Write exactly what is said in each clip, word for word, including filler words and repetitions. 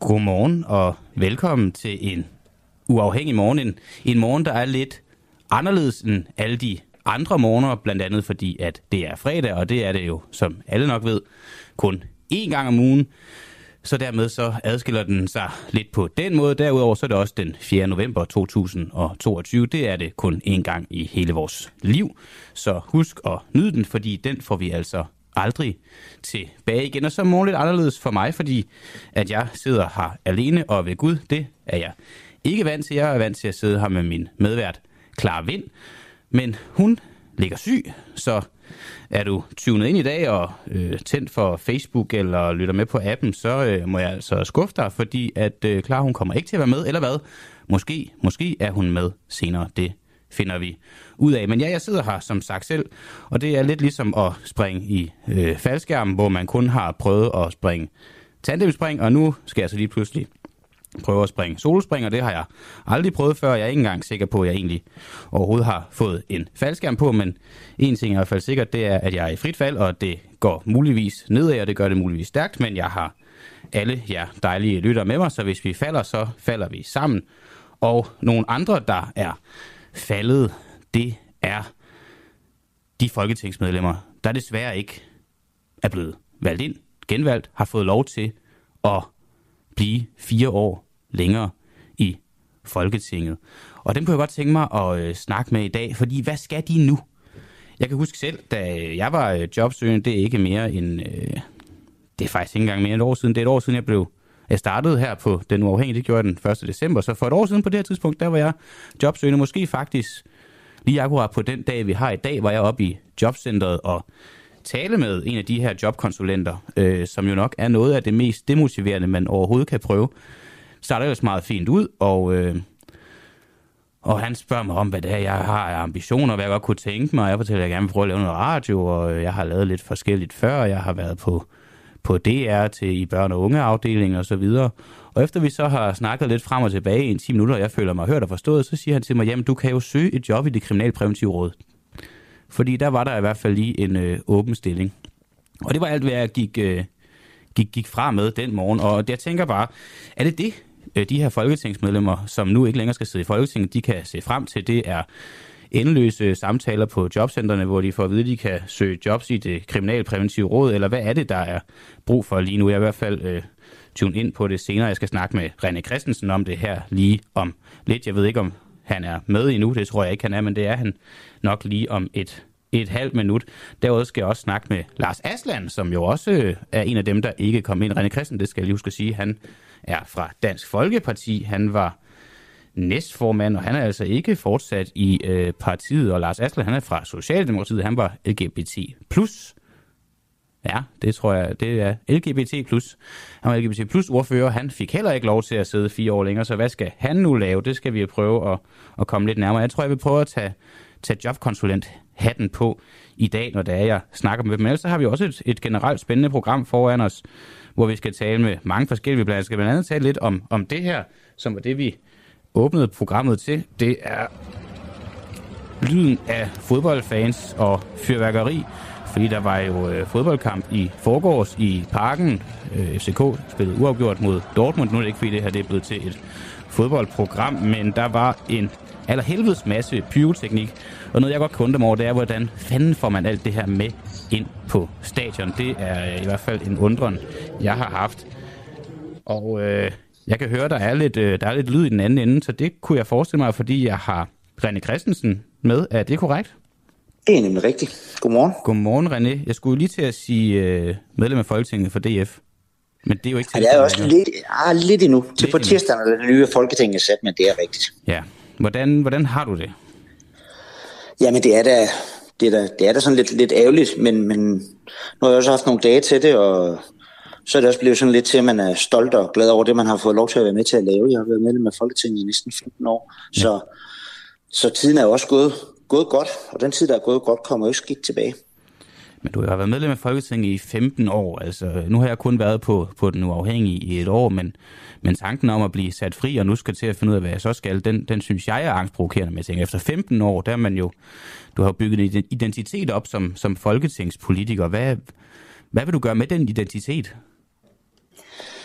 Godmorgen og velkommen til en uafhængig morgen. En, en morgen, der er lidt anderledes end alle de andre morgener, blandt andet fordi, at det er fredag, og det er det jo, som alle nok ved, kun én gang om ugen. Så dermed så adskiller den sig lidt på den måde. Derudover så er det også den fjerde november to tusind toogtyve. Det er det kun én gang i hele vores liv. Så husk at nyde den, fordi den får vi altså aldrig tilbage igen. Og så er morgen lidt anderledes for mig, fordi at jeg sidder her alene, og ved Gud, det er jeg ikke vant til. Jeg er vant til at sidde her med min medvært Clara Vind, men hun ligger syg, så er du tunet ind i dag og øh, tændt for Facebook eller lytter med på appen, så øh, må jeg altså skuffe dig, fordi at øh, Clara, hun kommer ikke til at være med, eller hvad? Måske, måske er hun med senere, det finder vi ud af. Men ja, jeg sidder her som sagt selv, og det er lidt ligesom at springe i øh, faldskærm, hvor man kun har prøvet at springe tandemspring, og nu skal jeg så lige pludselig prøve at springe solospring, og det har jeg aldrig prøvet før. Jeg er ikke engang sikker på, at jeg egentlig overhovedet har fået en faldskærm på, men en ting er i hvert fald sikkert, det er, at jeg er i frit fald, og det går muligvis nedad, og det gør det muligvis stærkt, men jeg har alle jer dejlige lyttere med mig, så hvis vi falder, så falder vi sammen. Og nogle andre, der er faldet, det er de folketingsmedlemmer, der desværre ikke er blevet valgt ind, genvalgt, har fået lov til at blive fire år længere i Folketinget. Og dem kunne jeg godt tænke mig at øh, snakke med i dag, fordi hvad skal de nu? Jeg kan huske selv, da jeg var øh, jobsøgende, det er ikke mere end, øh, det er faktisk ikke engang mere end et år siden, det er et år siden, jeg blev, jeg startede her på Den Uafhængige, det gjorde jeg den første december, så for et år siden på det her tidspunkt, der var jeg jobsøgende, måske faktisk lige akkurat på den dag, vi har i dag, var jeg oppe i jobcentret og tale med en af de her jobkonsulenter, øh, som jo nok er noget af det mest demotiverende, man overhovedet kan prøve. Starter ellers meget fint ud, og, øh, og han spørger mig om, hvad det er, jeg har af ambitioner, hvad jeg godt kunne tænke mig. Jeg fortæller, at jeg gerne vil prøve at lave noget radio, og jeg har lavet lidt forskelligt før. Jeg har været på, på D R til i børn- og ungeafdelingen og så videre. Og efter vi så har snakket lidt frem og tilbage i en ti minutter, og jeg føler mig hørt og forstået, så siger han til mig, jamen du kan jo søge et job i det kriminalpræventive råd. Fordi der var der i hvert fald lige en øh, åben stilling. Og det var alt, hvad jeg gik, øh, gik, gik fra med den morgen. Og jeg tænker bare, er det det, øh, de her folketingsmedlemmer, som nu ikke længere skal sidde i Folketinget, de kan se frem til? Det er endeløse samtaler på jobcentrene, hvor de får at vide, at de kan søge jobs i det kriminalpræventive råd. Eller hvad er det, der er brug for lige nu? Jeg er i hvert fald øh, tune ind på det senere. Jeg skal snakke med René Christensen om det her lige om lidt. Jeg ved ikke, om han er med endnu, det tror jeg ikke, han er, men det er han nok lige om et, et halvt minut. Derudover skal jeg også snakke med Lars Aslan, som jo også er en af dem, der ikke kom ind. René Christensen, det skal jeg lige huske at sige, han er fra Dansk Folkeparti. Han var næstformand, og han er altså ikke fortsat i øh, partiet. Og Lars Aslan, han er fra Socialdemokratiet, han var L G B T plus. Ja, det tror jeg, det er L G B T plus. Han var L G B T plus ordfører, han fik heller ikke lov til at sidde fire år længere, så hvad skal han nu lave? Det skal vi prøve at, at komme lidt nærmere. Jeg tror, jeg vil prøve at tage, tage jobkonsulent-hatten på i dag, når det er, jeg snakker med dem. Men ellers så har vi også et, et generelt spændende program foran os, hvor vi skal tale med mange forskellige. Vi skal blandt andet tale lidt om, om det her, som var det, vi åbnede programmet til. Det er lyden af fodboldfans og fyrværkeri. Fordi der var jo øh, fodboldkamp i forgårs i Parken. Øh, F C K spillede uafgjort mod Dortmund. Nu er det ikke, fordi det her det er blevet til et fodboldprogram, men der var en allerhelvedes masse pyroteknik. Og noget, jeg godt kunne undre mig over, det er, hvordan fanden får man alt det her med ind på stadion. Det er øh, i hvert fald en undren, jeg har haft. Og øh, jeg kan høre, der er, lidt, øh, der er lidt lyd i den anden ende, så det kunne jeg forestille mig, fordi jeg har René Christensen med. Er det korrekt? Det er nemlig rigtigt. Godmorgen. Godmorgen, René. Jeg skulle lige til at sige øh, medlem af Folketinget for D F. Men det er jo ikke til. Ja, det er også lidt, ah, lidt endnu. Til på tirsdag, når det nye Folketinget er sat, men det er rigtigt. Ja. Hvordan, hvordan har du det? Jamen, det er da, det er da, det er da sådan lidt, lidt ærgerligt, men, men nu har jeg også haft nogle dage til det, og så er det også blevet sådan lidt til, at man er stolt og glad over det, man har fået lov til at være med til at lave. Jeg har været medlem af Folketinget i næsten femten år, ja. så, så tiden er jo også gået gået godt, og den tid, der er gået godt, kommer jo ikke skidt tilbage. Men du har været medlem af Folketinget i femten år. Altså, nu har jeg kun været på, på Den Uafhængige i et år, men, men tanken om at blive sat fri, og nu skal til at finde ud af, hvad jeg så skal, den, den synes jeg er angstprovokerende med ting. Efter femten år, der er man jo, du har bygget en identitet op som, som folketingspolitiker. Hvad, hvad vil du gøre med den identitet?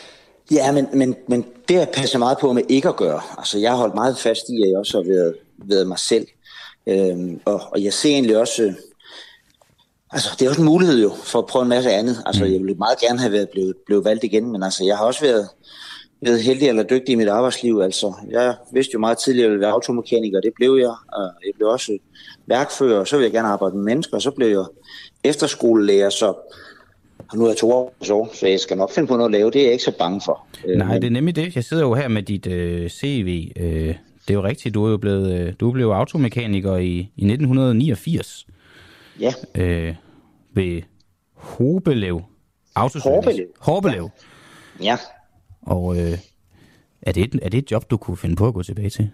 Ja, men, men, men det har jeg passet meget på med ikke at gøre. Altså, jeg har holdt meget fast i, at jeg også har været, været mig selv. Øhm, og, og jeg ser egentlig også... Øh, altså, det er også en mulighed jo, for at prøve en masse andet. Altså, jeg ville meget gerne have været blevet, blevet valgt igen, men altså, jeg har også været, været heldig eller dygtig i mit arbejdsliv. Altså, jeg vidste jo meget tidligere, at jeg ville være automekaniker, det blev jeg. Og jeg blev også værkfører, og så ville jeg gerne arbejde med mennesker, og så blev jeg efterskolelærer, så... Og nu er jeg to år, så jeg skal nok finde på noget at lave. Det er jeg ikke så bange for. Nej, men... det er nemlig det. Jeg sidder jo her med dit øh, C V. Øh, det er jo rigtigt, du er jo blevet, øh, du blev automekaniker i, i nitten niogfirs. Ja. Øh, ved Hobelev Autoservice. Horbelev. Horbelev. Ja. ja. Og øh, er, det et, er det et job, du kunne finde på at gå tilbage til?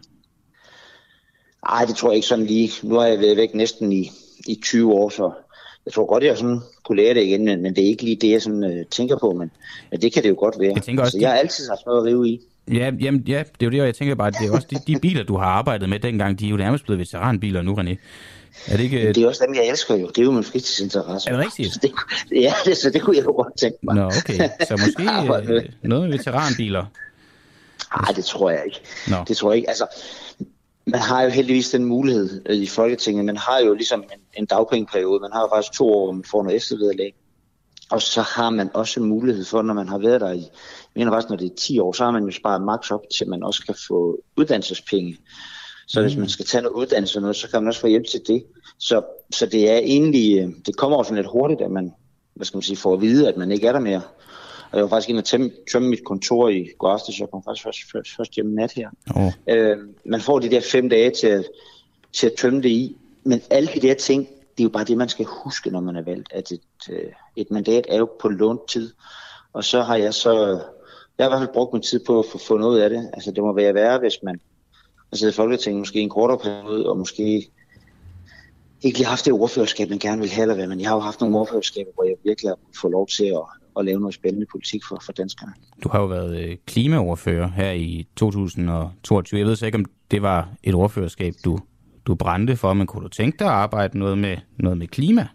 Nej, det tror jeg ikke sådan lige. Nu har jeg været væk næsten i, i tyve år, så... Jeg tror godt, jeg sådan kunne lære det igen, men, men det er ikke lige det, jeg sådan, øh, tænker på, men, men det kan det jo godt være. Jeg, tænker også, så jeg har altid haft noget at rive i. Ja, jamen, ja, det er jo det, og jeg tænker bare, at det er også de, de biler, du har arbejdet med dengang, de er jo nærmest blevet veteranbiler nu, René. Er det ikke... Det er også dem, jeg elsker jo. Det er jo min fritidsinteresse. Er det rigtigt? Så det, ja, det, så det kunne jeg jo godt tænke mig. Nå, okay. Så måske øh, noget med veteranbiler? Nej, det tror jeg ikke. Nå. Det tror jeg ikke. Altså, man har jo heldigvis den mulighed øh, i Folketinget. Man har jo ligesom en, en dagpengeperiode. Man har jo faktisk to år, hvor man får noget eftervederlag. Og så har man også en mulighed for, når man har været der i, jeg mener faktisk, når det er ti år, så har man jo sparet maks op til, at man også kan få uddannelsespenge. Så mm. hvis man skal tage noget uddannelse noget, så kan man også få hjælp til det. Så, så det er egentlig, det kommer også lidt hurtigt, at man, hvad skal man sige, får at vide, at man ikke er der mere. Og jeg var faktisk inde og tømme, tømme mit kontor i går aftes, så jeg kom faktisk først, først, først hjem nat her. Oh. Øh, man får de der fem dage til at, til at tømme det i, men alle de der ting, det er jo bare det, man skal huske, når man er valgt, at et, et mandat er jo på lånt tid. Og så har jeg så, jeg har i hvert fald brugt min tid på at få, få noget af det. Altså det må være værre, hvis man har siddet i Folketinget måske en kortere periode, og måske ikke lige haft det ordførerskab, man gerne vil have, eller hvad, men jeg har jo haft nogle ordførerskaber, hvor jeg virkelig har fået lov til at, at lave noget spændende politik for, for danskerne. Du har jo været klimaordfører her i to tusind toogtyve. Jeg ved så ikke, om det var et ordførerskab, du, du brændte for, men kunne du tænke dig at arbejde noget med, noget med klima?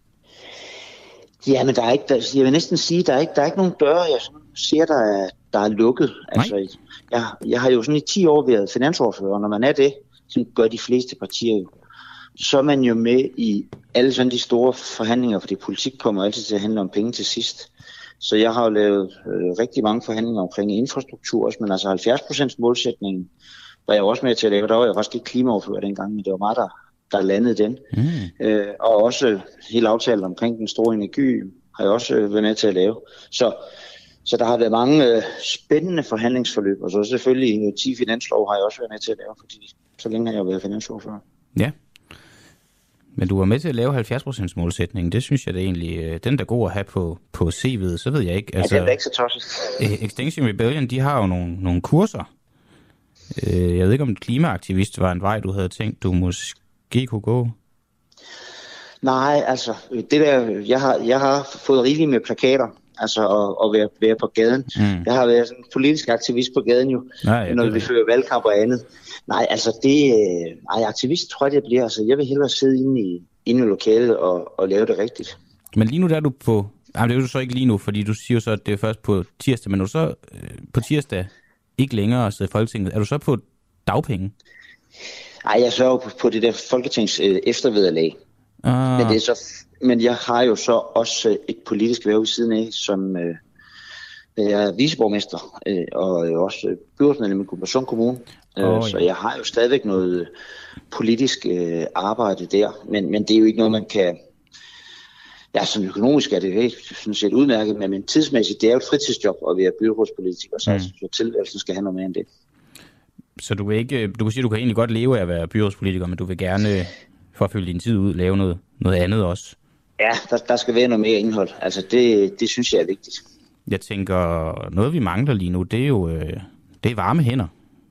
Ja, men der er ikke, der, jeg vil næsten sige, der er ikke, der er ikke nogen døre, jeg ser, der er, der er lukket. Altså, jeg, jeg har jo sådan i ti år været finansordfører, og når man er det, så gør de fleste partier jo. Så er man jo med i alle sådan de store forhandlinger, fordi politik kommer altid til at handle om penge til sidst. Så jeg har jo lavet øh, rigtig mange forhandlinger omkring infrastruktur også, men altså halvfjerds procent målsætningen var jeg også med til at lave. Der var jeg faktisk ikke klimaordfører dengang, men det var mig, der, der landede den. Mm. Øh, og også hele aftalen omkring den store energi har jeg også øh, været med til at lave. Så, så der har været mange øh, spændende forhandlingsforløb, og så selvfølgelig øh, ti finanslov har jeg også været med til at lave, fordi så længe har jeg været finansordfører. Ja. Men du var med til at lave halvfjerds procent målsætningen. Det synes jeg det er egentlig, den der er god at have på, på C V'et. Så ved jeg ikke. Altså, ja, det er ikke så tosset. Extinction Rebellion, de har jo nogle, nogle kurser. Jeg ved ikke, om klimaaktivist var en vej, du havde tænkt, du måske kunne gå. Nej, altså, det der, jeg har, jeg har fået rigeligt med plakater. Altså at, at være, være på gaden. Mm. Jeg har været sådan en politisk aktivist på gaden jo, nej, ja, når vi fører valgkamp og andet. Nej, altså det... Nej, aktivist tror jeg, det bliver. Altså, jeg vil hellere sidde inde i, inde i lokalet og, og lave det rigtigt. Men lige nu der er du på... Jamen, det er du så ikke lige nu, fordi du siger så, at det er først på tirsdag, men er du så øh, på tirsdag ikke længere at sidde i Folketinget? Er du så på dagpenge? Nej, jeg er så på, på det der Folketings øh, eftervederlag. Ah. Men det er så... Men jeg har jo så også et politisk værv ved siden af, som øh, jeg er viceborgmester øh, og også byrådsmedlem i Guldborgsund Kommune. Oh, ja. Så jeg har jo stadigvæk noget politisk øh, arbejde der, men, men det er jo ikke noget, man kan... Ja, som økonomisk er det ikke sådan set udmærket, men, men tidsmæssigt, det er jo et fritidsjob at være byrådspolitiker, så, mm. så tilværelsen skal have noget mere end det. Så du vil ikke... Du kan sige, du kan egentlig godt leve af at være byrådspolitiker, men du vil gerne, for at fylde din tid ud, lave noget, noget andet også? Ja, der, der skal være noget mere indhold. Altså, det, det synes jeg er vigtigt. Jeg tænker, noget vi mangler lige nu, det er jo øh, det er varme hænder.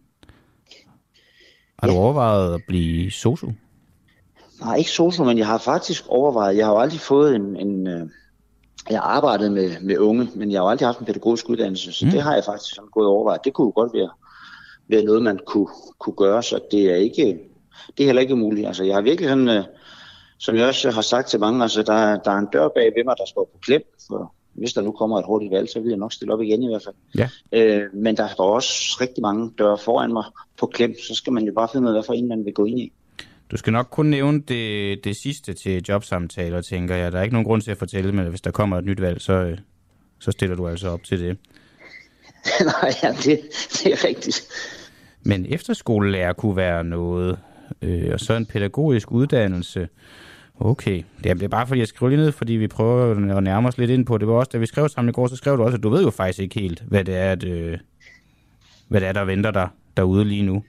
Har ja. du overvejet at blive sosu? Nej, ikke sosu, men jeg har faktisk overvejet. Jeg har jo aldrig fået en... en øh, jeg har arbejdet med, med unge, men jeg har jo aldrig haft en pædagogisk uddannelse, så mm. det har jeg faktisk sådan gået overvejet. Det kunne jo godt være, være noget, man kunne, kunne gøre, så det er ikke... Det er heller ikke muligt. Altså, jeg har virkelig sådan... Øh, Som jeg også har sagt til mange, altså der, der er en dør bag ved mig, der står på klem, for hvis der nu kommer et hurtigt valg, så vil jeg nok stille op igen i hvert fald. Ja. Øh, men der er også rigtig mange døre foran mig på klem, så skal man jo bare finde ud af, hvad for en man vil gå ind i. Du skal nok kun nævne det, det sidste til jobsamtaler, tænker jeg. Der er ikke nogen grund til at fortælle, men hvis der kommer et nyt valg, så, så stiller du altså op til det. Nej, ja, det, det er rigtigt. Men efterskolelærer kunne være noget, øh, og så en pædagogisk uddannelse. Okay, det er bare fordi, jeg skriver lige ned, fordi vi prøver at nærme os lidt ind på det. Var også, da vi skrev sammen i går, så skrev du også, at du ved jo faktisk ikke helt, hvad det er, at, øh, hvad det er der venter dig derude lige nu.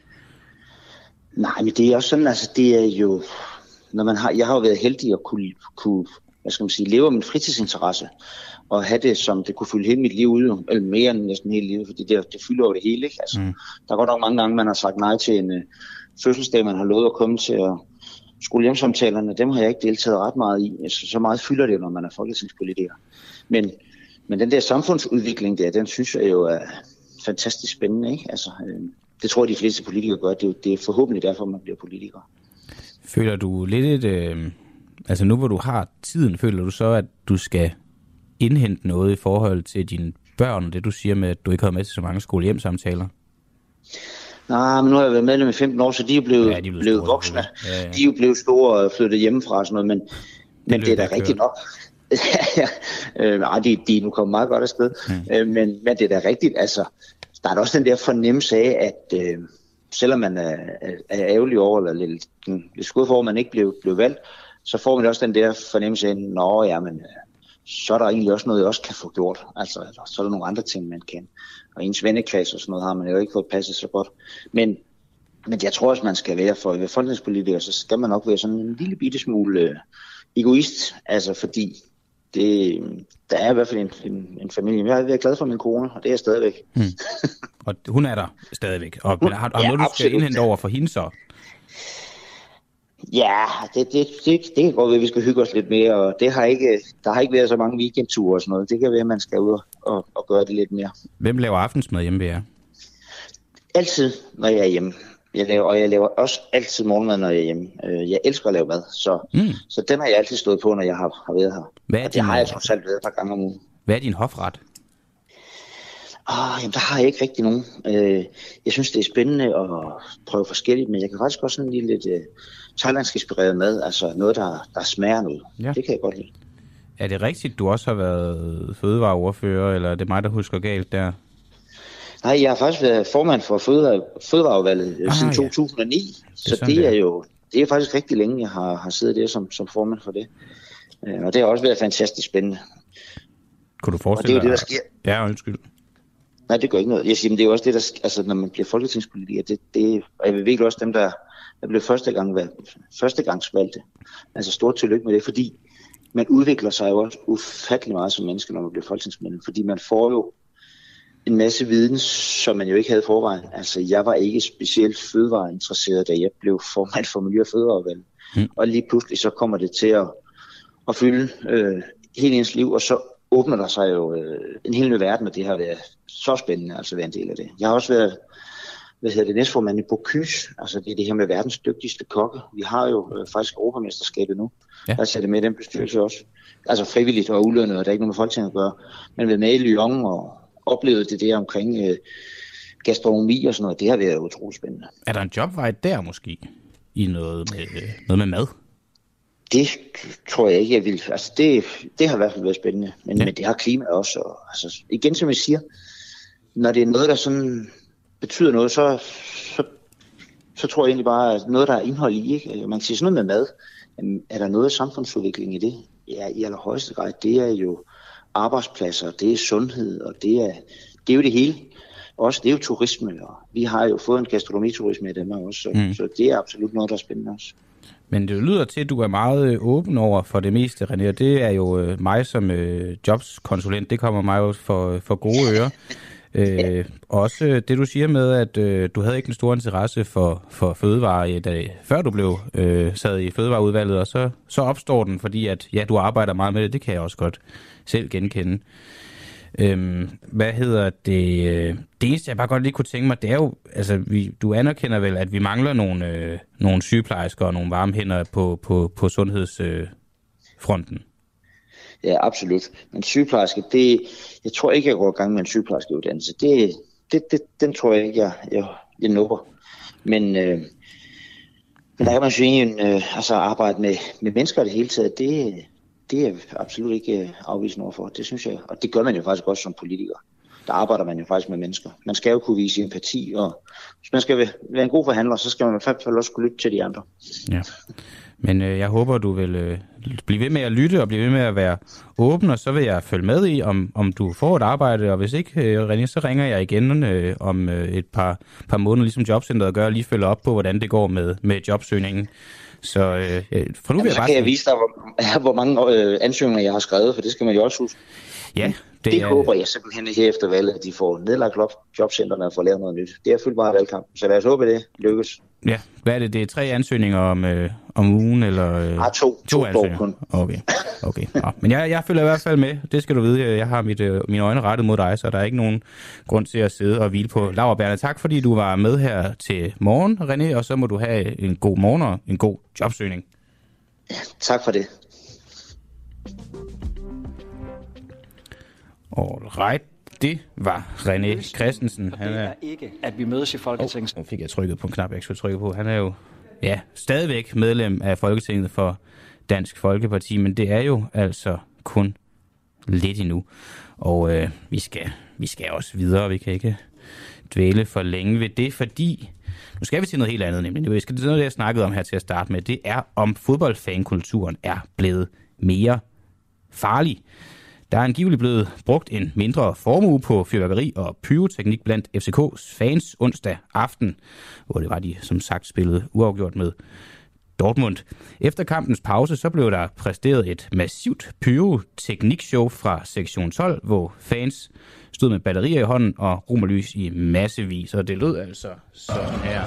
Nej, men det er også sådan, altså det er jo, når man har, jeg har jo været heldig at kunne, kunne hvad skal man sige, leve af min fritidsinteresse, og have det, som det kunne fylde hele mit liv ud, eller mere end næsten hele livet, fordi det, det fylder jo det hele, ikke? Altså, mm. Der er godt nok mange gange, man har sagt nej til en uh, fødselsdag, man har lovet at komme til, og skolehjemsamtalerne, dem har jeg ikke deltaget ret meget i. Altså, så meget fylder det, når man er folketingspolitiker. Men, men den der samfundsudvikling der, den synes jeg jo er fantastisk spændende, ikke? Altså, øh, det tror jeg, de fleste politikere gør. Det er, det er forhåbentlig derfor, man bliver politiker. Føler du lidt et... Øh, altså nu hvor du har tiden, føler du så, at du skal indhente noget i forhold til dine børn, og det du siger med, at du ikke har med til så mange skolehjemsamtaler? Nej, men nu har jeg været medlem i femten år, så de er blevet, ja, de er blevet, blevet store, voksne. Ja, ja. De er jo blevet store og flyttet hjemmefra og sådan noget, men det, men det er da rigtigt nok. ja, øh, nej, de, de er nu kommet meget godt afsted, mm. øh, men, men det er da rigtigt. Altså, der er også den der fornemmelse af, at øh, selvom man er, er, er ærgerlig over, eller lidt, lidt skudt for, at man ikke blev, blev valgt, så får man også den der fornemmelse af, nå ja, men så er der egentlig også noget, jeg også kan få gjort. Altså, så er der nogle andre ting, man kan. Og ens vennekreds og sådan noget har man jo ikke fået passet så godt. Men, men jeg tror også, man skal være, for at være folketingspolitiker, så skal man nok være sådan en lille bitte smule øh, egoist. Altså fordi, det, der er i hvert fald en, en, en familie. Jeg har været glad for min kone, og det er jeg stadigvæk. Hmm. Og hun er der stadigvæk. Og har, har ja, noget, du skal indhente over for hende så? Ja, det, det, det, det kan godt være, at vi skal hygge os lidt mere, og det har ikke, der har ikke været så mange weekendture og sådan noget. Det kan være, at man skal ud og, og gøre det lidt mere. Hvem laver aftensmad hjemme ved jer? Altid, når jeg er hjemme. Jeg laver, og jeg laver også altid morgenmad, når jeg er hjemme. Jeg elsker at lave mad, så, mm. så den har jeg altid stået på, når jeg har, har været her. Hvad er og din, det har jeg trods alt været et par gange om ugen. Hvad er din hofret? Oh, jamen, der har jeg ikke rigtig nogen. Øh, jeg synes, det er spændende at prøve forskelligt, men jeg kan faktisk også sådan lige lidt uh, thailandsk inspireret mad, altså noget, der, der smager noget. Ja. Det kan jeg godt lide. Er det rigtigt, du også har været fødevareordfører, eller er det mig, der husker galt der? Nej, jeg har faktisk været formand for fødevare, fødevareudvalget ah, siden to tusind og ni, det så det er, det er jo det er faktisk rigtig længe, jeg har, har siddet der som, som formand for det. Uh, og det har også været fantastisk spændende. Kunne du forestille dig? Og det er jo det, der sker. Ja, undskyld. Nej, det gør ikke noget. Jeg siger, men det er jo også det, der, altså når man bliver folketingspolitiker, det, det, og jeg vil virkelig også dem, der, der blev første gang valgt, førstegangsvalgte. Altså stort tillykke med det, fordi man udvikler sig jo også ufattelig meget som menneske, når man bliver folketingsmedlem, fordi man får jo en masse viden, som man jo ikke havde forvejen. Altså, jeg var ikke specielt fødevareinteresseret, da jeg blev formand for Miljø- og Fødevareudvalget. Mm. Og lige pludselig så kommer det til at, at fylde øh, hele ens liv, og så åbner der sig jo øh, en hel ny verden, og det har været så spændende altså at være en del af det. Jeg har også været, hvad hedder det, næstformand i Bocuse, altså det er det her med verdens dygtigste kokke. Vi har jo øh, faktisk Europamesterskabet nu, ja. Der sætter med i den bestyrelse også. Altså frivilligt og ulønnet, og der er ikke noget med Folketinget at gøre. Men været med i Lyon og oplevet det der omkring øh, gastronomi og sådan noget, det har været utroligt spændende. Er der en jobvej der måske, i noget med, øh, noget med mad? Det tror jeg ikke, jeg vil. Altså det, det har i hvert fald været spændende, men, ja. men det har klima også. Og, altså, igen, som jeg siger, når det er noget, der sådan betyder noget, så, så, så tror jeg egentlig bare, at noget, der er indhold i, ikke? Man kan sige sådan noget med mad. Jamen, er der noget samfundsudvikling i det? Ja, i allerhøjeste grad. Det er jo arbejdspladser, det er sundhed, og det er, det er jo det hele. Også det er jo turisme, og vi har jo fået en gastronomiturisme i Danmark også, så, mm. så det er absolut noget, der er spændende også. Men det lyder til, at du er meget åben over for det meste, René, og det er jo mig som øh, jobskonsulent, det kommer mig jo for, for gode ører. øh, også det, du siger med, at øh, du havde ikke en stor interesse for, for fødevare, da, før du blev øh, sad i fødevareudvalget, og så, så opstår den, fordi at, ja, du arbejder meget med det, det kan jeg også godt selv genkende. Øhm, hvad hedder det? Det eneste, jeg bare godt lige kunne tænke mig, det er jo, altså, vi, du anerkender vel, at vi mangler nogle, øh, nogle sygeplejersker og nogle varme hænder på, på, på sundhedsfronten? Øh, Ja, absolut. Men sygeplejerske, det, jeg tror ikke, jeg går i gang med en sygeplejerskeuddannelse. Det, det, det, den tror jeg ikke, jeg, jeg, jeg nupper. Men, øh, men der kan man jo egentlig øh, altså arbejde med, med mennesker det hele taget. Det, det er absolut ikke afvisende overfor. Det synes jeg, og det gør man jo faktisk også som politiker. Der arbejder man jo faktisk med mennesker. Man skal jo kunne vise empati, og hvis man skal være en god forhandler, så skal man i hvert fald også kunne lytte til de andre. Ja. Men øh, jeg håber, du vil øh, blive ved med at lytte og blive ved med at være åben, og så vil jeg følge med i, om, om du får et arbejde, og hvis ikke, øh, René, så ringer jeg igen øh, om øh, et par, par måneder, ligesom Jobcentret gør, og lige følge op på, hvordan det går med, med jobsøgningen. Så øh, for nu Jamen, vil jeg så bare... kan jeg vise dig, hvor, hvor mange øh, ansøgninger jeg har skrevet, for det skal man jo også huske. Ja, det, det er... håber jeg simpelthen her efter valget, at de får nedlagt jobcentrene og får lavet noget nyt. Det er fuldt meget valgkamp, så lad os håbe, det lykkes. Ja, hvad er det? Det er tre ansøgninger om, øh, om ugen, eller? Øh, ah, to. To, to ansøgninger. Kun. Okay, okay. Ja. Men jeg, jeg følger i hvert fald med. Det skal du vide. Jeg har mit, øh, mine øjne rettet mod dig, så der er ikke nogen grund til at sidde og hvile på laurbærrene. Tak, fordi du var med her til morgen, René, og så må du have en god morgen og en god jobsøgning. Ja, tak for det. Alright. Det var René Christensen. Han er ikke, at vi mødes i Folketinget. Oh, nu fik jeg trykket på en knap, jeg skulle trykke på. Han er jo ja, stadigvæk medlem af Folketinget for Dansk Folkeparti, men det er jo altså kun lidt endnu. Og øh, vi, skal, vi skal også videre, vi kan ikke dvæle for længe ved det, fordi nu skal vi til noget helt andet, nemlig. Vi skal til noget, det jeg snakkede om her til at starte med. Det er, om fodboldfankulturen er blevet mere farlig. Der er angiveligt blevet brugt en mindre formue på fyrværkeri og pyroteknik blandt F C K's fans onsdag aften, hvor det var de som sagt spillede uafgjort med Dortmund. Efter kampens pause så blev der præsteret et massivt pyroteknikshow fra sektion tolv, hvor fans stod med batterier i hånden og romerlys i massevis, og det lød altså sådan her.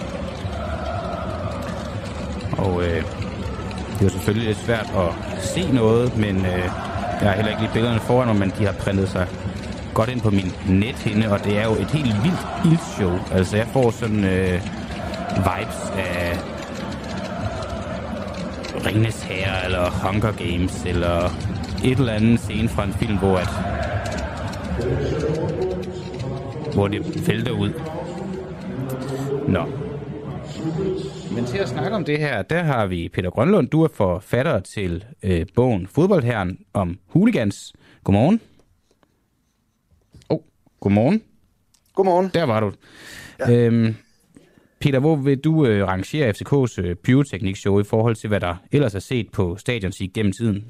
Og øh, det var selvfølgelig lidt svært at se noget, men øh, jeg har heller ikke lige billederne foran mig, men de har printet sig godt ind på min nethinde, og det er jo et helt vildt ildshow. Altså jeg får sådan øh, vibes af Ringenes Herre, eller Hunger Games, eller et eller andet scene fra en film, hvor at hvor det vælter ud. Nå. Men til at snakke om det her, der har vi Peter Grønlund. Du er forfatter til øh, bogen Fodboldherren om hooligans. Godmorgen. Oh, godmorgen. Godmorgen. Der var du. Ja. Øhm, Peter, hvor vil du øh, rangere F C K's øh, pyroteknikshow i forhold til, hvad der ellers er set på stadions igennem tiden?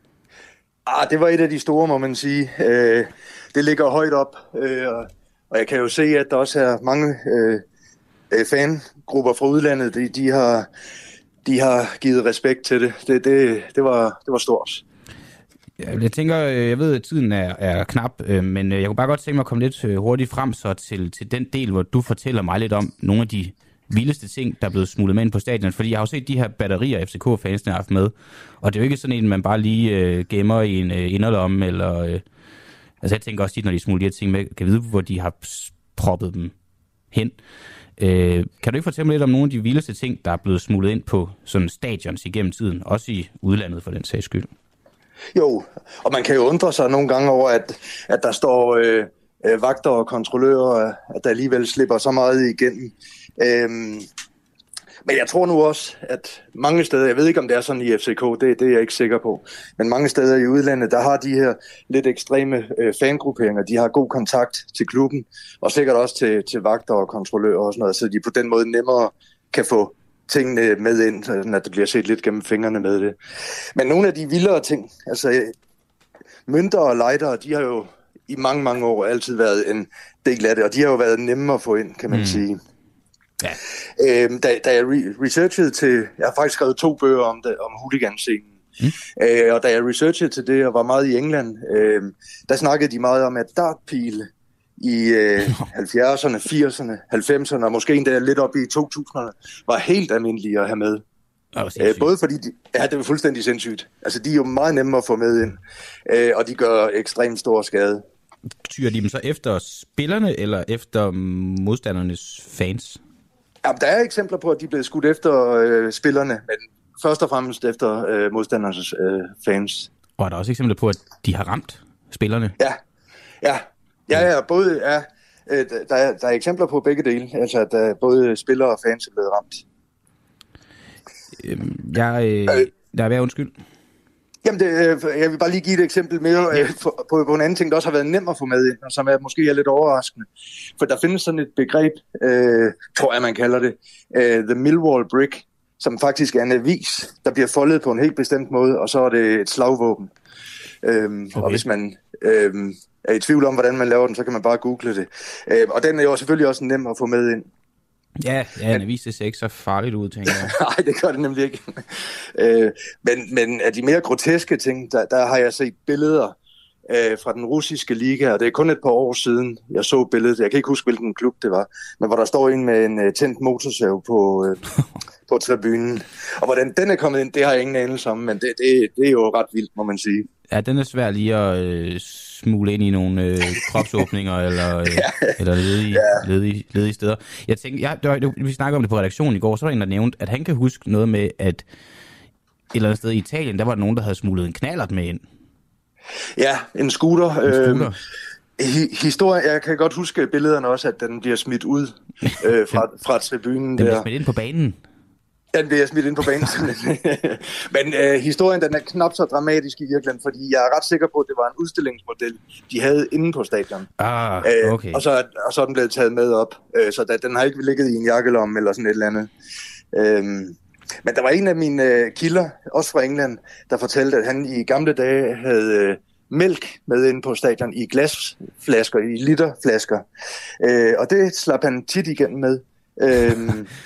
Ah, det var et af de store, må man sige. Øh, det ligger højt op, øh, og jeg kan jo se, at der også er mange øh, fangrupper fra udlandet, de, de, har, de har givet respekt til det. Det, det, det, var, det var stort. Jeg tænker, jeg ved, at tiden er, er knap, men jeg kunne bare godt tænke mig at komme lidt hurtigt frem så til, til den del, hvor du fortæller mig lidt om nogle af de vildeste ting, der er blevet smuglet med ind på stadion. Fordi jeg har jo set de her batterier, F C K-fansene har haft med, og det er jo ikke sådan en, man bare lige øh, gemmer i en øh, inderlomme, eller... Øh, altså jeg tænker også tit, når de smugler de her ting med, kan vide, hvor de har proppet dem hen. Øh, kan du ikke fortælle mig lidt om nogle af de vildeste ting, der er blevet smuglet ind på sådan stadions igennem tiden, også i udlandet for den sags skyld? Jo, og man kan jo undre sig nogle gange over, at, at der står øh, øh, vagter og kontrollører, at der alligevel slipper så meget igennem. Øhm, men jeg tror nu også, at mange steder, jeg ved ikke om det er sådan i F C K, det, det er jeg ikke sikker på, men mange steder i udlandet, der har de her lidt ekstreme øh, fangrupperinger, de har god kontakt til klubben, og sikkert også til, til vagter og kontrollører og sådan noget, så de på den måde nemmere kan få tingene med ind, sådan at det bliver set lidt gennem fingrene med det. Men nogle af de vildere ting, altså mønter og lightere, de har jo i mange, mange år altid været en del af det, og de har jo været nemme at få ind, kan man mm. sige. Ja. Øhm, da, da jeg re- researchede til, jeg har faktisk skrevet to bøger om det, om hooliganscenen, mm. øh, og da jeg researchede til det og var meget i England, øh, der snakkede de meget om, at dartpile i øh, halvfjerdserne, firserne, halvfemserne og måske endda lidt op i to tusinderne var helt almindelige at have med. Øh, både fordi, de, ja, det er fuldstændig sindssygt. Altså, de er jo meget nemme at få med ind, øh, og de gør ekstremt stor skade. Tyrer de dem så efter spillerne, eller efter modstandernes fans? Ja, der er eksempler på, at de er blevet skudt efter øh, spillerne, men først og fremmest efter øh, modstandernes øh, fans. Og er der også eksempler på, at de har ramt spillerne? Ja, ja, ja, ja både, ja, der, er, der er eksempler på begge dele, altså at uh, både spillere og fans er blevet ramt. Øhm, jeg, øh, der er værd undskyld. Jamen, det, jeg vil bare lige give et eksempel mere ja. på, på, på en anden ting, der også har været nem at få med ind, og som er måske er lidt overraskende. For der findes sådan et begreb, øh, tror jeg, man kalder det, uh, The Millwall Brick, som faktisk er en avis, der bliver foldet på en helt bestemt måde, og så er det et slagvåben. Øhm, okay. Og hvis man øhm, er i tvivl om, hvordan man laver den, så kan man bare google det. Øhm, og den er jo selvfølgelig også nem at få med ind. Ja, ja, en avis, det ser ikke så farligt ud, tænker jeg. Nej, det gør det nemlig ikke. øh, men, men af de mere groteske ting, der, der har jeg set billeder øh, fra den russiske liga, og det er kun et par år siden, jeg så billedet. Jeg kan ikke huske, hvilken klub det var, men hvor der står en med en uh, tændt motorsav på, øh, på tribunen. Og hvordan den er kommet ind, det har jeg ingen anelse om, men det, det, det er jo ret vildt, må man sige. Ja, den er svær lige at øh, smule ind i nogle øh, kropsåbninger eller, øh, ja. eller ledige, ja. ledige, ledige steder. Jeg tænkte, jeg, det var, vi snakkede om det på redaktionen i går, så var der en, der nævnte, at han kan huske noget med, at et eller andet sted i Italien, der var der nogen, der havde smuglet en knallert med ind. Ja, en scooter. En scooter. Øh, hi- historie, jeg kan godt huske billederne også, at den bliver smidt ud øh, fra, fra tribunen. Den der. bliver smidt ind på banen. Ja, den bliver smidt ind på banen. Men øh, historien, den er knap så dramatisk i virkeligheden, fordi jeg er ret sikker på, at det var en udstillingsmodel, de havde inde på stadion. Ah, okay. Øh, og, så, og så er den blevet taget med op, øh, så da, den har ikke ligget i en jakkelomme eller sådan et eller andet. Øh, men der var en af mine øh, kilder, også fra England, der fortalte, at han i gamle dage havde øh, mælk med inde på stadion i glasflasker, i literflasker. Øh, og det slap han tit igennem med. Øh,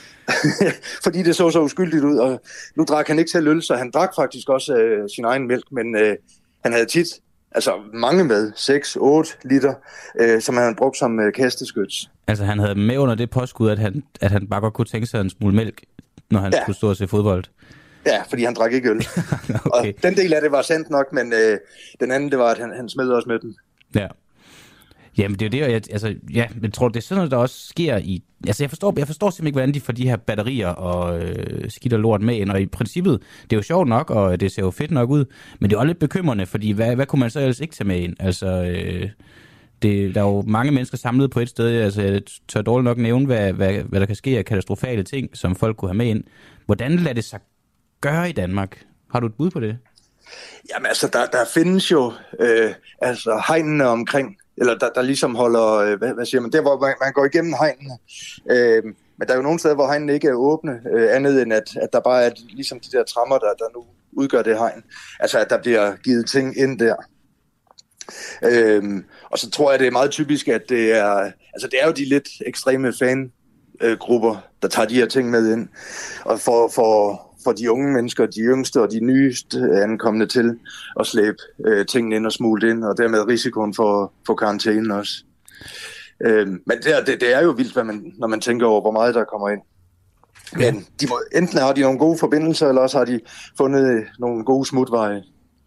fordi det så så uskyldigt ud, og nu drak han ikke selv øl, så han drak faktisk også øh, sin egen mælk, men øh, han havde tit, altså mange med, seks otte liter, øh, som han havde brugt som øh, kasteskyts. Altså han havde med under det påskud, at han, at han bare godt kunne tænke sig en smule mælk, når han ja. skulle stå og se fodbold. Ja, fordi han drak ikke øl. Okay. Og den del af det var sandt nok, men øh, den anden, det var, at han, han smed også med den. Ja. Jamen det er jo det, jeg, altså, ja, men tror du, det er sådan noget, der også sker i... Altså jeg forstår, jeg forstår simpelthen ikke, hvordan de får de her batterier og øh, skidt og lort med ind, og i princippet, det er jo sjovt nok, og det ser jo fedt nok ud, men det er også lidt bekymrende, fordi hvad, hvad kunne man så ellers ikke tage med ind? Altså, øh, det, der er jo mange mennesker samlet på et sted, altså jeg tør dårligt nok nævne, hvad, hvad, hvad der kan ske af katastrofale ting, som folk kunne have med ind. Hvordan lader det sig gøre i Danmark? Har du et bud på det? Jamen altså, der, der findes jo øh, altså hegnene omkring, eller der, der ligesom holder, øh, hvad, hvad siger man, der hvor man, man går igennem hegnene. Øh, men der er jo nogle steder, hvor hegnene ikke er åbne, øh, andet end at, at der bare er ligesom de der trammer, der, der nu udgør det hegn. Altså at der bliver givet ting ind der. Øh, og så tror jeg, det er meget typisk, at det er, altså det er jo de lidt ekstreme fangrupper, der tager de her ting med ind. Og for, for for de unge mennesker, de yngste og de nyeste ankomne til at slæbe øh, tingene ind og smule ind, og dermed risikoen for, for karantænen også. Øh, men det er, det, det er jo vildt, hvad man, når man tænker over, hvor meget der kommer ind. Men ja. de må, enten har de nogle gode forbindelser, eller også har de fundet nogle gode smutveje.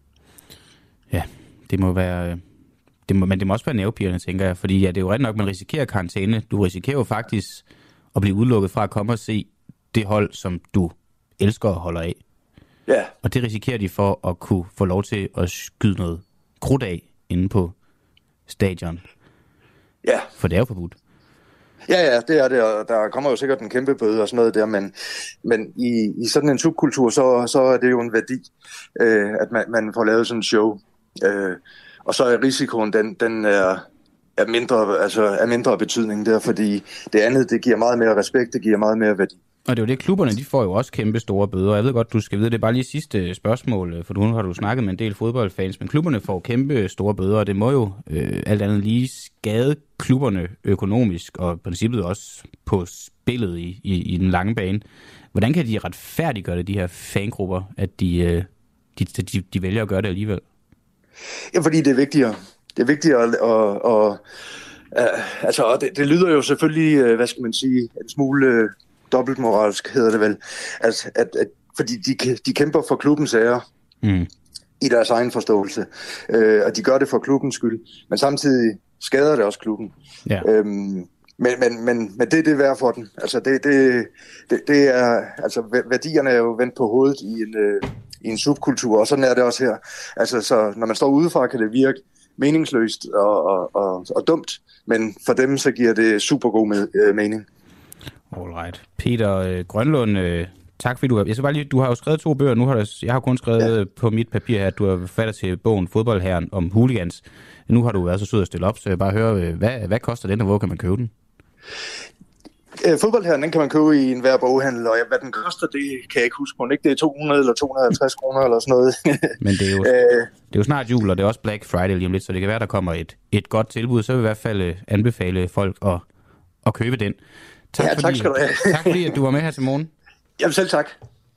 Ja, det må være... Det må, men det må også være nervepirrende, tænker jeg, fordi ja, det er jo ret nok, man risikerer karantæne. Du risikerer jo faktisk at blive udelukket fra at komme og se det hold, som du elsker og holder af. Ja. Og det risikerer de for at kunne få lov til at skyde noget krudt af inde på stadion. Ja. For det er jo forbudt. Ja, ja, det er det, og der kommer jo sikkert en kæmpe bøde og sådan noget der, men, men i, i sådan en subkultur, så, så er det jo en værdi, øh, at man, man får lavet sådan en show. Øh, og så er risikoen, den, den er, er, mindre, altså er mindre betydning der, fordi det andet, det giver meget mere respekt, det giver meget mere værdi. Og det er jo det, klubberne, de får jo også kæmpe store bøder. Jeg ved godt, du skal vide, det er bare lige sidste spørgsmål, for nu har du snakket med en del fodboldfans, men klubberne får kæmpe store bøder, og det må jo øh, alt andet lige skade klubberne økonomisk, og i princippet også på spillet i, i, i den lange bane. Hvordan kan de retfærdiggøre det, de her fangrupper, at de, øh, de, de, de vælger at gøre det alligevel? Ja, fordi det er vigtigere. Det er vigtigere at... at, at uh, altså, det, det lyder jo selvfølgelig, uh, hvad skal man sige, en smule... Uh, dobbeltmoralsk hedder det vel, altså, at, at, fordi de, de kæmper for klubbens ære mm. i deres egen forståelse, øh, og de gør det for klubbens skyld, men samtidig skader det også klubben. Ja. Øhm, men, men, men, men det er det værd for den. Altså det, det, det, det er, altså værdierne er jo vendt på hovedet i en, øh, i en subkultur, og sådan er det også her. Altså, så når man står udefra, kan det virke meningsløst og, og, og, og dumt, men for dem så giver det super god med, øh, mening. Alright. Peter øh, Grønlund, øh, tak fordi du har... Jeg så bare lige, du har jo skrevet to bøger, nu har du, jeg har kun skrevet ja. på mit papir her, at du er forfatter til bogen Fodboldherren om hooligans. Nu har du været så sød at stille op, så jeg bare høre, øh, hvad, hvad koster den, og hvor kan man købe den? Øh, fodboldherren, den kan man købe i enhver boghandel, og hvad den koster, det kan jeg ikke huske. Må ikke det er to hundrede eller to hundrede og halvtreds kroner eller sådan noget. Men det er, jo, det er jo snart jul, og det er også Black Friday lige om lidt, så det kan være, der kommer et, et godt tilbud. Så vil jeg i hvert fald anbefale folk at, at købe den. Tak, ja, fordi, tak skal du have. Tak fordi, at du var med her til morgen. Jamen selv tak.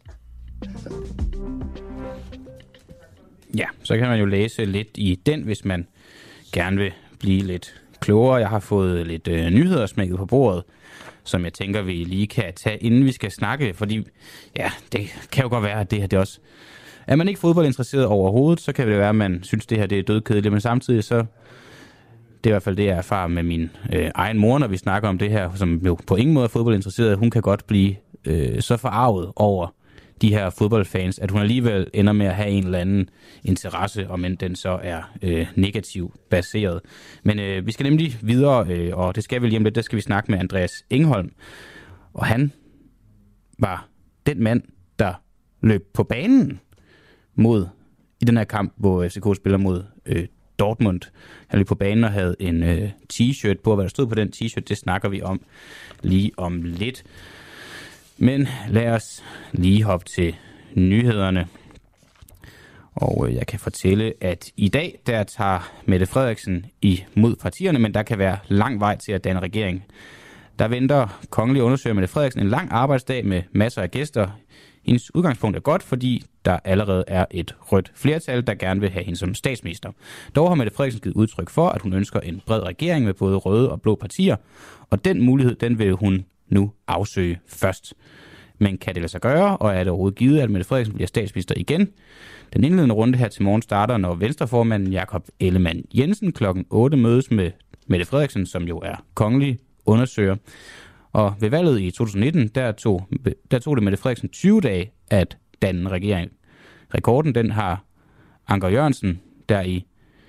Ja, så kan man jo læse lidt i den, hvis man gerne vil blive lidt klogere. Jeg har fået lidt øh, nyheder smækket på bordet, som jeg tænker, vi lige kan tage, inden vi skal snakke. Fordi, ja, det kan jo godt være, at det her det også... Er man ikke fodboldinteresseret overhovedet, så kan det være, at man synes, det her det er dødkedeligt. Men samtidig så... Det er i hvert fald det, jeg erfarer med min øh, egen mor, når vi snakker om det her, som jo på ingen måde er fodboldinteresseret. Hun kan godt blive øh, så forarvet over de her fodboldfans, at hun alligevel ender med at have en eller anden interesse, om end den så er øh, negativt baseret. Men øh, vi skal nemlig videre, øh, og det skal vi lige om lidt, der skal vi snakke med Andreas Engholm. Og han var den mand, der løb på banen mod i den her kamp, hvor F C K spiller mod øh, Dortmund. Han løb på banen og havde en øh, t-shirt på, hvad der stod på den t-shirt, det snakker vi om lige om lidt. Men lad os lige hoppe til nyhederne. Og øh, jeg kan fortælle, at i dag, der tager Mette Frederiksen imod partierne, men der kan være lang vej til at danne regering. Der venter kongelig undersøger Mette Frederiksen en lang arbejdsdag med masser af gæster. Hendes udgangspunkt er godt, fordi der allerede er et rødt flertal, der gerne vil have hende som statsminister. Dog har Mette Frederiksen givet udtryk for, at hun ønsker en bred regering med både røde og blå partier, og den mulighed, den vil hun nu afsøge først. Men kan det lade sig gøre, og er det overhovedet givet, at Mette Frederiksen bliver statsminister igen? Den indledende runde her til morgen starter, når Venstreformanden Jakob Ellemann Jensen klokken otte mødes med Mette Frederiksen, som jo er kongelig undersøger. Og ved valget i to tusind nitten, der tog, der tog det Mette Frederiksen tyve dage at danne en regering. Rekorden, den har Anker Jørgensen, der i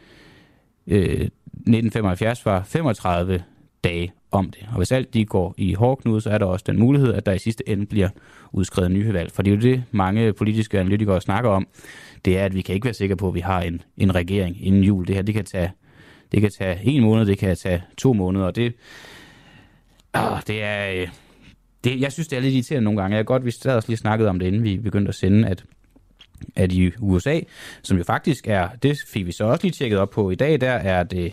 øh, nitten femoghalvfjerds var femogtredive dage om det. Og hvis alt de går i hårdknude, så er der også den mulighed, at der i sidste ende bliver udskrevet nye valg. For det er jo det, mange politiske analytikere snakker om. Det er, at vi kan ikke være sikre på, at vi har en, en regering inden jul. Det her, det kan tage, det kan tage en måned, det kan tage to måneder, og det, åh, det er... Det, jeg synes, det er lidt irriterende nogle gange. Jeg har godt, vi stadig også lige snakket om det, inden vi begyndte at sende, at, at i U S A, som jo faktisk er, det fik vi så også lige tjekket op på i dag, der er det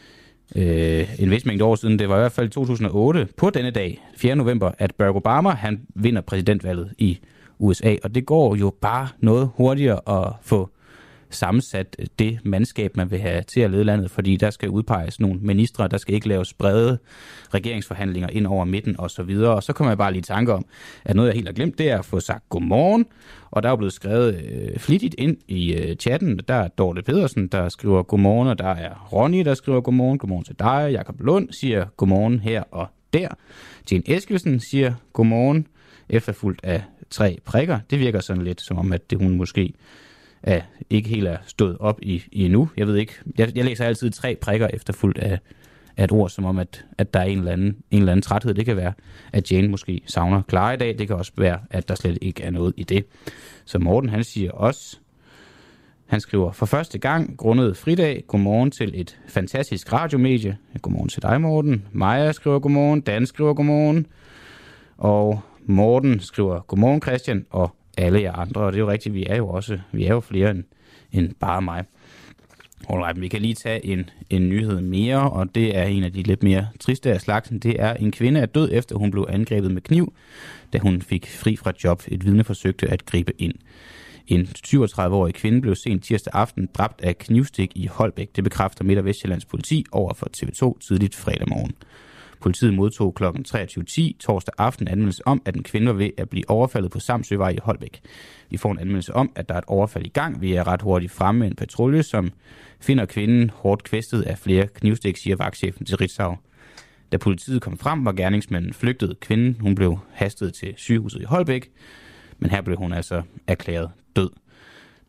øh, en vis mængde år siden, det var i hvert fald to tusind og otte, på denne dag, fjerde november, at Barack Obama, han vinder præsidentvalget i U S A, og det går jo bare noget hurtigere at få sammensat det mandskab, man vil have til at lede landet, fordi der skal udpeges nogle ministre, der skal ikke laves brede regeringsforhandlinger ind over midten og så videre. Og så kommer jeg bare lige i tanke om, at noget jeg helt har glemt, det er at få sagt godmorgen, og der er jo blevet skrevet øh, flittigt ind i øh, chatten. Der er Dorte Pedersen, der skriver godmorgen, og der er Ronny, der skriver godmorgen, godmorgen til dig. Jakob Lund siger godmorgen her og der. Jane Eskildsen siger godmorgen, efterfulgt af tre prikker. Det virker sådan lidt som om, at det hun måske er ikke helt er stået op i, i endnu. Jeg ved ikke. Jeg, jeg læser altid tre prikker efterfulgt af, af et ord, som om, at, at der er en eller, anden, en eller anden træthed. Det kan være, at Jane måske savner Clara i dag. Det kan også være, at der slet ikke er noget i det. Så Morten, han siger også, han skriver, for første gang grundet fridag, godmorgen til et fantastisk radiomedie. Godmorgen til dig, Morten. Maja skriver godmorgen. Dan skriver godmorgen. Og Morten skriver godmorgen, Christian, og alle jer andre, og det er jo rigtigt, vi er jo også, vi er jo flere end, end bare mig. Alright, vi kan lige tage en, en nyhed mere, og det er en af de lidt mere triste af slagsen. Det er, en kvinde er død, efter hun blev angrebet med kniv, da hun fik fri fra job. Et vidne forsøgte at gribe ind. En syvogtredive-årig kvinde blev sent tirsdag aften dræbt af knivstik i Holbæk. Det bekræfter Midt- og Vestjyllands politi over for T V to tidligt fredag morgen. Politiet modtog klokken treogtyve ti torsdag aften anmeldelse om, at en kvinde var ved at blive overfaldet på Samsøvej i Holbæk. Vi får en anmeldelse om, at der er et overfald i gang. Vi er ret hurtigt fremme med en patrulje, som finder kvinden hårdt kvæstet af flere knivstik, siger vagtchefen til Ritzau. Da politiet kom frem, var gerningsmanden flygtet. Kvinden hun blev hastet til sygehuset i Holbæk, men her blev hun altså erklæret død.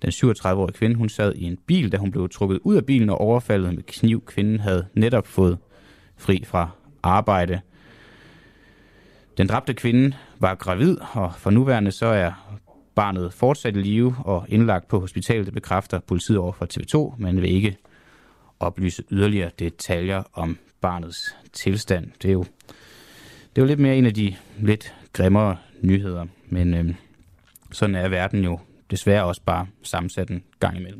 Den syvogtredive-årige kvinde, hun sad i en bil, da hun blev trukket ud af bilen og overfaldet med kniv. Kvinden havde netop fået fri fra arbejde. Den dræbte kvinde var gravid, og for nuværende så er barnet fortsat i live og indlagt på hospitalet. Det bekræfter politiet over for T V to, men vil ikke oplyse yderligere detaljer om barnets tilstand. Det er jo, det er jo lidt mere en af de lidt grimmere nyheder, men øh, sådan er verden jo desværre også bare sammensat en gang imellem.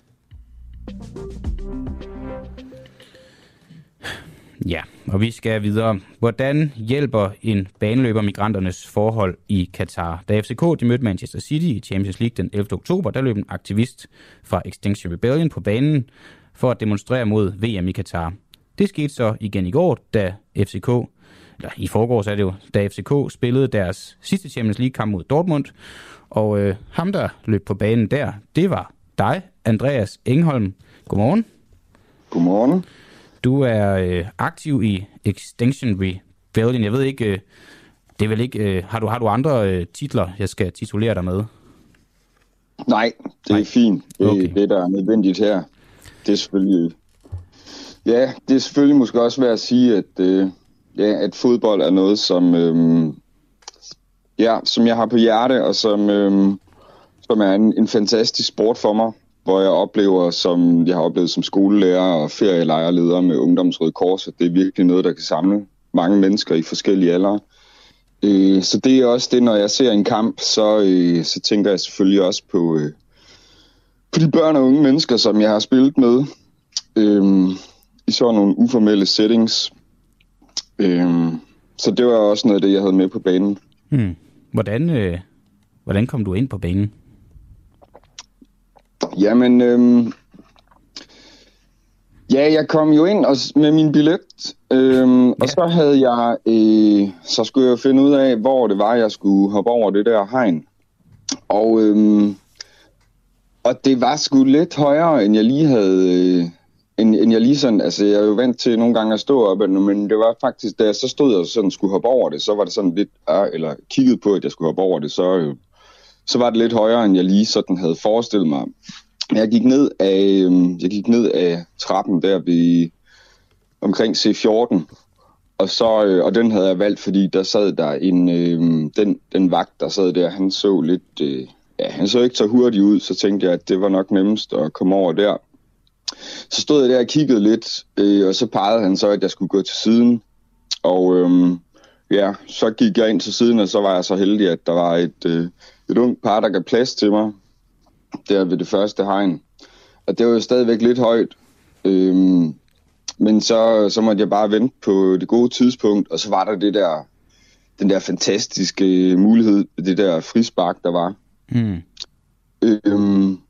Ja, og vi skal videre. Hvordan hjælper en baneløber migranternes forhold i Katar? Da F C K de mødte Manchester City i Champions League den ellevte oktober, der løb en aktivist fra Extinction Rebellion på banen for at demonstrere mod V M i Katar. Det skete så igen i går, da F C K, eller i forgårs er det jo, da F C K spillede deres sidste Champions League-kamp mod Dortmund, og øh, ham, der løb på banen der, det var dig, Andreas Engholm. Godmorgen. Godmorgen. Du er øh, aktiv i Extinction Rebellion. Jeg ved ikke, øh, det er vel ikke, øh, har, du, har du andre øh, titler, jeg skal titulere dig med? Nej, det Nej. er fint. Det, okay. det, der er nødvendigt her, det er selvfølgelig, ja, det er selvfølgelig måske også værd at sige, at, øh, ja, at fodbold er noget, som, øh, ja, som jeg har på hjerte, og som, øh, som er en, en fantastisk sport for mig, hvor jeg oplever, som jeg har oplevet som skolelærer og ferielejrleder med Ungdomsrøde Kors, at det er virkelig noget, der kan samle mange mennesker i forskellige aldre. Øh, så det er også det, når jeg ser en kamp, så, øh, så tænker jeg selvfølgelig også på, øh, på de børn og unge mennesker, som jeg har spillet med øh, i sådan nogle uformelle settings. Øh, så det var også noget af det, jeg havde med på banen. Hmm. Hvordan, øh, hvordan kom du ind på banen? Jamen, øhm, ja, jeg kom jo ind og, med min billet, øhm, ja. og så havde jeg, øh, så skulle jeg finde ud af, hvor det var, jeg skulle hoppe over det der hegn. Og, øhm, og det var sgu lidt højere, end jeg lige havde, øh, end, end jeg lige sådan, altså jeg er jo vant til nogle gange at stå op, men det var faktisk, da jeg så stod og sådan skulle hoppe over det, så var det sådan lidt, øh, eller kiggede på, at jeg skulle hoppe over det, så... Øh, så var det lidt højere, end jeg lige sådan havde forestillet mig. Jeg gik ned af, jeg gik ned af trappen der ved omkring C fjorten, og, så, og den havde jeg valgt, fordi der sad der en, den, den vagt, der sad der, han så lidt, ja, han så ikke så hurtigt ud, så tænkte jeg, at det var nok nemmest at komme over der. Så stod jeg der og kiggede lidt, og så pegede han så, at jeg skulle gå til siden, og ja, så gik jeg ind til siden, og så var jeg så heldig, at der var et... et ungt par, der gav plads til mig, der ved det første hegn. Og det var jo stadigvæk lidt højt. Øhm, men så, så måtte jeg bare vente på det gode tidspunkt, og så var der det der, den der fantastiske mulighed, det der frispark, der var. Mm. Øhm,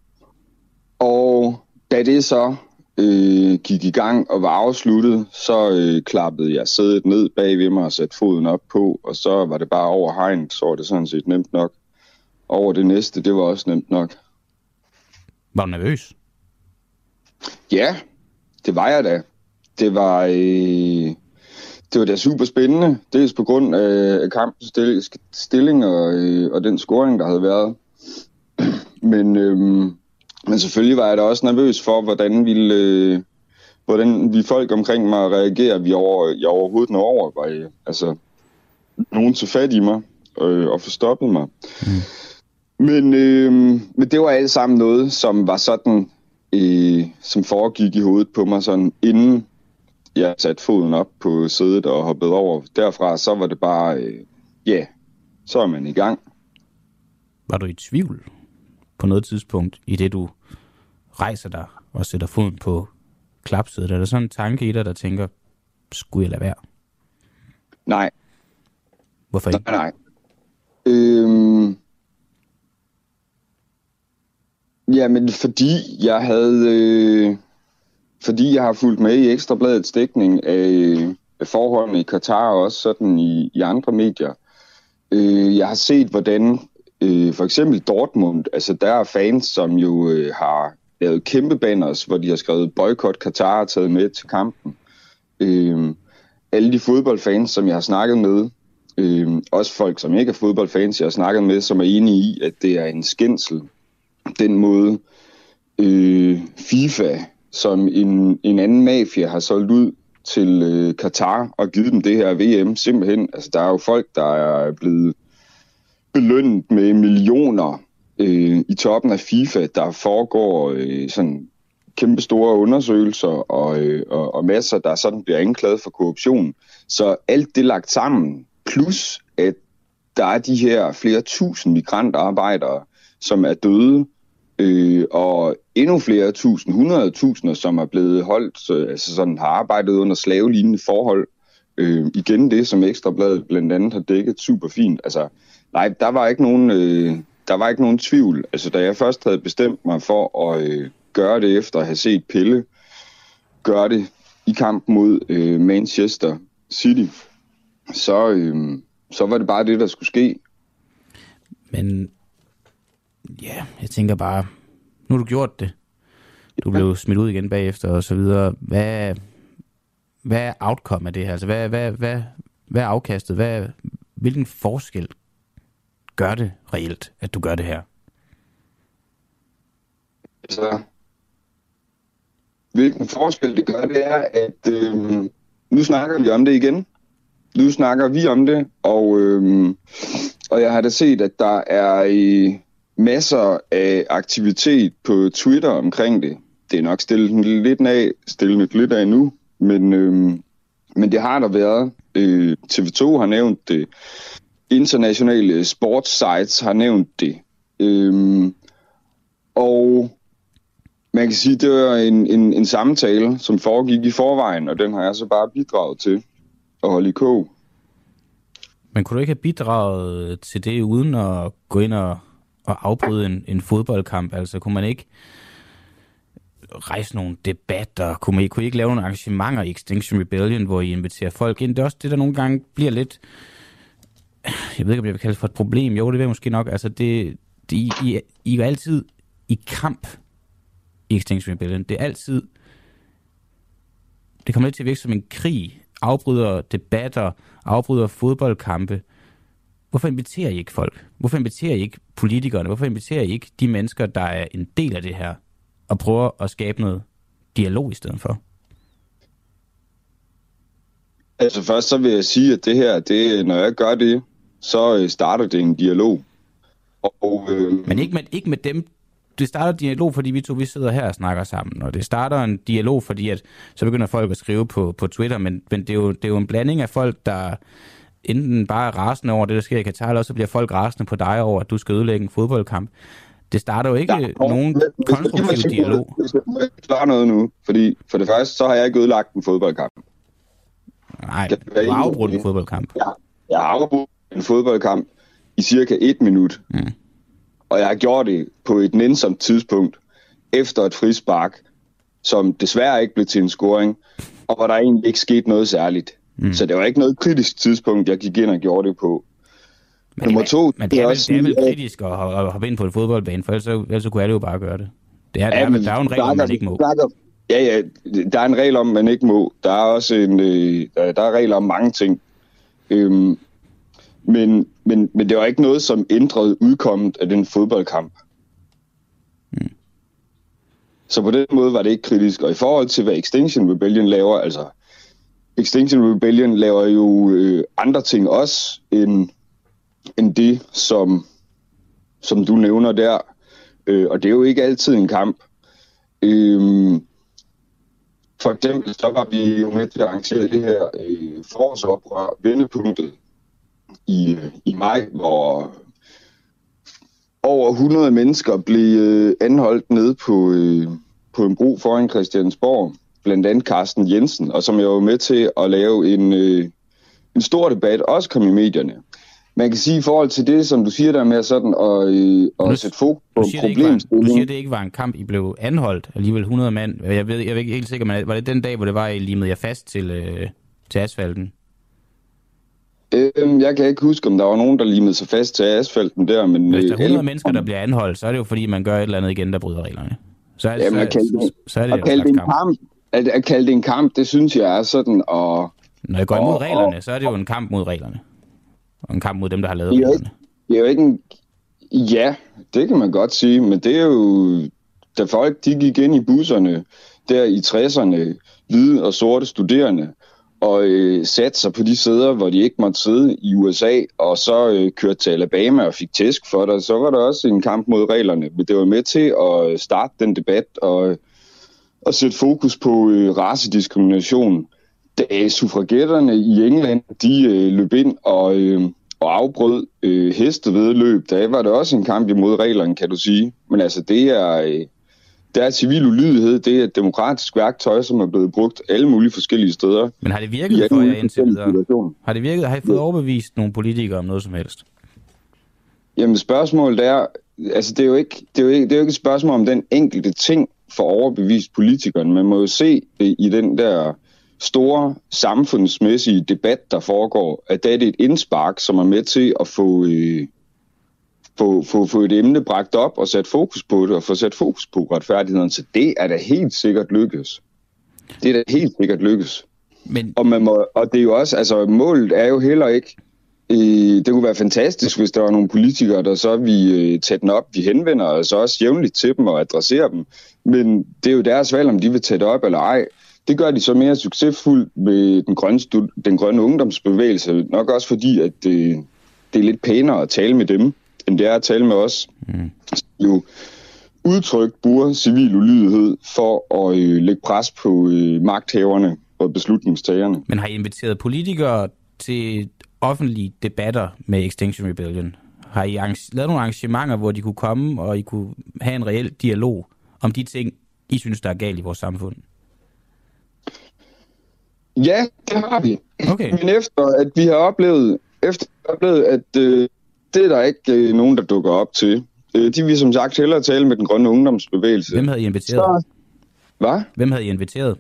og da det så øh, gik i gang og var afsluttet, så øh, klappede jeg sædet ned bag ved mig og satte foden op på, og så var det bare over hegnet, så var det sådan set nemt nok. Over det næste, det var også nemt nok. Var du nervøs? Ja, det var jeg da. Det var, øh, det var da super spændende. Dels på grund af kampens stilling, stilling og, øh, og den scoring, der havde været. Men, øh, men selvfølgelig var jeg da også nervøs for, hvordan ville, øh, hvordan vi folk omkring mig reagerer. Vi over, jeg overhovedet når over. Var, øh, altså, nogen tog fat i mig øh, og forstoppede mig. Mm. Men, øh, men det var alt sammen noget, som var sådan, øh, som foregik i hovedet på mig, sådan inden jeg satte foden op på sædet og hoppede over. Derfra så var det bare, ja, øh, yeah, så er man i gang. Var du i tvivl på noget tidspunkt, i det du rejser dig og sætter foden på klapsædet? Er der sådan en tanke i dig, der tænker, skulle jeg lade være? Nej. Hvorfor ikke? Nej, nej. Øhm... Ja, men fordi jeg havde, øh, fordi jeg har fulgt med i Ekstra Bladets dækning af, af forholdene i Katar og også sådan i, i andre medier. Øh, jeg har set, hvordan øh, for eksempel Dortmund, altså der er fans, som jo øh, har lavet kæmpe banners, hvor de har skrevet boykot Katar og taget med til kampen. Øh, alle de fodboldfans, som jeg har snakket med, øh, også folk, som ikke er fodboldfans, jeg har snakket med, som er enige i, at det er en skændsel, den måde øh, FIFA som en, en anden mafia har solgt ud til øh, Katar og givet dem det her V M simpelthen. Altså der er jo folk, der er blevet belønnet med millioner øh, i toppen af FIFA, der foregår øh, sådan kæmpe store undersøgelser og, øh, og, og masser, der sådan bliver anklaget for korruption. Så alt det lagt sammen, plus at der er de her flere tusind migrantarbejdere, som er døde, øh, og endnu flere tusind, hundrede tusinder, som er blevet holdt, så, altså sådan har arbejdet under slavelignende forhold. Øh, igen det, som Ekstrabladet blandt andet har dækket super fint. Altså, nej, der var ikke nogen, øh, der var ikke nogen tvivl. Altså, da jeg først havde bestemt mig for at øh, gøre det efter at have set Pelle gøre det i kamp mod øh, Manchester City, så, øh, så var det bare det, der skulle ske. Men ja, jeg tænker bare, nu har du gjort det. Du blev smidt ud igen bagefter og så videre. Hvad, hvad er outcome af det her? Altså, hvad, hvad, hvad, hvad er afkastet? Hvad, hvilken forskel gør det reelt, at du gør det her? Altså, hvilken forskel det gør, det er, at øh, nu snakker vi om det igen. Nu snakker vi om det, og, øh, og jeg har da set, at der er øh, masser af aktivitet på Twitter omkring det. Det er nok stillet lidt af, stillet lidt af nu, men, øh, men det har der været. Øh, T V to har nævnt det. Internationale sportssites har nævnt det. Øh, og man kan sige, at det var en, en, en samtale, som foregik i forvejen, og den har jeg så bare bidraget til at holde i kog. Men kunne du ikke have bidraget til det, uden at gå ind og, og afbryde en, en fodboldkamp? Altså, kunne man ikke rejse nogle debatter? Kunne man kunne I ikke lave nogle arrangementer i Extinction Rebellion, hvor I inviterer folk ind? Det er også det, der nogle gange bliver lidt... Jeg ved ikke, om jeg vil kalde det for et problem. Jo, det vil jeg måske nok. Altså, det, det, I, I, I er altid i kamp i Extinction Rebellion. Det er altid... Det kommer lidt til at virke som en krig. Afbryder debatter, afbryder fodboldkampe. Hvorfor inviterer I ikke folk? Hvorfor inviterer I ikke politikerne? Hvorfor inviterer I ikke de mennesker, der er en del af det her, og prøver at skabe noget dialog i stedet for? Altså først så vil jeg sige, at det her, det, når jeg gør det, så starter det en dialog. Og, øh... Men ikke med, ikke med dem. Det starter dialog, fordi vi to vi sidder her og snakker sammen, og det starter en dialog, fordi at, så begynder folk at skrive på, på Twitter, men, men det, er jo, det er jo en blanding af folk, der enten bare er rasende over det, der sker i Katar, eller så bliver folk rasende på dig over, at du skal ødelægge en fodboldkamp. Det starter jo ikke ja, nogen konstruktiv dialog. Hvis jeg må klare noget nu, fordi for det første, så har jeg ikke ødelagt en fodboldkamp. Nej, du har afbrudt en fodboldkamp. Ja, jeg har afbrudt en fodboldkamp i cirka et minut. Mm. Og jeg har gjort det på et nænsomt tidspunkt, efter et frispark, som desværre ikke blev til en scoring, og hvor der egentlig ikke skete noget særligt. Mm. Så det var ikke noget kritisk tidspunkt, jeg gik ind og gjorde det på. Men, Nummer to, men det er, også vel, det er vel kritisk at hoppe ind på en fodboldbane, for ellers, ellers kunne alle jo bare gøre det. Det er, ja, der, er, der er jo en regel om, man ikke må. Ja, ja, der er en regel om, man ikke må. Der er også en, øh, der, der er regler om mange ting. Øhm, men, men, men det var ikke noget, som ændrede udkommet af den fodboldkamp. Hmm. Så på den måde var det ikke kritisk. Og i forhold til, hvad Extinction Rebellion laver, altså Extinction Rebellion laver jo øh, andre ting også, end, end det, som, som du nævner der. Øh, og det er jo ikke altid en kamp. Øh, for eksempel så var vi jo med til at arrangere det her øh, forårsoprør, vendepunktet, i, i maj, hvor over hundrede mennesker blev øh, anholdt nede på, øh, på en bro foran Christiansborg, blandt andet Carsten Jensen, og som jeg var med til at lave en, øh, en stor debat, også kom i medierne. Man kan sige i forhold til det, som du siger der med sådan, og, øh, og du, sætte fokus på problemstilling. Du siger, det ikke var en kamp, I blev anholdt, alligevel hundrede mand. Jeg ved, jeg er ikke helt sikker, men var det den dag, hvor det var, I limede jer fast til, øh, til asfalten? Øhm, jeg kan ikke huske, om der var nogen, der limede sig fast til asfalten der, men... Hvis der er hundrede mennesker, der bliver anholdt, så er det jo fordi, man gør et eller andet igen, der bryder reglerne. Så er det, Jamen, så, det, så, så er det at kalde det en kamp. kamp at, at kalde det en kamp, det synes jeg er sådan, og... Når jeg går imod og, reglerne, så er det jo en kamp mod reglerne. Og en kamp mod dem, der har lavet det reglerne. Det er jo ikke en... Ja, det kan man godt sige, men det er jo, da folk de gik ind i busserne der i tresserne, hvide og sorte studerende, og øh, satte sig på de sæder, hvor de ikke måtte sidde i U S A, og så øh, kørte til Alabama og fik tæsk for det, så var der også en kamp mod reglerne. Men det var med til at starte den debat og, og sætte fokus på øh, racediskrimination. Da suffragetterne i England, de øh, løb ind og, øh, og afbrød øh, hestevedløb, der var det også en kamp imod reglerne, kan du sige. Men altså, det er... Øh, Det er civil ulydighed, det er et demokratisk værktøj, som er blevet brugt alle mulige forskellige steder. Men har det virket for jer indtil videre? Har det virket? Har I fået overbevist nogle politikere om noget som helst? Jamen spørgsmålet er, altså det er jo ikke, det er jo ikke, det er jo ikke et spørgsmål om den enkelte ting for at overbevise politikerne. Man må jo se i den der store samfundsmæssige debat, der foregår, at det er et indspark, som er med til at få... Øh, Få, få, få et emne bragt op og sat fokus på det, og få sat fokus på retfærdigheden. Så det er da helt sikkert lykkes. Det er da helt sikkert lykkes. Men... Og, man må, og det er jo også, altså målet er jo heller ikke, øh, det kunne være fantastisk, hvis der var nogle politikere, der så vi øh, tage den op, vi henvender os også jævnligt til dem og adresserer dem. Men det er jo deres valg, om de vil tage det op eller ej. Det gør de så mere succesfuldt med den grønne, den grønne ungdomsbevægelse. Nok også fordi, at øh, det er lidt pænere at tale med dem, end det er at tale med os. Mm. Jo udtrykt bruger civil ulydighed for at øh, lægge pres på øh, magthaverne og beslutningstagerne. Men har I inviteret politikere til offentlige debatter med Extinction Rebellion? Har I arrange- lavet nogle arrangementer, hvor de kunne komme, og I kunne have en reel dialog om de ting, I synes, der er galt i vores samfund? Ja, det har vi. Okay. Men efter at vi har oplevet, efter oplevet at øh, det er der ikke øh, nogen, der dukker op til. Øh, de vil som sagt hellere tale med den grønne ungdomsbevægelse. Hvem havde I inviteret? Så... Hvad? Hvem havde I inviteret?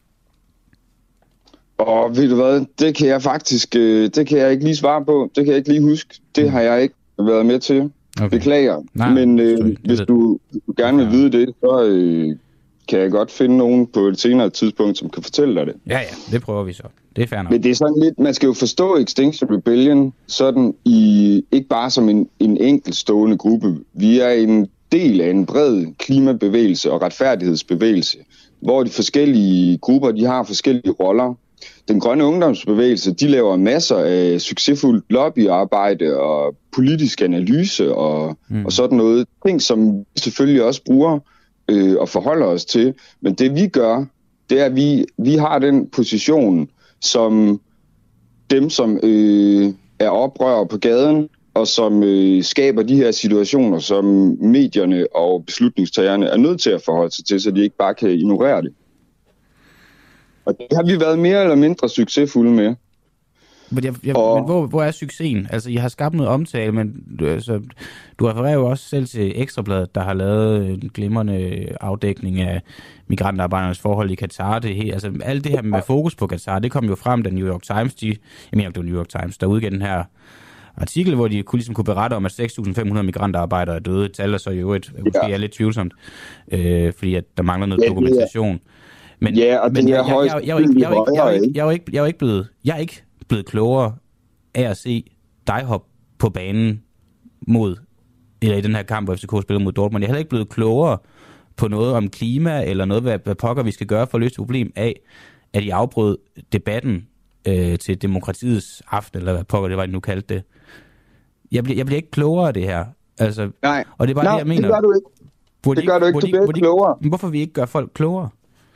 Og ved du hvad, det kan jeg faktisk, øh, det kan jeg ikke lige svare på. Det kan jeg ikke lige huske. Det mm. har jeg ikke været med til. Okay. Beklager. Nej, Men øh, sorry, hvis du gerne vil vide det, så øh, kan jeg godt finde nogen på et senere tidspunkt, som kan fortælle dig det. Ja, ja, det prøver vi så. Det er fair nok. Men det er sådan lidt, man skal jo forstå Extinction Rebellion sådan i, ikke bare som en, en enkeltstående gruppe. Vi er en del af en bred klimabevægelse og retfærdighedsbevægelse, hvor de forskellige grupper, de har forskellige roller. Den grønne ungdomsbevægelse, de laver masser af succesfuldt lobbyarbejde og politisk analyse og, mm. og sådan noget. Ting, som vi selvfølgelig også bruger øh, og forholder os til. Men det vi gør, det er, at vi, vi har den position, som dem, som øh, er oprører på gaden, og som øh, skaber de her situationer, som medierne og beslutningstagerne er nødt til at forholde sig til, så de ikke bare kan ignorere det. Og det har vi været mere eller mindre succesfulde med. Men, jeg, jeg, og... men hvor, hvor er succesen? Altså, I har skabt noget omtale, men du, altså, du refererer jo også selv til Ekstrabladet, der har lavet en glimrende afdækning af migrantarbejdernes forhold i Katar. Det he, altså, alt det her med fokus på Katar, det kom jo frem, da New York Times, de, jeg mener, det var New York Times, der udgav den her artikel, hvor de kunne, ligesom kunne berette om, at seks tusind fem hundrede migrantarbejdere er døde. Tal er så i øvrigt, måske ja. er lidt tvivlsomt, øh, fordi at der mangler noget ja, dokumentation. Men, ja, og men det jeg, er højst... Jeg, jeg, jeg, jeg, jeg, jeg, jeg, jeg, jeg, jeg er ikke blevet... Jeg er ikke blevet klogere af at se dig hoppe på banen mod, eller i den her kamp, hvor F C K spiller mod Dortmund. Jeg er heller ikke blevet klogere på noget om klima, eller noget, hvad, hvad pokker vi skal gøre for at løse det problem af, at I afbrød debatten øh, til demokratiets aften, eller hvad pokker det var, I nu kaldte det. Jeg bliver, jeg bliver ikke klogere af det her. Altså, Nej, og det er bare Nå, det, jeg mener. det gør du ikke. Hvor det de, gør du ikke, hvor du de, bliver ikke klogere. De, hvorfor vi ikke gør folk klogere?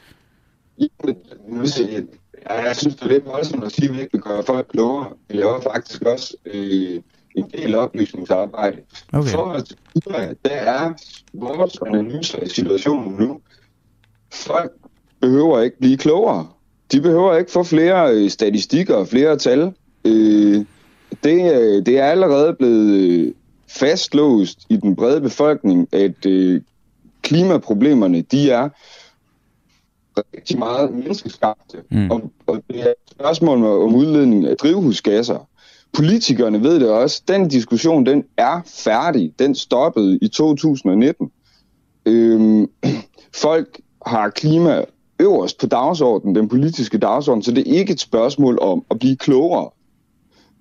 Ja, jeg synes, det er lidt voldsomt at sige, at vi ikke vil gøre folk klogere. Vi laver faktisk også øh, en del oplysningsarbejde. Okay. For at der er vores analyser af situationen nu. Folk behøver ikke blive klogere. De behøver ikke få flere øh, statistikker og flere tal. Øh, det, øh, det er allerede blevet øh, fastlåst i den brede befolkning, at øh, klimaproblemerne, de er rigtig meget menneskeskabte. Mm. Og, og det er et spørgsmål om udledning af drivhusgasser. Politikerne ved det også. Den diskussion, den er færdig. Den stoppede i to tusind nitten. Øhm, folk har klima øverst på dagsordenen, den politiske dagsorden, så det er ikke et spørgsmål om at blive klogere.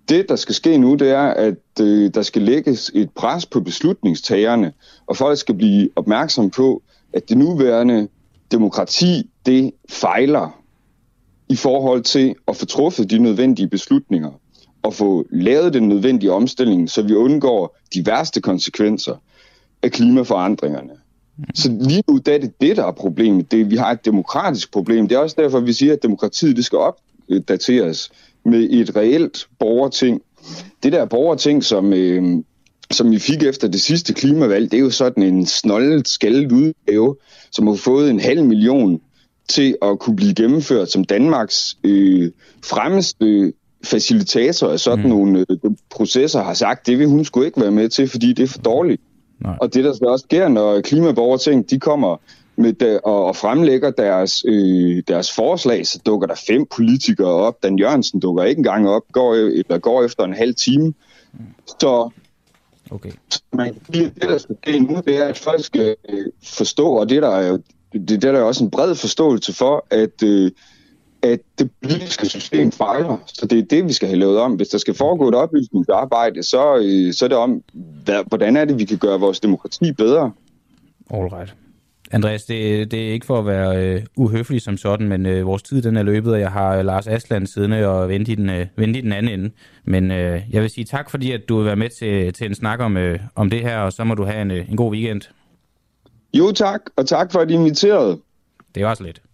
det, der skal ske nu, det er, at øh, der skal lægges et pres på beslutningstagerne, og folk skal blive opmærksom på, at det nuværende demokrati, det fejler i forhold til at få truffet de nødvendige beslutninger, og få lavet den nødvendige omstilling, så vi undgår de værste konsekvenser af klimaforandringerne. Så lige nu, der er det det, der er problemet. Det, vi har et demokratisk problem. Det er også derfor, vi siger, at demokratiet det skal opdateres med et reelt borgerting. Det der borgerting, som, øh, som vi fik efter det sidste klimavalg, det er jo sådan en snollet, skaldet udgave, som har fået en halv million til at kunne blive gennemført som Danmarks øh, fremmeste facilitator af sådan mm. nogle øh, processer, har sagt, det vil hun sgu ikke være med til, fordi det er for dårligt. Nej. Og det, der så også sker, når klimaborgerting, de kommer med der, og, og fremlægger deres, øh, deres forslag, så dukker der fem politikere op. Dan Jørgensen dukker ikke engang op, går, eller går efter en halv time. Mm. Så okay. Man, det, der skal ske nu, det er, at folk skal øh, forstå, og det der er det, det der er også en bred forståelse for, at, øh, at det politiske system fejler. Så det er det, vi skal have lavet om. Hvis der skal foregå et oplysningsarbejde, så, øh, så er det om, hvad, hvordan er det, vi kan gøre vores demokrati bedre. Alright. Andreas, det, det er ikke for at være øh, uhøflig som sådan, men øh, vores tid den er løbet, og jeg har øh, Lars Aslan siddende og vente i den, øh, vente i den anden ende. Men øh, jeg vil sige tak, fordi at du vil være med til, til en snak om, øh, om det her, og så må du have en, øh, en god weekend. Jo tak, og tak for at I inviterede. Det var så lidt.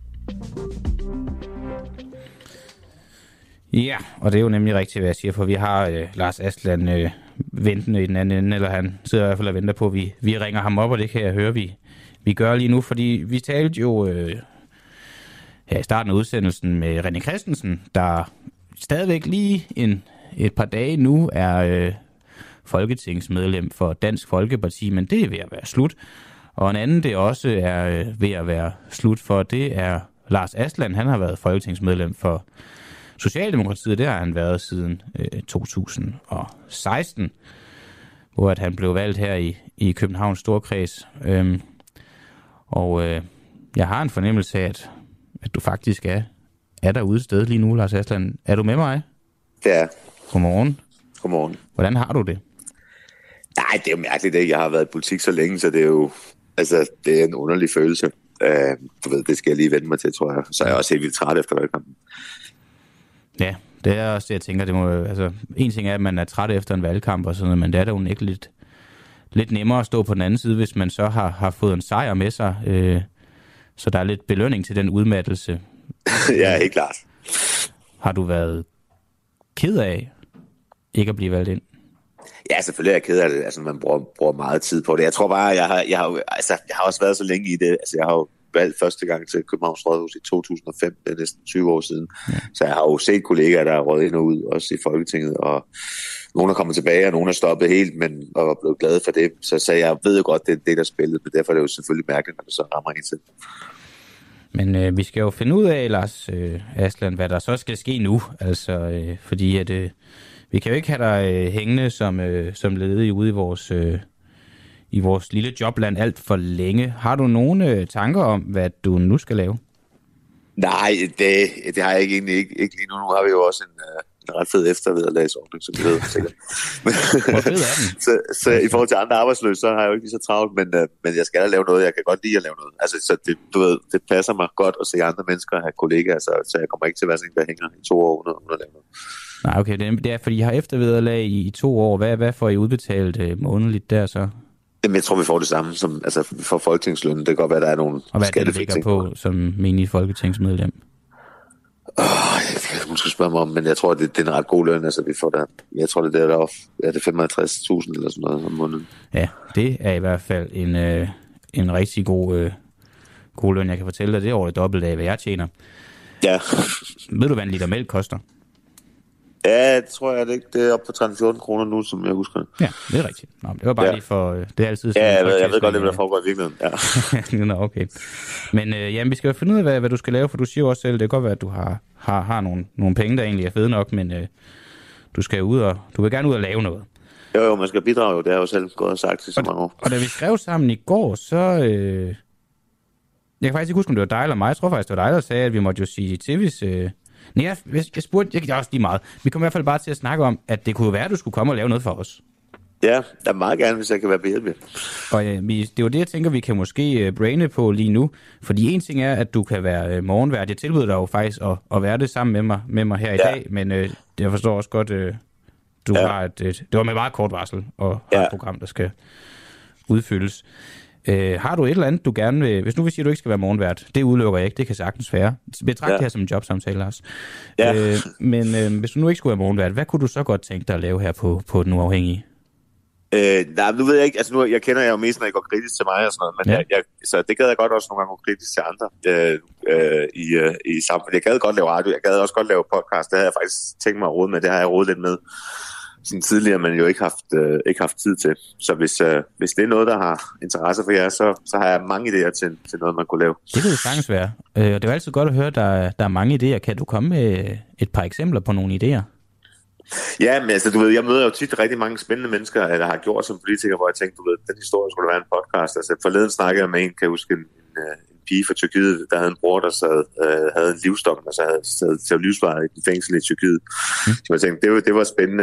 Ja, og det er jo nemlig rigtigt, hvad jeg siger, for vi har øh, Lars Aslan øh, ventende i den anden ende, eller han sidder i hvert fald og venter på, at vi, vi ringer ham op, og det kan jeg høre, vi, vi gør lige nu, fordi vi talte jo øh, her i starten af udsendelsen med René Christensen, der stadigvæk lige en, et par dage nu er øh, folketingsmedlem for Dansk Folkeparti, men det er ved at være slut. Og en anden, det også er øh, ved at være slut for, det er Lars Aslan. Han har været folketingsmedlem for Socialdemokratiet, det har han været siden øh, to tusind og seksten, hvor at han blev valgt her i, i Københavns Storkreds. Øhm, og øh, jeg har en fornemmelse af, at, at du faktisk er, er derude et sted lige nu, Lars Aslan. Er du med mig? Det er. Godmorgen. Godmorgen. Hvordan har du det? Nej, det er jo mærkeligt, at jeg har været i politik så længe, så det er jo altså, det er en underlig følelse. Uh, du ved, det skal jeg lige vende mig til, tror jeg. Så er jeg også helt vildt træt efter valgkampen. Ja, det er også det, jeg tænker. Det må, altså, en ting er, at man er træt efter en valgkamp og sådan noget, men det er da jo ikke lidt, lidt nemmere at stå på den anden side, hvis man så har, har fået en sejr med sig. Øh, så der er lidt belønning til den udmattelse. Ja, helt klart. Har du været ked af ikke at blive valgt ind? Ja, selvfølgelig er jeg ked af det. Altså, man bruger, bruger meget tid på det. Jeg tror bare, jeg har, jeg har, altså, jeg har også været så længe i det. Altså, jeg har jo valgt første gang til Københavns Rådhus i to tusind og fem, det er næsten tyve år siden. Ja. Så jeg har jo set kollegaer, der er røget ind og ud, også i Folketinget, og nogle er kommet tilbage, og nogle er stoppet helt, men og er blevet glade for det. Så, så jeg ved jo godt, det er det, der spillet, men derfor er det jo selvfølgelig mærkeligt, når det så rammer en selv. Men øh, vi skal jo finde ud af, Lars øh, Aslan, hvad der så skal ske nu. Altså, øh, fordi at, øh, vi kan jo ikke have dig øh, hængende som, øh, som ledig ude i vores... Øh, i vores lille jobland alt for længe. Har du nogle øh, tanker om, hvad du nu skal lave? Nej, det, det har jeg ikke egentlig ikke, ikke lige nu. Nu har vi jo også en, uh, en ret fed eftervederlagsordning, som vi ved sikkert. Hvor fed er den? så, så i forhold til andre arbejdsløse, så har jeg jo ikke lige så travlt, men, uh, men jeg skal da lave noget. Jeg kan godt lide at lave noget. Altså, så det, du ved, det passer mig godt at se andre mennesker og have kollegaer, så, så jeg kommer ikke til at være sådan en, der hænger i to år uden, uden at lave noget. Nej, okay. Det er, fordi I har eftervederlag i, i to år. Hvad, hvad får I udbetalt uh, månedligt der så? Jamen, jeg tror, vi får det samme som altså for folketingslønnen. Det kan godt være, der er nogle og hvad det ligger på som menig folketingsmedlem? Åh, oh, jeg kan måske spørge mig om, men jeg tror, det, det er en ret god løn. Altså, vi får der, jeg tror, det er der er det femoghalvtreds tusind eller sådan noget om måneden. Ja, det er i hvert fald en, øh, en rigtig god, øh, god løn. Jeg kan fortælle dig, det er over det dobbelte af, hvad jeg tjener. Ja. Ved du, hvad en liter mælk koster? Ja, det tror jeg, det, det er op på tretten til fjorten kroner nu, som jeg husker. Ja, det er rigtigt. Nå, det var bare ja. lige for... Det er altid sådan, ja, jeg ved, jeg ved godt, det der foregår i virkeligheden. Ja. Nå, okay. Men øh, jamen, vi skal jo finde ud af, hvad, hvad du skal lave, for du siger jo også selv, det kan godt være, at du har, har, har nogle, nogle penge, der egentlig er fede nok, men øh, du skal ud og... Du vil gerne ud og lave noget. Jo, jo, man skal bidrage, det har jeg jo selv gået og sagt i så mange år. Og da vi skrev sammen i går, så... Øh, jeg kan faktisk ikke huske, om det var dig eller mig. Jeg tror faktisk, det var dig, der sagde, at vi måtte jo sige til, hvis... Øh, Nej, jeg, jeg spurgte, jeg, jeg også lige meget. Vi kom i hvert fald bare til at snakke om, at det kunne jo være, at du skulle komme og lave noget for os. Ja, der er meget gerne, hvis jeg kan være behjælpelig. Og ja, det er jo det, jeg tænker, vi kan måske uh, braine på lige nu. Fordi en ting er, at du kan være uh, morgenvært. Jeg tilbyder dig jo faktisk at, at være det sammen med mig, med mig her i ja. dag. Men uh, jeg forstår også godt, uh, du ja. har et, et, det var med meget kort varsel og har ja. et program, der skal udfyldes. Uh, har du et eller andet, du gerne vil... Hvis nu vil sige, at du ikke skal være morgenvært, det udelukker jeg ikke, det kan sagtens være. Betragt ja. det her som en jobsamtale, Lars. Ja. Uh, men uh, hvis du nu ikke skulle være morgenvært, hvad kunne du så godt tænke dig at lave her på, på Den Uafhængige? Øh, nej, nu ved jeg ikke, altså nu, jeg kender jeg jo mest, når I går kritisk til mig og sådan noget, men ja. jeg, jeg, så det gad jeg godt også nogle gange gå kritisk til andre øh, øh, i, øh, i samfundet. Jeg gad godt lave radio, jeg gad også godt lave podcast, det havde jeg faktisk tænkt mig at råde med, det har jeg rådet lidt med sådan tidligere, men jo ikke haft, øh, ikke haft tid til. Så hvis, øh, hvis det er noget, der har interesse for jer, så, så har jeg mange idéer til, til noget, man kunne lave. Det kan jo sagtens være, øh, og det er jo altid godt at høre, at der, der er mange idéer. Kan du komme med et par eksempler på nogle idéer? Ja, men altså, du ved, jeg møder jo tit rigtig mange spændende mennesker, der har gjort som politiker, hvor jeg tænkte, du ved, den historie skulle være en podcast. Altså, forleden snakkede jeg med en, kan jeg huske, en, en, en pige fra Tyrkiet, der havde en bror, der sad, øh, havde en livsdom, og så havde sad til livsvaret i fængsel i Tyrkiet. Mm. Så jeg tænkte, det var, det var spændende.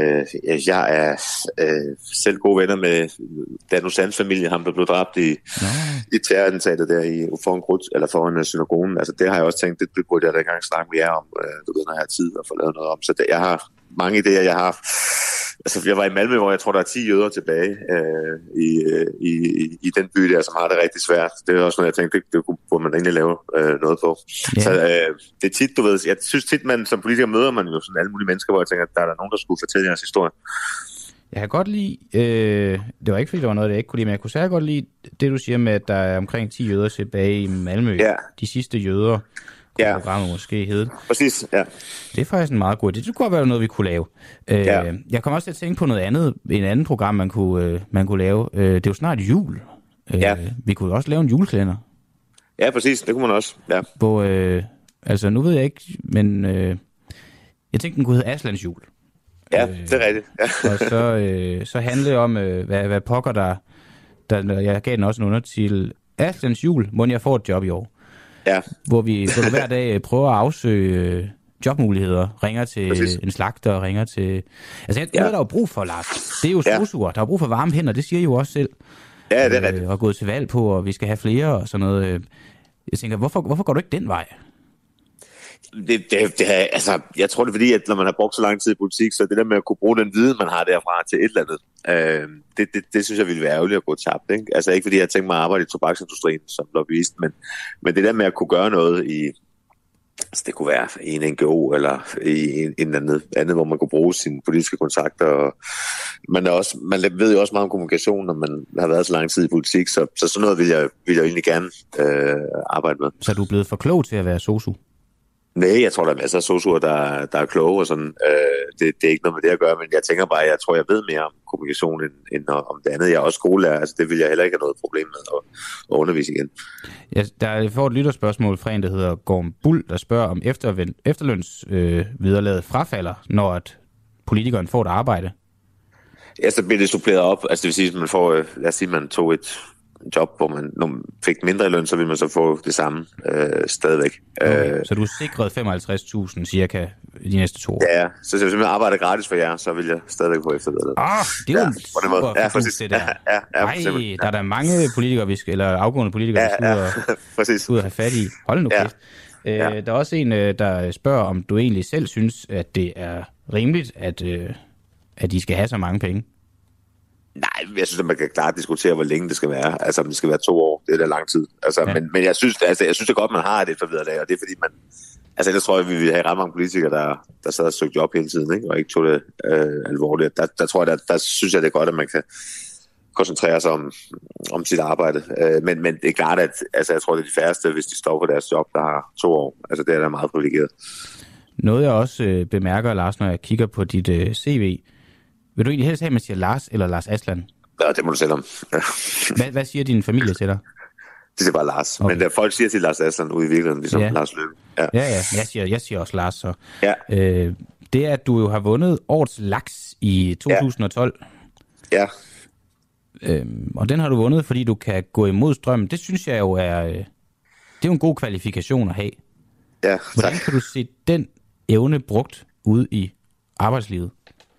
Jeg er øh, selv gode venner med Dan Sands familie, ham der blev dræbt i, mm. i terrorattentatet der i, foran, grud, eller foran synagogen. Altså, det har jeg også tænkt, det, det burde jeg da engang snakke med jer om, øh, du ved, når jeg har tid at få lavet noget om. Så det, jeg har mange idéer, jeg har. Altså, jeg var i Malmø, hvor jeg tror, der er ti jøder tilbage øh, i, i, i den by der, som har det rigtig svært. Det er også noget, jeg tænkte, det, det kunne man egentlig lave øh, noget på. Yeah. Så øh, det er tit, du ved, jeg synes tit, man som politiker møder man jo sådan alle mulige mennesker, hvor jeg tænker, at der er der nogen, der skulle fortælle jeres historie. Jeg kan godt lide, øh, det var ikke fordi, der var noget, jeg ikke kunne lide, men jeg kunne særligt godt lide det, du siger med, at der er omkring ti jøder tilbage i Malmø. Yeah. De sidste jøder. Ja. Programmet måske hedde. Præcis, ja. Det er faktisk en meget god idé. Det kunne godt være noget, vi kunne lave. Øh, ja. Jeg kommer også til at tænke på noget andet, en anden program, man kunne, øh, man kunne lave. Øh, det er jo snart jul. Øh, ja. Vi kunne også lave en julekalender. Ja, præcis. Det kunne man også, ja. På, øh, altså, nu ved jeg ikke, men øh, jeg tænkte, den kunne hedde Aslans jul. Ja, øh, det er rigtigt. Ja. Og så, øh, så handle om, øh, hvad, hvad pokker der, der... Jeg gav den også en undertitel. Aslans jul, må jeg få et job i år. Ja. Hvor vi hvor hver dag prøver at afsøge jobmuligheder, ringer til Præcis. en slagter, ringer til... Altså, jeg, ja. der er jo brug for, Lars. Det er jo sosuer. Ja. Der er brug for varme hænder, det siger I jo også selv. Ja, det er rigtigt. Øh, og gået til valg på, og vi skal have flere og sådan noget. Jeg tænker, hvorfor, hvorfor går du ikke den vej? Det, det, det er, altså, jeg tror det er fordi, at når man har brugt så lang tid i politik, så det der med at kunne bruge den viden, man har derfra til et eller andet, øh, det, det, det synes jeg ville være ærgerligt at gå tabt. Ikke? Altså ikke fordi jeg tænker mig at arbejde i tobaksindustrien som lobbyist, men, men det der med at kunne gøre noget i, altså det kunne være i en N G O eller i en, en andet, andet, hvor man kunne bruge sine politiske kontakter. Og man, er også, man ved jo også meget om kommunikation, når man har været så lang tid i politik, så, så sådan noget vil jeg, vil jeg egentlig gerne øh, arbejde med. Så er du blevet for klog til at være sosu? Nej, jeg tror, der er masser af sosuer, der, der er kloge og sådan. Øh, det, det er ikke noget med det at gøre, men jeg tænker bare, jeg tror, jeg ved mere om kommunikation end, end om det andet. Jeg er også skolelærer, altså det vil jeg heller ikke have noget problem med at, at undervise igen. Ja, der er for et lytterspørgsmål fra en, der hedder Gorm Bull, der spørger om efter, efterlønsvederlaget øh, frafalder, når at politikeren får et arbejde. Ja, så bliver det suppleret op. Altså det vil sige, at man får, øh, lad os sige, man tog et job, hvor man når man fik mindre i løn, så vil man så få det samme øh, stadigvæk. Okay, øh, så du er sikret femoghalvtreds tusind cirka de næste to år? Ja, så hvis jeg arbejder gratis for jer, så vil jeg stadigvæk få efterlønnet. Ah, det er jo ja, en super ja, præcis, det der. Ja, ja, ja, Ej, ja. Der er der mange politikere, vi skal, eller afgående politikere, vi skal ja, ja, ud, ud og have fat i. Hold nu kæft. Ja. Øh, ja. Der er også en, der spørger, om du egentlig selv synes, at det er rimeligt, at, øh, at de skal have så mange penge. Nej, jeg synes, at man kan klart diskutere, hvor længe det skal være. Altså, om det skal være to år, det er da lang tid. Altså, ja. men, men jeg synes, altså, jeg synes det er godt, man har et eftervederlag, og det er fordi, man... Altså, ellers tror jeg, vi vil have ret mange politikere, der, der sad og søgte job hele tiden, ikke? Og ikke tog det øh, alvorligt. Der, der tror jeg, der, der synes jeg, det er godt, at man kan koncentrere sig om, om sit arbejde. Øh, men, men det er klart, at altså, jeg tror, det er de færreste, hvis de står på deres job, der har to år. Altså, det er da meget privilegeret. Noget, jeg også øh, bemærker, Lars, når jeg kigger på dit øh, C V. Vil du egentlig helst have, at man siger Lars eller Lars Aslan? Ja, det må du selv om. hvad, hvad siger din familie til dig? Det siger bare Lars. Okay. Men der, folk siger til Lars Aslan ude i virkeligheden, ligesom ja. Lars Løkke. Ja, ja. ja. Jeg, siger, jeg siger også Lars. Så. Ja. Øh, det er, at du jo har vundet årets laks i to tusind og tolv. Ja. Øh, og den har du vundet, fordi du kan gå imod strømmen. Det synes jeg jo er... Øh, det er jo en god kvalifikation at have. Ja, Hvordan tak. kan du se den evne brugt ude i arbejdslivet?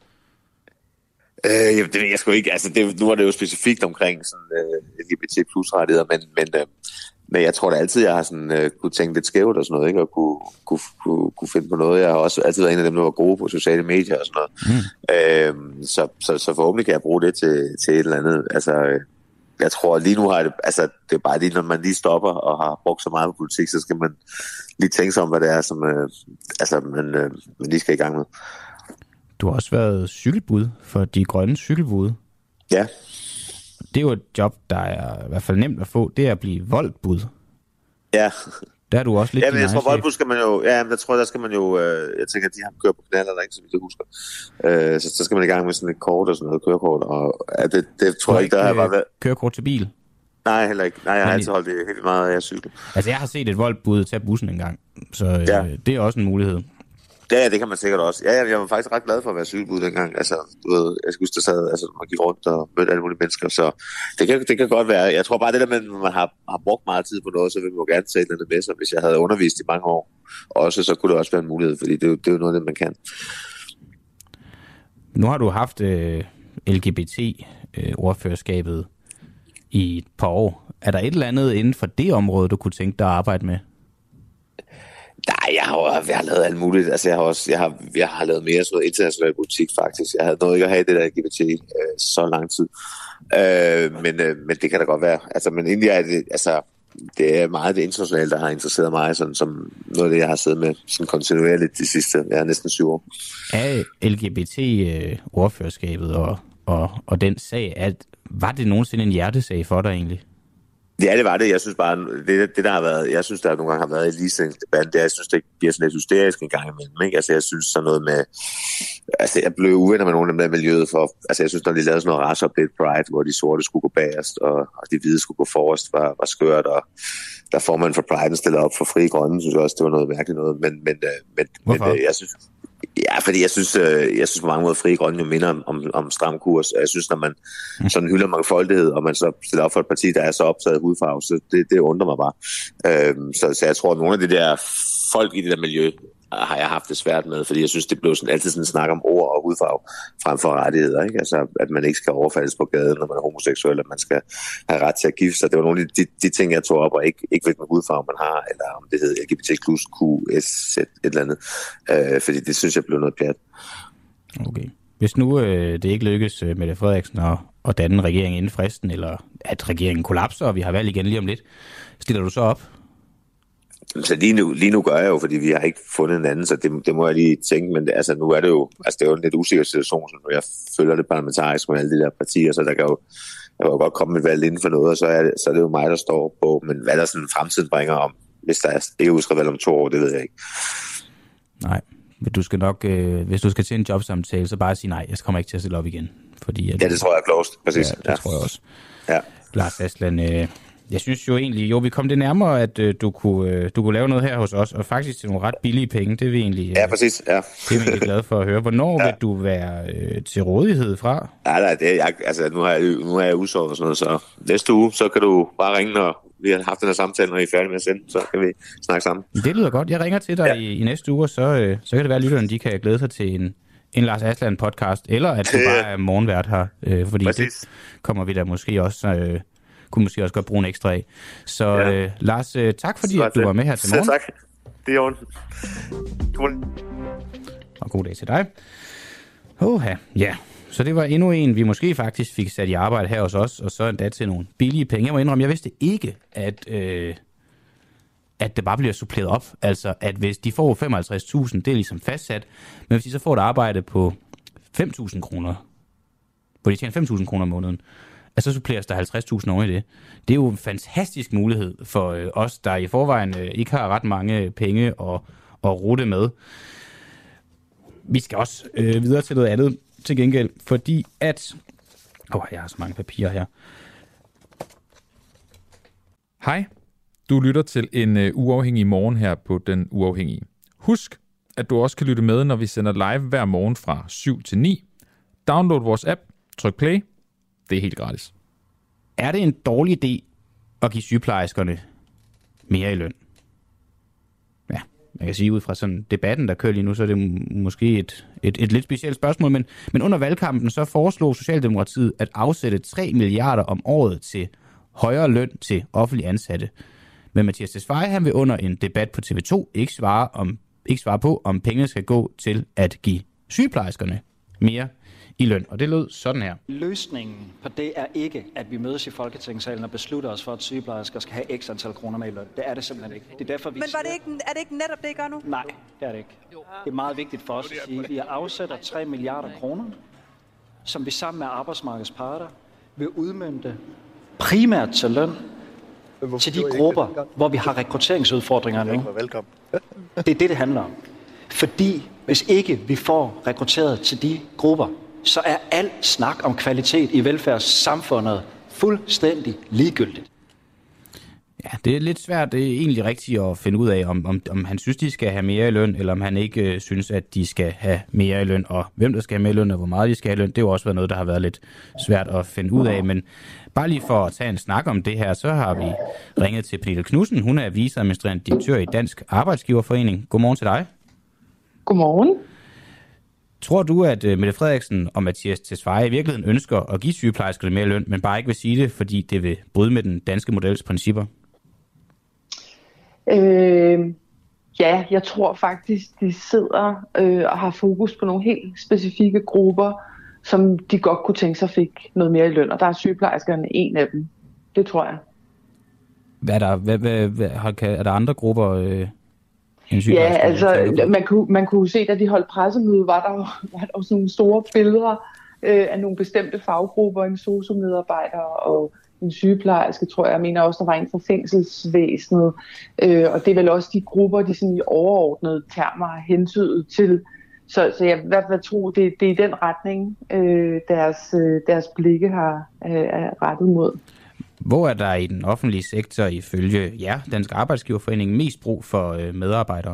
Øh, det ved jeg sgu ikke. Altså, det, nu er det jo specifikt omkring sådan, øh, L G B T plus rettigheder, men, men, øh, men jeg tror da altid, jeg har sådan, øh, kunne tænke lidt skævt og sådan noget, ikke? Og kunne, kunne, kunne, kunne finde på noget. Jeg har også altid været en af dem, der var gode på sociale medier og sådan noget. Mm. Øh, så, så, så forhåbentlig kan jeg bruge det til, til et eller andet. Altså, øh, jeg tror lige nu har det, altså, det er bare lige, når man lige stopper og har brugt så meget på politik, så skal man lige tænke sig om, hvad det er, som øh, altså, man, øh, man lige skal i gang med. Du har også været cykelbud for De Grønne Cykelbud. Ja. Det er jo et job, der er i hvert fald nemt at få. Det er at blive voldbud. Ja. Der er du også lidt. Ja, men jeg tror, voldbud skal man jo... Ja, men jeg tror, der skal man jo... Øh, jeg tænker, at de har kørt på knaller, der ikke, så vidt jeg husker. Øh, så, så skal man i gang med sådan et kort og sådan noget, kørekort. Og ja, det, det tror jeg ikke, der har bare været... Kørekort til bil? Nej, heller ikke. Nej, jeg har men altid holdt det helt meget af at cykle. Altså, jeg har set et voldbud tage bussen engang. Så øh, ja. Det er også en mulighed. Ja, det kan man sikkert også. Ja, jeg var faktisk ret glad for at være cykelbud dengang. Altså, du ved, jeg skulle der sad, altså, man gik rundt og mødte alle mulige mennesker, så det kan, det kan godt være. Jeg tror bare, det der med, at man har, har brugt meget tid på noget, så vil man jo gerne tage noget med sig. Hvis jeg havde undervist i mange år også, så kunne det også være en mulighed, fordi det, det er jo noget af det, man kan. Nu har du haft øh, L G B T-ordførerskabet øh, i et par år. Er der et eller andet inden for det område, du kunne tænke dig at arbejde med? Nej, jeg har, jeg har lavet alt muligt. Altså, jeg har også, jeg har, jeg har lavet mere sådan noget international politik, faktisk. Jeg havde noget ikke at have det der L G B T øh, så lang tid. Øh, men, øh, men det kan da godt være. Altså, men egentlig er det, altså, det er meget det internationale, der har interesseret mig, sådan som noget af det, jeg har siddet med sådan kontinuerligt de sidste, jeg er næsten syv år. Er L G B T-ordførerskabet og, og, og den sag, at, var det nogensinde en hjertesag for dig egentlig? Ja, det var det. Jeg synes bare, det, det der har været, jeg synes, der nogle gange har været i ligestillingsdebatten, det er, jeg synes, det bliver sådan lidt hysterisk en gang imellem, ikke? Altså, jeg synes sådan noget med, altså, jeg blev uvenner med nogle af dem der miljøet for, altså, jeg synes, når de lavede sådan noget race update pride, hvor de sorte skulle gå bagerst, og, og de hvide skulle gå forrest, var, var skørt, og der formanden for Pride stillede op for Frie Grønne, synes jeg også, det var noget mærkeligt noget, men, men, men, men jeg synes, ja, fordi jeg synes, øh, jeg synes på mange måder, Frie Grønne jo minder om, om, om stram kurs. Jeg synes, når man sådan hylder mangfoldighed, og man så stiller op for et parti, der er så optaget af hudfarve, så det, det undrer mig bare. Øh, så, så jeg tror, at nogle af de der folk i det der miljø, har jeg haft det svært med, fordi jeg synes, det blev sådan, altid sådan en snak om ord og hudfarve frem for rettigheder, ikke? Altså, at man ikke skal overfaldes på gaden, når man er homoseksuel, at man skal have ret til at gifte sig. Det var nogle af de, de ting, jeg tog op, og ikke, ikke hvilken hudfarve man har, eller om det hedder L G B T Q S Z, et eller andet. Øh, fordi det synes jeg blev noget pjat. Okay. Hvis nu øh, det ikke lykkes øh, Mette Frederiksen at, at danne en regering inden fristen, eller at regeringen kollapser, og vi har valg igen lige om lidt, stiller du så op? Så lige nu, lige nu gør jeg jo, fordi vi har ikke fundet en anden, så det, det må jeg lige tænke, men det, altså, nu er det jo, altså, det er jo en lidt usikker situation, så nu jeg følger det parlamentarisk med alle de der partier, så der kan jo, der kan jo godt komme et valg inden for noget, og så er, det, så er det jo mig, der står på, men hvad der sådan fremtiden bringer om, hvis der er ikke udskrevet valg om to år, det ved jeg ikke. Nej, men du skal nok, øh, hvis du skal til en jobsamtale, så bare sige nej, jeg kommer ikke til at stille op igen. Fordi, at, ja, det tror jeg er klogest, præcis. Ja, det ja. tror jeg også. Ja. Lars Aslan, øh, jeg synes jo egentlig, jo, vi kom det nærmere, at øh, du, kunne, øh, du kunne lave noget her hos os, og faktisk til nogle ret billige penge, det er vi egentlig, øh, ja, præcis, ja. det er vi egentlig glade for at høre. Hvornår ja. vil du være øh, til rådighed fra? Ja, nej, det er, jeg, altså, nu har jeg, nu har jeg udsovet og sådan noget, så næste uge, så kan du bare ringe, når vi har haft den her samtale, når I er færdige med at sende, så kan vi snakke sammen. Det lyder godt. Jeg ringer til dig ja. i, i næste uge, så, øh, så kan det være, at lytterne de kan glæde sig til en, en Lars Aslan podcast, eller at du bare er morgenvært her, øh, fordi præcis. Det kommer vi da måske også... Øh, kunne måske også godt bruge en ekstra af. Så ja. øh, Lars, øh, tak fordi at du var med her til morgen. Ja, tak. Det er ordentligt. Cool. Og god dag til dig. Oha, ja. Så det var endnu en, vi måske faktisk fik sat i arbejde her hos os, og så endda til nogle billige penge. Jeg må indrømme, jeg vidste ikke, at, øh, at det bare bliver suppleret op. Altså, at hvis de får femoghalvtreds tusind, det er ligesom fastsat, men hvis de så får et arbejde på fem tusind kroner, hvor de tjener fem tusind kroner om måneden, at så suppleres der halvtreds tusind over i det. Det er jo en fantastisk mulighed for øh, os, der i forvejen øh, ikke har ret mange penge at, at rute med. Vi skal også øh, videre til noget andet til gengæld, fordi at... Åh, oh, jeg har så mange papirer her. Hej, du lytter til en uh, uafhængig morgen her på Den Uafhængige. Husk, at du også kan lytte med, når vi sender live hver morgen fra syv til ni. Download vores app, tryk play. Det er helt gratis. Er det en dårlig idé at give sygeplejerskerne mere i løn? Ja, man kan sige ud fra sådan debatten, der kører lige nu, så er det m- måske et, et, et lidt specielt spørgsmål, men, men under valgkampen så foreslog Socialdemokratiet at afsætte tre milliarder om året til højere løn til offentlige ansatte. Men Mattias Tesfaye, han vil under en debat på T V to ikke svare, om, ikke svare på, om pengene skal gå til at give sygeplejerskerne mere i løn. Og det lød sådan her. Løsningen på det er ikke, at vi mødes i Folketingssalen og beslutter os for, at sygeplejersker skal have x antal kroner med i løn. Det er det simpelthen ikke. Det er derfor, vi Men var det ikke, er det ikke netop det, I gør nu? Nej, det er det ikke. Det er meget vigtigt for os at sige, at vi afsætter tre milliarder kroner, som vi sammen med arbejdsmarkedets parter vil udmønte primært til løn til de grupper, hvor vi har rekrutteringsudfordringer nu. Det er det, det handler om. Fordi hvis ikke vi får rekrutteret til de grupper, så er al snak om kvalitet i velfærdssamfundet fuldstændig ligegyldigt. Ja, det er lidt svært det er egentlig rigtigt at finde ud af, om, om, om han synes, de skal have mere i løn, eller om han ikke øh, synes, at de skal have mere i løn, og hvem der skal have mere i løn, og hvor meget de skal have i løn. Det er jo også været noget, der har været lidt svært at finde ud af. Men bare lige for at tage en snak om det her, så har vi ringet til Pernille Knudsen. Hun er viceadministrerende direktør i Dansk Arbejdsgiverforening. Godmorgen til dig. Godmorgen. Tror du, at Mette Frederiksen og Mattias Tesfaye i virkeligheden ønsker at give sygeplejerskerne mere løn, men bare ikke vil sige det, fordi det vil bryde med den danske models principper? Øh, ja, jeg tror faktisk, de sidder øh, og har fokus på nogle helt specifikke grupper, som de godt kunne tænke sig fik noget mere i løn, og der er sygeplejerskerne en af dem. Det tror jeg. Hvad er der, hvad, hvad, hvad, er der andre grupper øh, end Ja, altså man kunne, man kunne se, da de holdt pressemøde, var der jo, var der jo sådan nogle store billeder øh, af nogle bestemte faggrupper, en sosu-medarbejder og en sygeplejerske, tror jeg. Jeg mener også, der var en fra fængselsvæsenet. Øh, og det er vel også de grupper, de sådan i overordnede termer har hentydet til. Så, så jeg vil i hvert fald tro, det, det er i den retning, øh, deres, øh, deres blikke har øh, er rettet mod. Hvor er der i den offentlige sektor ifølge jer, Dansk Arbejdsgiverforening, mest brug for øh, medarbejdere?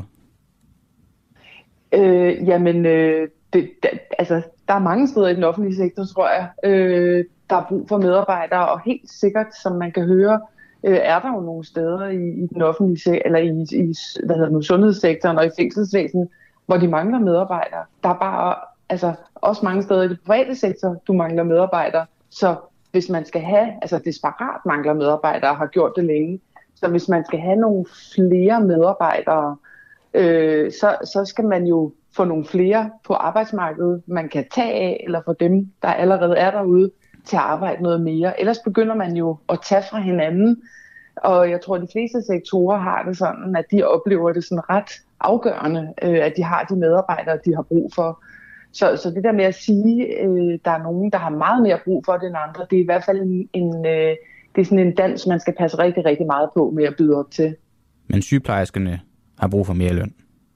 Øh, jamen, øh, det, da, altså, der er mange steder i den offentlige sektor, tror jeg, øh, der er brug for medarbejdere, og helt sikkert, som man kan høre, øh, er der jo nogle steder i, i den offentlige sektor, eller i, i hvad hedder det nu, sundhedssektoren og i fængselsvæsenet, hvor de mangler medarbejdere. Der er bare altså, også mange steder i den private sektor, du mangler medarbejdere, så hvis man skal have, altså desperat mangler medarbejdere, har gjort det længe, så hvis man skal have nogle flere medarbejdere, øh, så, så skal man jo få nogle flere på arbejdsmarkedet, man kan tage af, eller få dem, der allerede er derude, til at arbejde noget mere. Ellers begynder man jo at tage fra hinanden, og jeg tror, at de fleste sektorer har det sådan, at de oplever det sådan ret afgørende, øh, at de har de medarbejdere, de har brug for. Så, så det der med at sige, øh, der er nogen, der har meget mere brug for det end andre, det er i hvert fald en, en, øh, det er sådan en dans, man skal passe rigtig, rigtig meget på med at byde op til. Men sygeplejerskerne har brug for mere løn?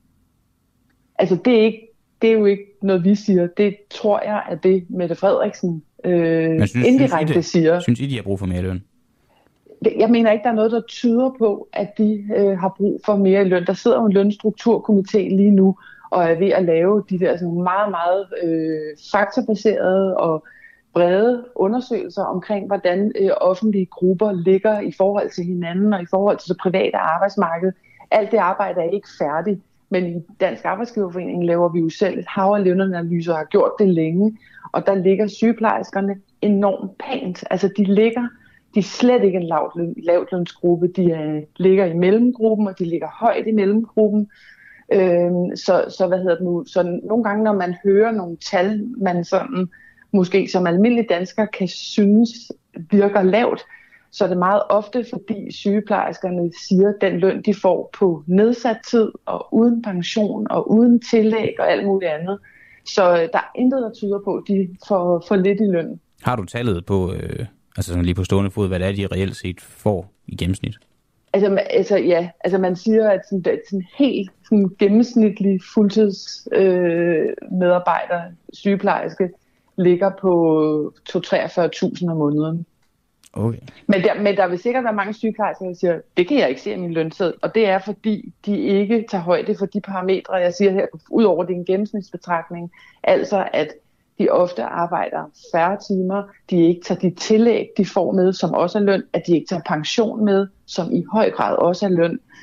Altså det er, ikke, det er jo ikke noget, vi siger. Det tror jeg, at det Mette Frederiksen øh, synes, indirekte synes I det, siger. Synes I, de har brug for mere løn? Jeg mener ikke, der er noget, der tyder på, at de øh, har brug for mere løn. Der sidder jo en lønstrukturkomité lige nu, og er ved at lave de der sådan meget, meget øh, faktabaserede og brede undersøgelser omkring, hvordan øh, offentlige grupper ligger i forhold til hinanden og i forhold til det private arbejdsmarked. Alt det arbejde er ikke færdigt, men i Dansk Arbejdsgiverforening laver vi jo selv et hav af lønanalyser og har gjort det længe, og der ligger sygeplejerskerne enormt pænt. Altså de ligger, de er slet ikke en lavtlønsgruppe, de er, ligger i mellemgruppen, og de ligger højt i mellemgruppen. Øhm, så, så hvad hedder det nu? Så nogle gange, når man hører nogle tal, man sådan måske som almindelig dansker kan synes virker lavt, så er det meget ofte, fordi sygeplejerskerne siger, at den løn, de får på nedsat tid og uden pension og uden tillæg og alt muligt andet. Så der er intet, der tyder på, at de får for lidt i løn. Har du tallet på, øh, altså sådan lige på stående fod, hvad det er, de reelt set får i gennemsnit? Altså, altså ja, altså man siger, at sådan, sådan helt sådan gennemsnitlig fuldtids øh, medarbejder, sygeplejerske, ligger på to hundrede og treogfyrre tusind om måneden. Okay. Men, der, men der vil sikkert være mange sygeplejersker, der siger, det kan jeg ikke se i min lønseddel, og det er fordi, de ikke tager højde for de parametre, jeg siger her, ud over din gennemsnitsbetragtning, altså at de ofte arbejder færre timer, de ikke tager de tillæg, de får med, som også er løn, at de ikke tager pension med, som i høj grad også er løn.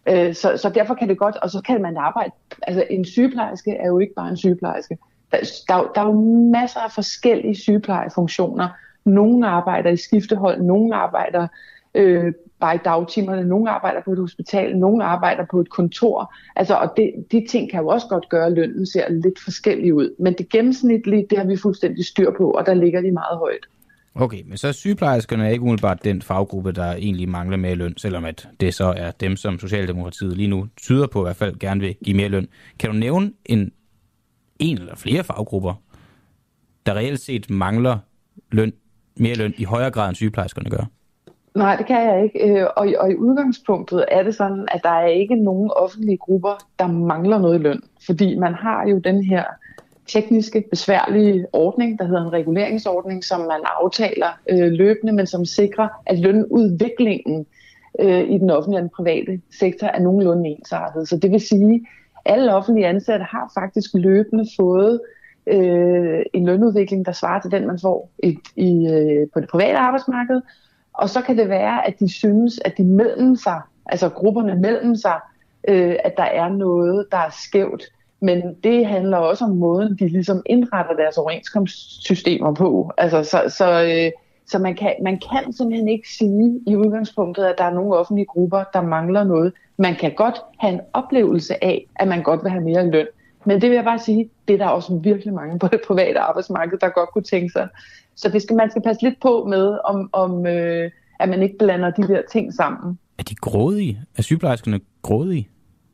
Øh, så, så derfor kan det godt, og så kan man arbejde. Altså en sygeplejerske er jo ikke bare en sygeplejerske. Der, der, der er jo masser af forskellige sygeplejefunktioner. Nogle arbejder i skiftehold, nogle arbejder øh, bare i dagtimerne, nogle arbejder på et hospital, nogle arbejder på et kontor. Altså, og det, de ting kan jo også godt gøre, at lønnen ser lidt forskellig ud. Men det gennemsnitlige, det har vi fuldstændig styr på, og der ligger de meget højt. Okay, men så er sygeplejerskerne er ikke umiddelbart den faggruppe, der egentlig mangler mere løn, selvom at det så er dem, som Socialdemokratiet lige nu tyder på i hvert fald gerne vil give mere løn. Kan du nævne en, en eller flere faggrupper, der reelt set mangler løn, mere løn i højere grad end sygeplejerskerne gør? Nej, det kan jeg ikke. Og, og i udgangspunktet er det sådan, at der er ikke nogen offentlige grupper, der mangler noget løn. Fordi man har jo den her tekniske, besværlige ordning, der hedder en reguleringsordning, som man aftaler øh, løbende, men som sikrer, at lønudviklingen øh, i den offentlige og den private sektor er nogenlunde ensartet. Så det vil sige, at alle offentlige ansatte har faktisk løbende fået øh, en lønudvikling, der svarer til den, man får i, i, øh, på det private arbejdsmarked. Og så kan det være, at de synes, at de mellem sig, altså grupperne mellem sig, øh, at der er noget, der er skævt. Men det handler også om måden, de ligesom indretter deres overenskomstsystemer på. Altså, så så, øh, så man, kan, man kan simpelthen ikke sige i udgangspunktet, at der er nogle offentlige grupper, der mangler noget. Man kan godt have en oplevelse af, at man godt vil have mere løn. Men det vil jeg bare sige, det er der også virkelig mange på det private arbejdsmarked, der godt kunne tænke sig. Så det skal, man skal passe lidt på med, om, om øh, at man ikke blander de der ting sammen. Er de grådige? Er sygeplejerskerne grådige?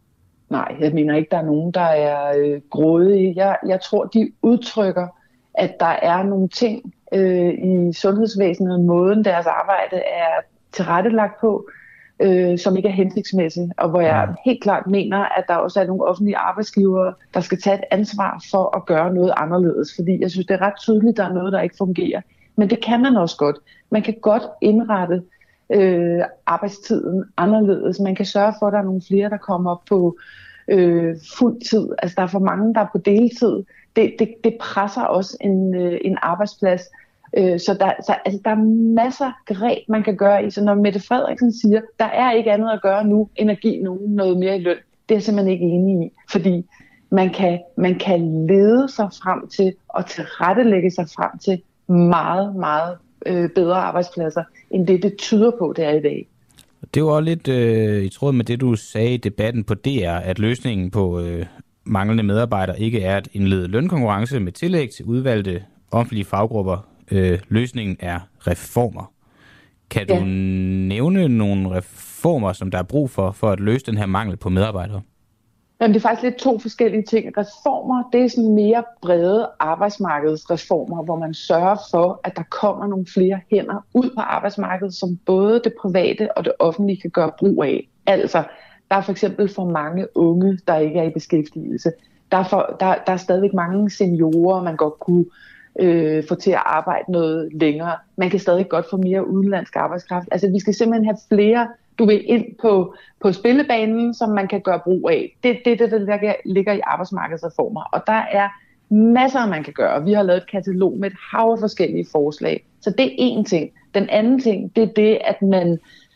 Nej, jeg mener ikke, der er nogen, der er øh, grådige. Jeg, jeg tror, de udtrykker, at der er nogle ting øh, i sundhedsvæsenet, måden deres arbejde er tilrettelagt på, øh, som ikke er hensigtsmæssigt. Og hvor jeg helt klart mener, at der også er nogle offentlige arbejdsgivere, der skal tage et ansvar for at gøre noget anderledes. Fordi jeg synes, det er ret tydeligt, at der er noget, der ikke fungerer. Men det kan man også godt. Man kan godt indrette øh, arbejdstiden anderledes. Man kan sørge for, at der er nogle flere, der kommer på øh, fuld tid. Altså der er for mange, der er på deltid. Det, det, det presser også en, øh, en arbejdsplads. Øh, så der, så, altså, der er masser greb, man kan gøre i. Så når Mette Frederiksen siger, der er ikke andet at gøre nu, end at give nogen noget mere i løn, det er jeg simpelthen ikke enig i. Fordi man kan, man kan lede sig frem til og tilrettelægge sig frem til meget, meget øh, bedre arbejdspladser, end det, det tyder på, det er i dag. Det var også lidt øh, i tråd med det, du sagde i debatten på D R, at løsningen på øh, manglende medarbejdere ikke er at indlede lønkonkurrence med tillæg til udvalgte offentlige faggrupper. Øh, løsningen er reformer. Kan ja. du nævne nogle reformer, som der er brug for, for at løse den her mangel på medarbejdere? Jamen, det er faktisk lidt to forskellige ting. Reformer, det er sådan mere brede arbejdsmarkedsreformer, hvor man sørger for, at der kommer nogle flere hænder ud på arbejdsmarkedet, som både det private og det offentlige kan gøre brug af. Altså, der er for eksempel for mange unge, der ikke er i beskæftigelse. Der er, for, der, der er stadigvæk mange seniorer, man godt kunne øh, få til at arbejde noget længere. Man kan stadig godt få mere udenlandsk arbejdskraft. Altså, vi skal simpelthen have flere, du vil ind på, på spillebanen, som man kan gøre brug af. Det er det, det, der ligger, ligger i arbejdsmarkedsreformer. Og der er masser, man kan gøre. Vi har lavet et katalog med et hav af forskellige forslag. Så det er én ting. Den anden ting, det er det, at man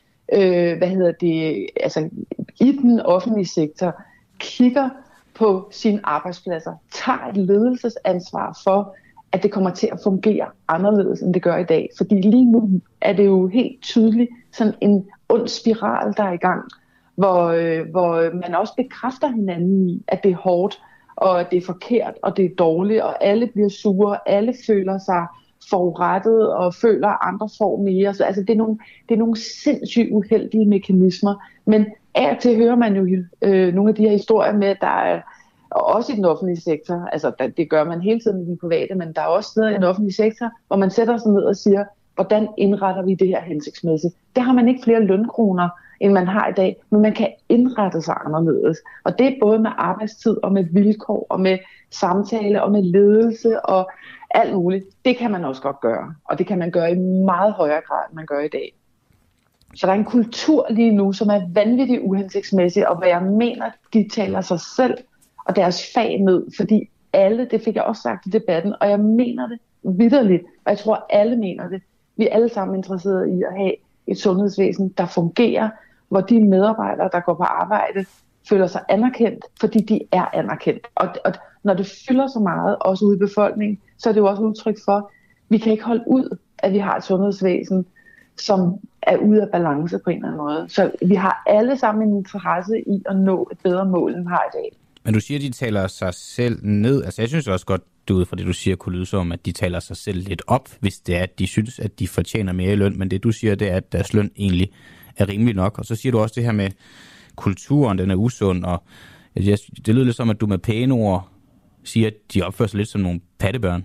øh, hvad hedder det, altså, i den offentlige sektor kigger på sine arbejdspladser, tager et ledelsesansvar for, at det kommer til at fungere anderledes, end det gør i dag. Fordi lige nu er det jo helt tydeligt sådan en ond spiral, der er i gang, hvor, øh, hvor man også bekræfter hinanden i, at det er hårdt, og at det er forkert, og det er dårligt, og alle bliver sure, alle føler sig forurettet, og føler, at andre får mere. Så altså, det, er nogle, det er nogle sindssygt uheldige mekanismer. Men af og til hører man jo øh, nogle af de her historier med, at der er også i den offentlige sektor, altså det gør man hele tiden i den private, men der er også steder i den offentlige sektor, hvor man sætter sig ned og siger, hvordan indretter vi det her hensigtsmæssigt? Det har man ikke flere lønkroner, end man har i dag, men man kan indrette sig anderledes. Og det er både med arbejdstid og med vilkår og med samtale og med ledelse og alt muligt. Det kan man også godt gøre, og det kan man gøre i meget højere grad, end man gør i dag. Så der er en kultur lige nu, som er vanvittigt uhensigtsmæssig, og hvad jeg mener, de taler sig selv og deres fag ned, fordi alle, det fik jeg også sagt i debatten, og jeg mener det vitterligt, og jeg tror, alle mener det. Vi er alle sammen interesserede i at have et sundhedsvæsen, der fungerer, hvor de medarbejdere, der går på arbejde, føler sig anerkendt, fordi de er anerkendt. Og, og når det fylder så meget, også ude i befolkningen, så er det jo også udtryk for, at vi kan ikke holde ud, at vi har et sundhedsvæsen, som er ude af balance på en eller anden måde. Så vi har alle sammen en interesse i at nå et bedre mål, end vi har i dag. Men du siger, at de taler sig selv ned. Altså jeg synes også godt, det ud fra det, du siger, kunne lyde som, at de taler sig selv lidt op, hvis det er, at de synes, at de fortjener mere i løn. Men det du siger, det er, at deres løn egentlig er rimelig nok. Og så siger du også det her med kulturen, den er usund. Og det lyder lidt som, at du med pæne ord siger, at de opfører sig lidt som nogle pattebørn.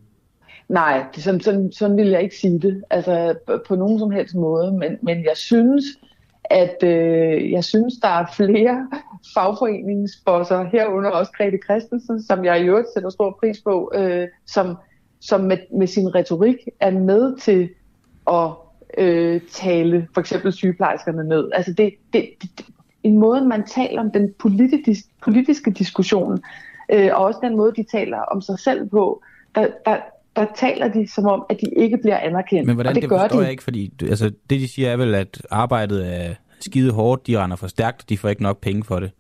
Nej, det, sådan, sådan, sådan vil jeg ikke sige det. Altså på nogen som helst måde. Men, men jeg synes, at øh, jeg synes, der er flere fagforeningsbosser, herunder også Grete Christensen, som jeg i øvrigt sætter stor pris på, øh, som, som med, med sin retorik er med til at øh, tale for eksempel sygeplejerskerne ned. Altså det, det, det, en måde, man taler om den politis, politiske diskussion, øh, og også den måde, de taler om sig selv på, der, der, der taler de som om, at de ikke bliver anerkendt. Men hvordan, og det, det gør forstår de. jeg ikke, fordi altså, det de siger er vel, at arbejdet er skide hårdt, de render for stærkt, de får ikke nok penge for det.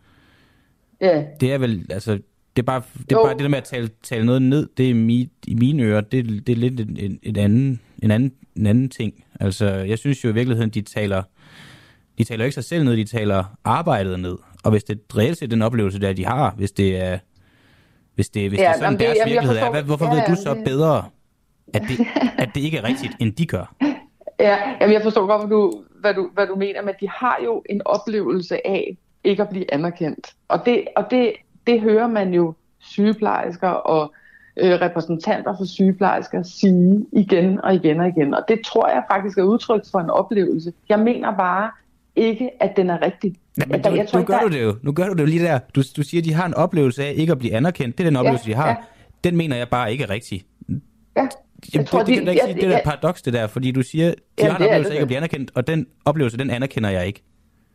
Ja. Det er vel, altså, det er bare det, er bare det der med at tale, tale noget ned, det er mi, i mine ører, det, det er lidt en, en, en, anden, en, anden, en anden ting. Altså, jeg synes jo i virkeligheden, de taler, de taler ikke sig selv ned, de taler arbejdet ned. Og hvis det reelt set den oplevelse, der de har, hvis det er, hvis det, hvis ja, det er sådan det, deres jamen, virkelighed forstår, er, hvorfor ja, ved du så det... bedre, at det, at det ikke er rigtigt, end de gør? Ja, jamen jeg forstår godt, hvad du, hvad, du, hvad du mener, men de har jo en oplevelse af ikke at blive anerkendt. Og det, og det, det hører man jo sygeplejersker og øh, repræsentanter for sygeplejersker sige igen og igen og igen. Og det tror jeg faktisk er udtryk for en oplevelse. Jeg mener bare ikke, at den er rigtig. Ja, men du, jeg tror, nu, gør der... du det jo. nu gør du det jo lige der. Du, du siger, at de har en oplevelse af ikke at blive anerkendt. Det er den oplevelse, ja, de har. Ja. Den mener jeg bare ikke er rigtig. Ja. Jeg tror, det, det, de, det, ikke, ja, det der paradoks, det der, fordi du siger, de ja, har en oplevelse af ikke at blive anerkendt, og den oplevelse, den anerkender jeg ikke.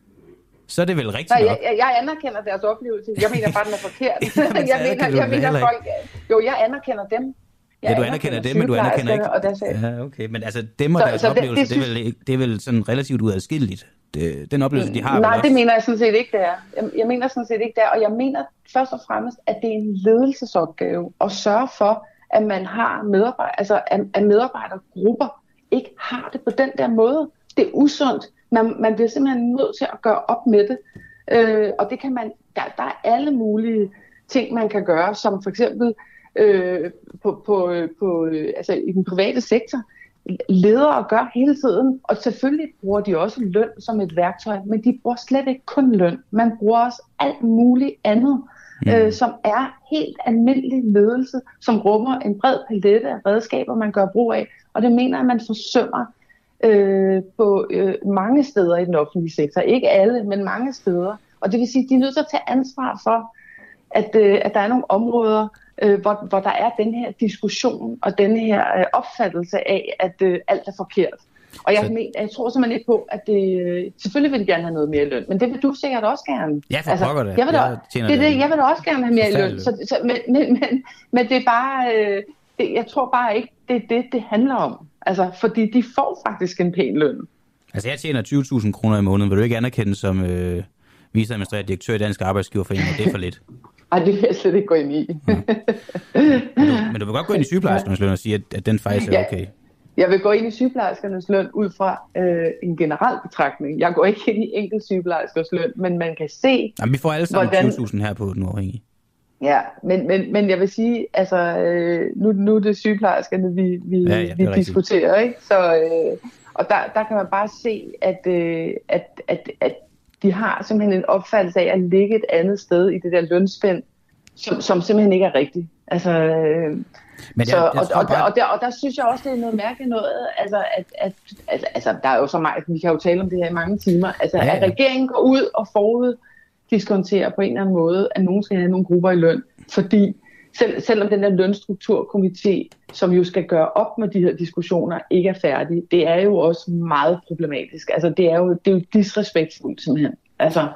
Så er det vel rigtigt nok? Jeg, jeg, jeg anerkender deres oplevelse. Jeg mener bare, den er forkert. Jamen, jeg mener, jeg mener folk... Jo, jeg anerkender dem. Jeg ja, du anerkender dem, men du anerkender ikke... Deres... Ja, okay. Men altså, dem og så, deres så oplevelse, det, det, synes... det, er vel, det er vel sådan relativt uadskilleligt. Det, den oplevelse, de har... Nej, det mener jeg sådan set ikke, det er. Jeg, jeg mener sådan set ikke, det er. Og jeg mener først og fremmest, at det er en ledelsesopgave at sørge for, at man har medarbejder, altså at medarbejdergrupper ikke har det på den der måde. Det er usundt. Man, man bliver simpelthen nødt til at gøre op med det. Øh, og det kan man, der, der er alle mulige ting, man kan gøre, som for eksempel øh, på, på, på, altså i den private sektor. Ledere gør hele tiden, og selvfølgelig bruger de også løn som et værktøj, men de bruger slet ikke kun løn. Man bruger også alt muligt andet, mm. øh, som er helt almindelig ledelse, som rummer en bred palette af redskaber, man gør brug af, og det mener jeg, at man forsømmer øh, på øh, mange steder i den offentlige sektor. Ikke alle, men mange steder. Og det vil sige, at de er nødt til at tage ansvar for, at, øh, at der er nogle områder, øh, hvor, hvor der er den her diskussion og den her øh, opfattelse af, at øh, alt er forkert. Og jeg, så... mener, jeg tror simpelthen ikke på, at det... Øh, selvfølgelig vil de gerne have noget mere løn, men det vil du sikkert også gerne. Ja, for altså, pokker det. Jeg vil, da, det, det, det. Jeg vil da også gerne have mere løn. Så, så, men, men, men, men det er bare... Øh, det, jeg tror bare ikke, det er det, det handler om. Altså, fordi de får faktisk en pæn løn. Altså, jeg tjener tyve tusind kroner i måneden. Vil du ikke anerkende som øh, viceadministrerende direktør i Dansk Arbejdsgiverforening, og det er for lidt? Ej, det vil jeg slet ikke gå ind i. Ja. men, du, men du vil godt gå ind i sygeplejerskernes løn og sige, at, at den faktisk er okay? Jeg vil gå ind i sygeplejerskernes løn ud fra øh, en generel betragtning. Jeg går ikke ind i enkelt sygeplejerskers løn, men man kan se... Jamen, vi får alle sammen hvordan... tyve tusind her på Den Uafhængige. Ja, men, men, men jeg vil sige, altså, øh, nu, nu er det sygeplejerskerne, vi, vi, ja, ja, vi diskuterer, ikke? Så, øh, og der, der kan man bare se, at, øh, at, at, at de har simpelthen en opfattelse af at ligge et andet sted i det der lønspænd, som, som simpelthen ikke er rigtigt. Altså, øh, men så, jeg, jeg og, og, bare... og, der, og der synes jeg også, det er noget mærkeligt noget, altså, at, at, at altså, der er jo så meget, vi kan jo tale om det her i mange timer, altså, ja, ja. At regeringen går ud og forud diskonterer på en eller anden måde, at nogen skal have nogle grupper i løn, fordi selv, selvom den der lønstrukturkomité, som jo skal gøre op med de her diskussioner, ikke er færdig, det er jo også meget problematisk. Altså, det er jo, det er jo disrespektfuldt simpelthen. Altså,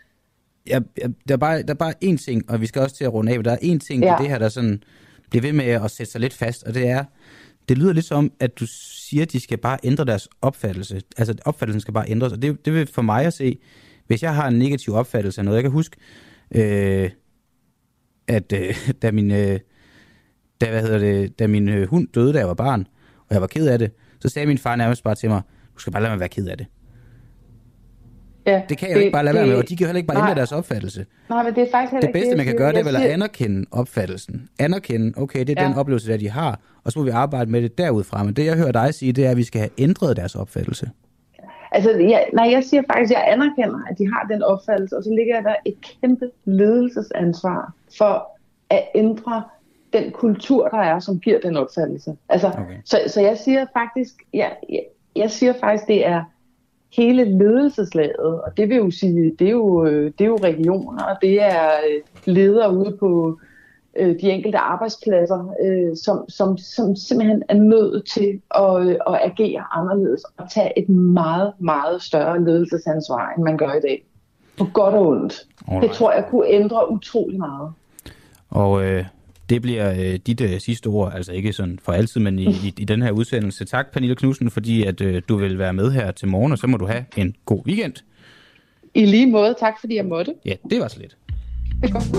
ja, der, er bare, der er bare én ting, og vi skal også til at runde af, der er én ting ja. i det her, der sådan bliver ved med at sætte sig lidt fast, og det er det lyder lidt som, at du siger, at de skal bare ændre deres opfattelse. Altså, opfattelsen skal bare ændres. Og det, det vil for mig at se, hvis jeg har en negativ opfattelse af noget, jeg kan huske, øh, at øh, da min, øh, da, hvad hedder det, da min øh, hund døde, da jeg var barn, og jeg var ked af det, så sagde min far nærmest bare til mig, du skal bare lade mig være ked af det. Ja, det kan jeg det, jo ikke bare lade det, være med, og de kan jo heller ikke bare ændre deres opfattelse. Nej, men det er faktisk det bedste, det, man kan gøre, det er vel at siger... anerkende opfattelsen. Anerkende, okay, det er ja. den oplevelse, der de har, og så må vi arbejde med det derudfra. Men det, jeg hører dig sige, det er, at vi skal have ændret deres opfattelse. Altså, jeg, nej, jeg siger faktisk, at jeg anerkender, at de har den opfattelse, og så ligger der et kæmpe ledelsesansvar for at ændre den kultur, der er, som giver den opfattelse. Altså, okay. så, så jeg siger faktisk, jeg, jeg, jeg siger faktisk, det er hele ledelseslaget, og det vil jo sige, det er jo, det er jo regioner, og det er ledere ude på øh, de enkelte arbejdspladser, øh, som, som, som simpelthen er nødt til at, at agere anderledes og tage et meget, meget større ledelsesansvar, end man gør i dag. På godt og ondt. Alright. Det tror jeg kunne ændre utrolig meget. Og øh, det bliver øh, dit øh, sidste ord, altså ikke sådan for altid, men i, i, i den her udsendelse. Tak, Pernille Knudsen, fordi at, øh, du vil være med her til morgen, og så må du have en god weekend. I lige måde. Tak, fordi jeg måtte. Ja, det var så lidt. Det er godt.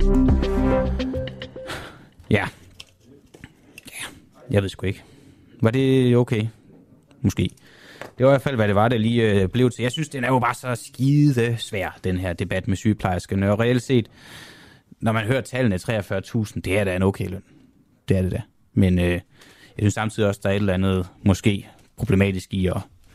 Ja. Ja, jeg ved sgu ikke. Var det okay? Måske. Det var i hvert fald, hvad det var, der lige øh, blev til. Jeg synes, den er jo bare så skide svær, den her debat med sygeplejerskerne. Og reelt set, når man hører tallene treogfyrre tusind, det er da en okay løn. Det er det da. Men øh, jeg synes samtidig også, der er et eller andet måske problematisk i at,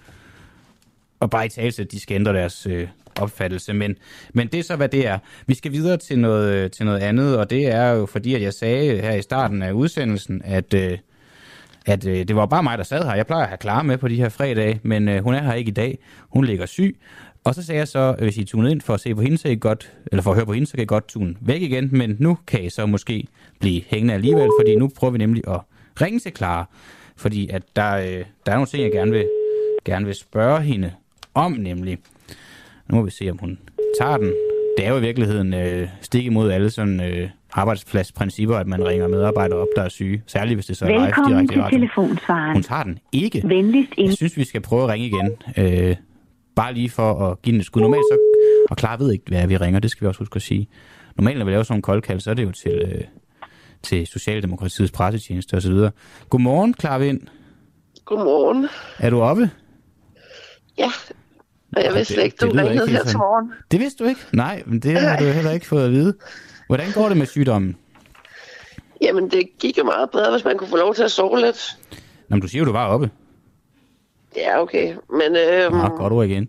at bare i tale, at de skal ændre deres øh, opfattelse. Men, men det er så, hvad det er. Vi skal videre til noget, til noget andet, og det er jo fordi, at jeg sagde her i starten af udsendelsen, at, øh, at øh, det var bare mig, der sad her. Jeg plejer at have Clara med på de her fredage, men øh, hun er her ikke i dag. Hun ligger syg. Og så sagde jeg så, hvis I tunede ind for at se på hende, så I godt, eller for at høre på hende, så kan I godt tune væk igen. Men nu kan I så måske blive hængende alligevel, fordi nu prøver vi nemlig at ringe til Clara. Fordi at der, øh, der er nogle ting, jeg gerne vil, gerne vil spørge hende om, nemlig. Nu må vi se, om hun tager den. Det er jo i virkeligheden øh, stik imod alle sådan øh, arbejdspladsprincipper, at man ringer medarbejdere op, der er syge. Særligt, hvis det så er live direkte i radioen. Velkommen til telefonsvaren. Hun tager den ikke. Venligst ind. Jeg synes, vi skal prøve at ringe igen. Øh, bare lige for at give den et skud. Normalt så, og Clara ved ikke, hvad vi ringer, det skal vi også huske at sige. Normalt, når vi laver sådan en koldkald, så er det jo til, øh, til Socialdemokratiets pressetjeneste osv. Godmorgen, Clara Vind. Godmorgen. Er du oppe? Ja. Og jeg vidste ikke, du ringede her til morgen. Det vidste du ikke? Nej, men det har du heller ikke fået at vide. Hvordan går det med sygdommen? Jamen, det gik jo meget bedre, hvis man kunne få lov til at sove lidt. Nå, men du siger jo, du var oppe. Ja, okay. Men, øhm... Ja, godt ord igen.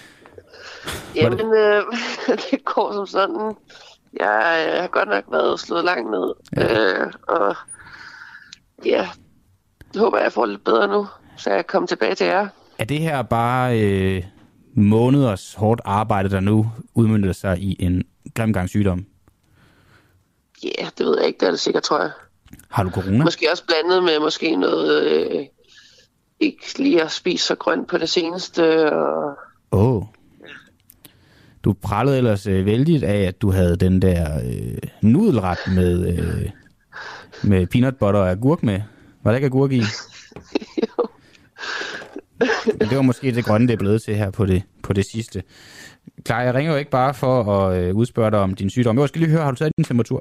Jamen, øh, det går som sådan. Jeg, jeg har godt nok været slået langt ned. Ja. Øh, og ja, det håber jeg, jeg får lidt bedre nu, så jeg kommer tilbage til jer. Er det her bare øh, måneders hårdt arbejde, der nu udmønter sig i en grim gang sygdom? Ja, yeah, det ved jeg ikke. Det er det sikkert, tror jeg. Har du corona? Måske også blandet med måske noget... Øh, ikke lige at spise så grønt på det seneste. Åh. Og... Oh. Du prallede ellers øh, vældigt af, at du havde den der øh, nudelret med, øh, med peanut butter og agurk med. Var der ikke agurk i? Jo. Men det var måske det grønne, det er blevet til her på det, på det sidste. Klar, jeg ringer jo ikke bare for at øh, udspørge dig om din sygdom. Jeg skal lige høre, har du taget din temperatur?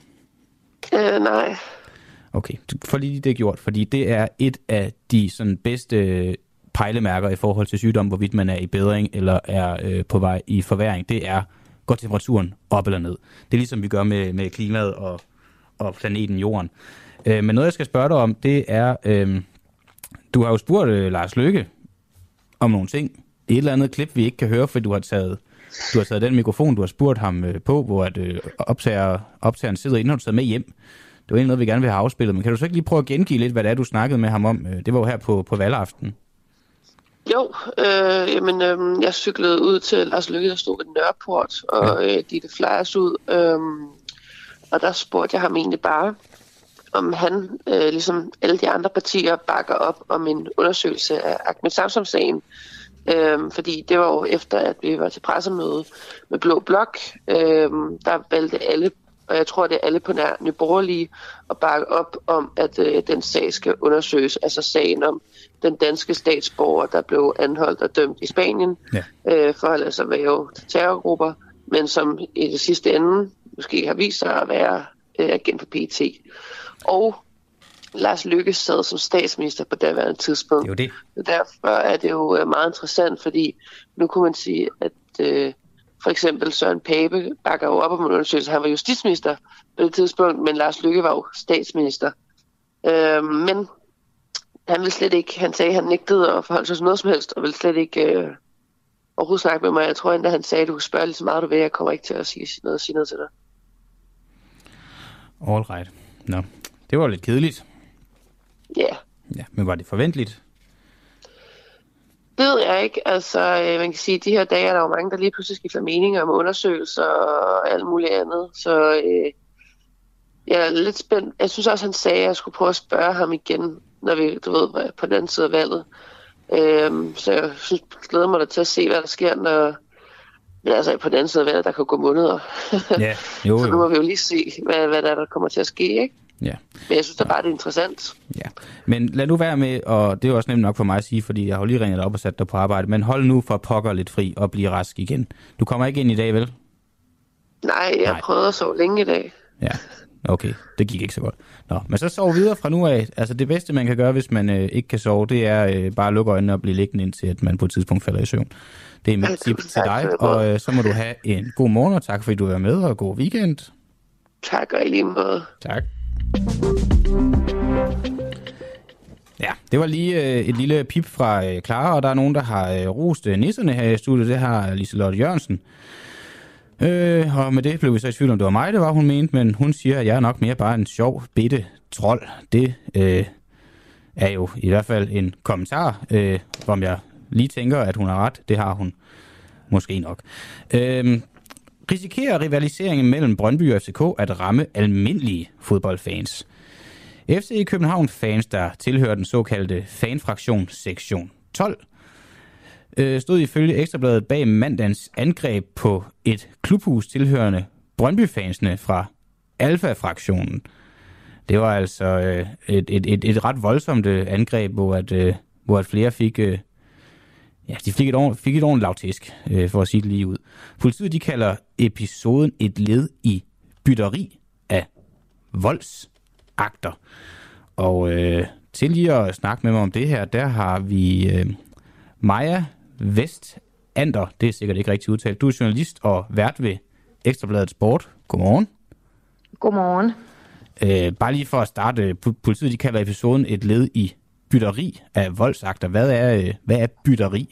Øh, nej. Okay, for lige det gjort, fordi det er et af de sådan, bedste pejlemærker i forhold til sygdom, hvorvidt man er i bedring eller er øh, på vej i forværing. Det er, går temperaturen op eller ned. Det er ligesom vi gør med, med klimaet og, og planeten Jorden. Øh, men noget, jeg skal spørge dig om, det er... Øh, Du har jo spurgt uh, Lars Løkke om nogle ting. Et eller andet klip, vi ikke kan høre, fordi du har taget, du har taget den mikrofon, du har spurgt ham uh, på, hvor at, uh, optager, optageren sidder inde, har du taget med hjem. Det var egentlig noget, vi gerne vil have afspillet. Men kan du så ikke lige prøve at gengive lidt, hvad det er, du snakkede med ham om? Uh, det var jo her på, på valgaften. Jo, øh, jamen, øh, jeg cyklede ud til Lars Løkke, der stod ved Nørreport, og ja. øh, delte flyers ud. Øh, og der spurgte jeg ham egentlig bare, om han, øh, ligesom alle de andre partier, bakker op om en undersøgelse af Ahmed Samsam-sagen. Øhm, fordi det var jo efter, at vi var til pressemøde med Blå Blok. Øhm, der valgte alle og jeg tror, det er alle på nær Nye Borgerlige at bakke op om, at øh, den sag skal undersøges. Altså sagen om den danske statsborger, der blev anholdt og dømt i Spanien ja. øh, for at lade sig være til terrorgrupper, men som i det sidste ende måske har vist sig at være øh, agent for P E T. Og Lars Løkke sad som statsminister på daværende tidspunkt. Det det. Derfor er det jo meget interessant, fordi nu kunne man sige, at øh, for eksempel Søren Pape bakker jo op om en undersøgelse. Han var justitsminister på det tidspunkt, men Lars Løkke var jo statsminister. Øh, men han ville slet ikke, han sagde, at han nægtede at forholde sig til noget som helst, og ville slet ikke øh, overhovedet snakke med mig. Jeg tror endda, han sagde, at du kan spørge lige så meget, du vil. Jeg kommer ikke til at sige noget, sige noget til dig. All right. Nå, no. Det var lidt kedeligt. Ja. Yeah. Ja, men var det forventeligt? Det ved jeg ikke. Altså, øh, man kan sige, at de her dage er der jo mange, der lige pludselig skifter meninger om undersøgelser og alt muligt andet. Så øh, jeg er lidt spændt. Jeg synes også, han sagde, at jeg skulle prøve at spørge ham igen, når vi, du ved, på den anden side af valget. Øh, så jeg synes, glæder mig da til at se, hvad der sker, når... Men altså, på den anden side af valget, der kan gå måneder. Ja, jo, jo. Så nu må vi jo lige se, hvad, hvad der, der kommer til at ske, ikke? Ja. Men jeg synes da bare, det er interessant. Ja, men lad nu være med, og det er også nemt nok for mig at sige, fordi jeg har lige ringet dig op og sat dig på arbejde, men hold nu for pokker lidt fri og blive rask igen. Du kommer ikke ind i dag, vel? Nej, jeg Nej. prøvede at sove længe i dag. Ja, okay. Det gik ikke så godt. Nå, men så sov videre fra nu af. Altså det bedste, man kan gøre, hvis man øh, ikke kan sove, det er øh, bare at lukke øjnene og blive liggende indtil, at man på et tidspunkt falder i søvn. Det er mit tip til dig, og øh, så må du have en god morgen, og tak fordi du er med, og god weekend. Tak, og i lige måde. Tak. Ja, det var lige øh, et lille pip fra øh, Clara, og der er nogen, der har øh, rost øh, nisserne her i studiet. Det har Liselotte Jørgensen. Øh, og med det blev vi så i tvivl om, det var mig, det var hun mente, men hun siger, at jeg er nok mere bare en sjov, bitte trold. Det øh, er jo i hvert fald en kommentar, øh, om jeg lige tænker, at hun har ret. Det har hun måske nok. Øh, risikerer rivaliseringen mellem Brøndby og F C K at ramme almindelige fodboldfans? F C København-fans, der tilhører den såkaldte fanfraktion sektion tolv, øh, stod ifølge Ekstrabladet bag mandagens angreb på et klubhus tilhørende Brøndby-fansene fra Alfa-fraktionen. Det var altså øh, et, et, et, et ret voldsomt angreb, hvor, at, øh, hvor at flere fik, øh, ja, de fik, et, fik et ordentligt lavtisk, øh, for at sige det lige ud. Politiet de kalder episoden et led i bytteri af voldsakter. Og øh, til lige at snakke med mig om det her, der har vi øh, Maja Vestander, det er sikkert ikke rigtigt udtalt. Du er journalist og vært ved Ekstrabladet Sport. Godmorgen. Godmorgen. Øh, bare lige for at starte, politiet de kalder episoden et led i bytteri af voldsakter. Hvad er, øh, hvad er bytteri?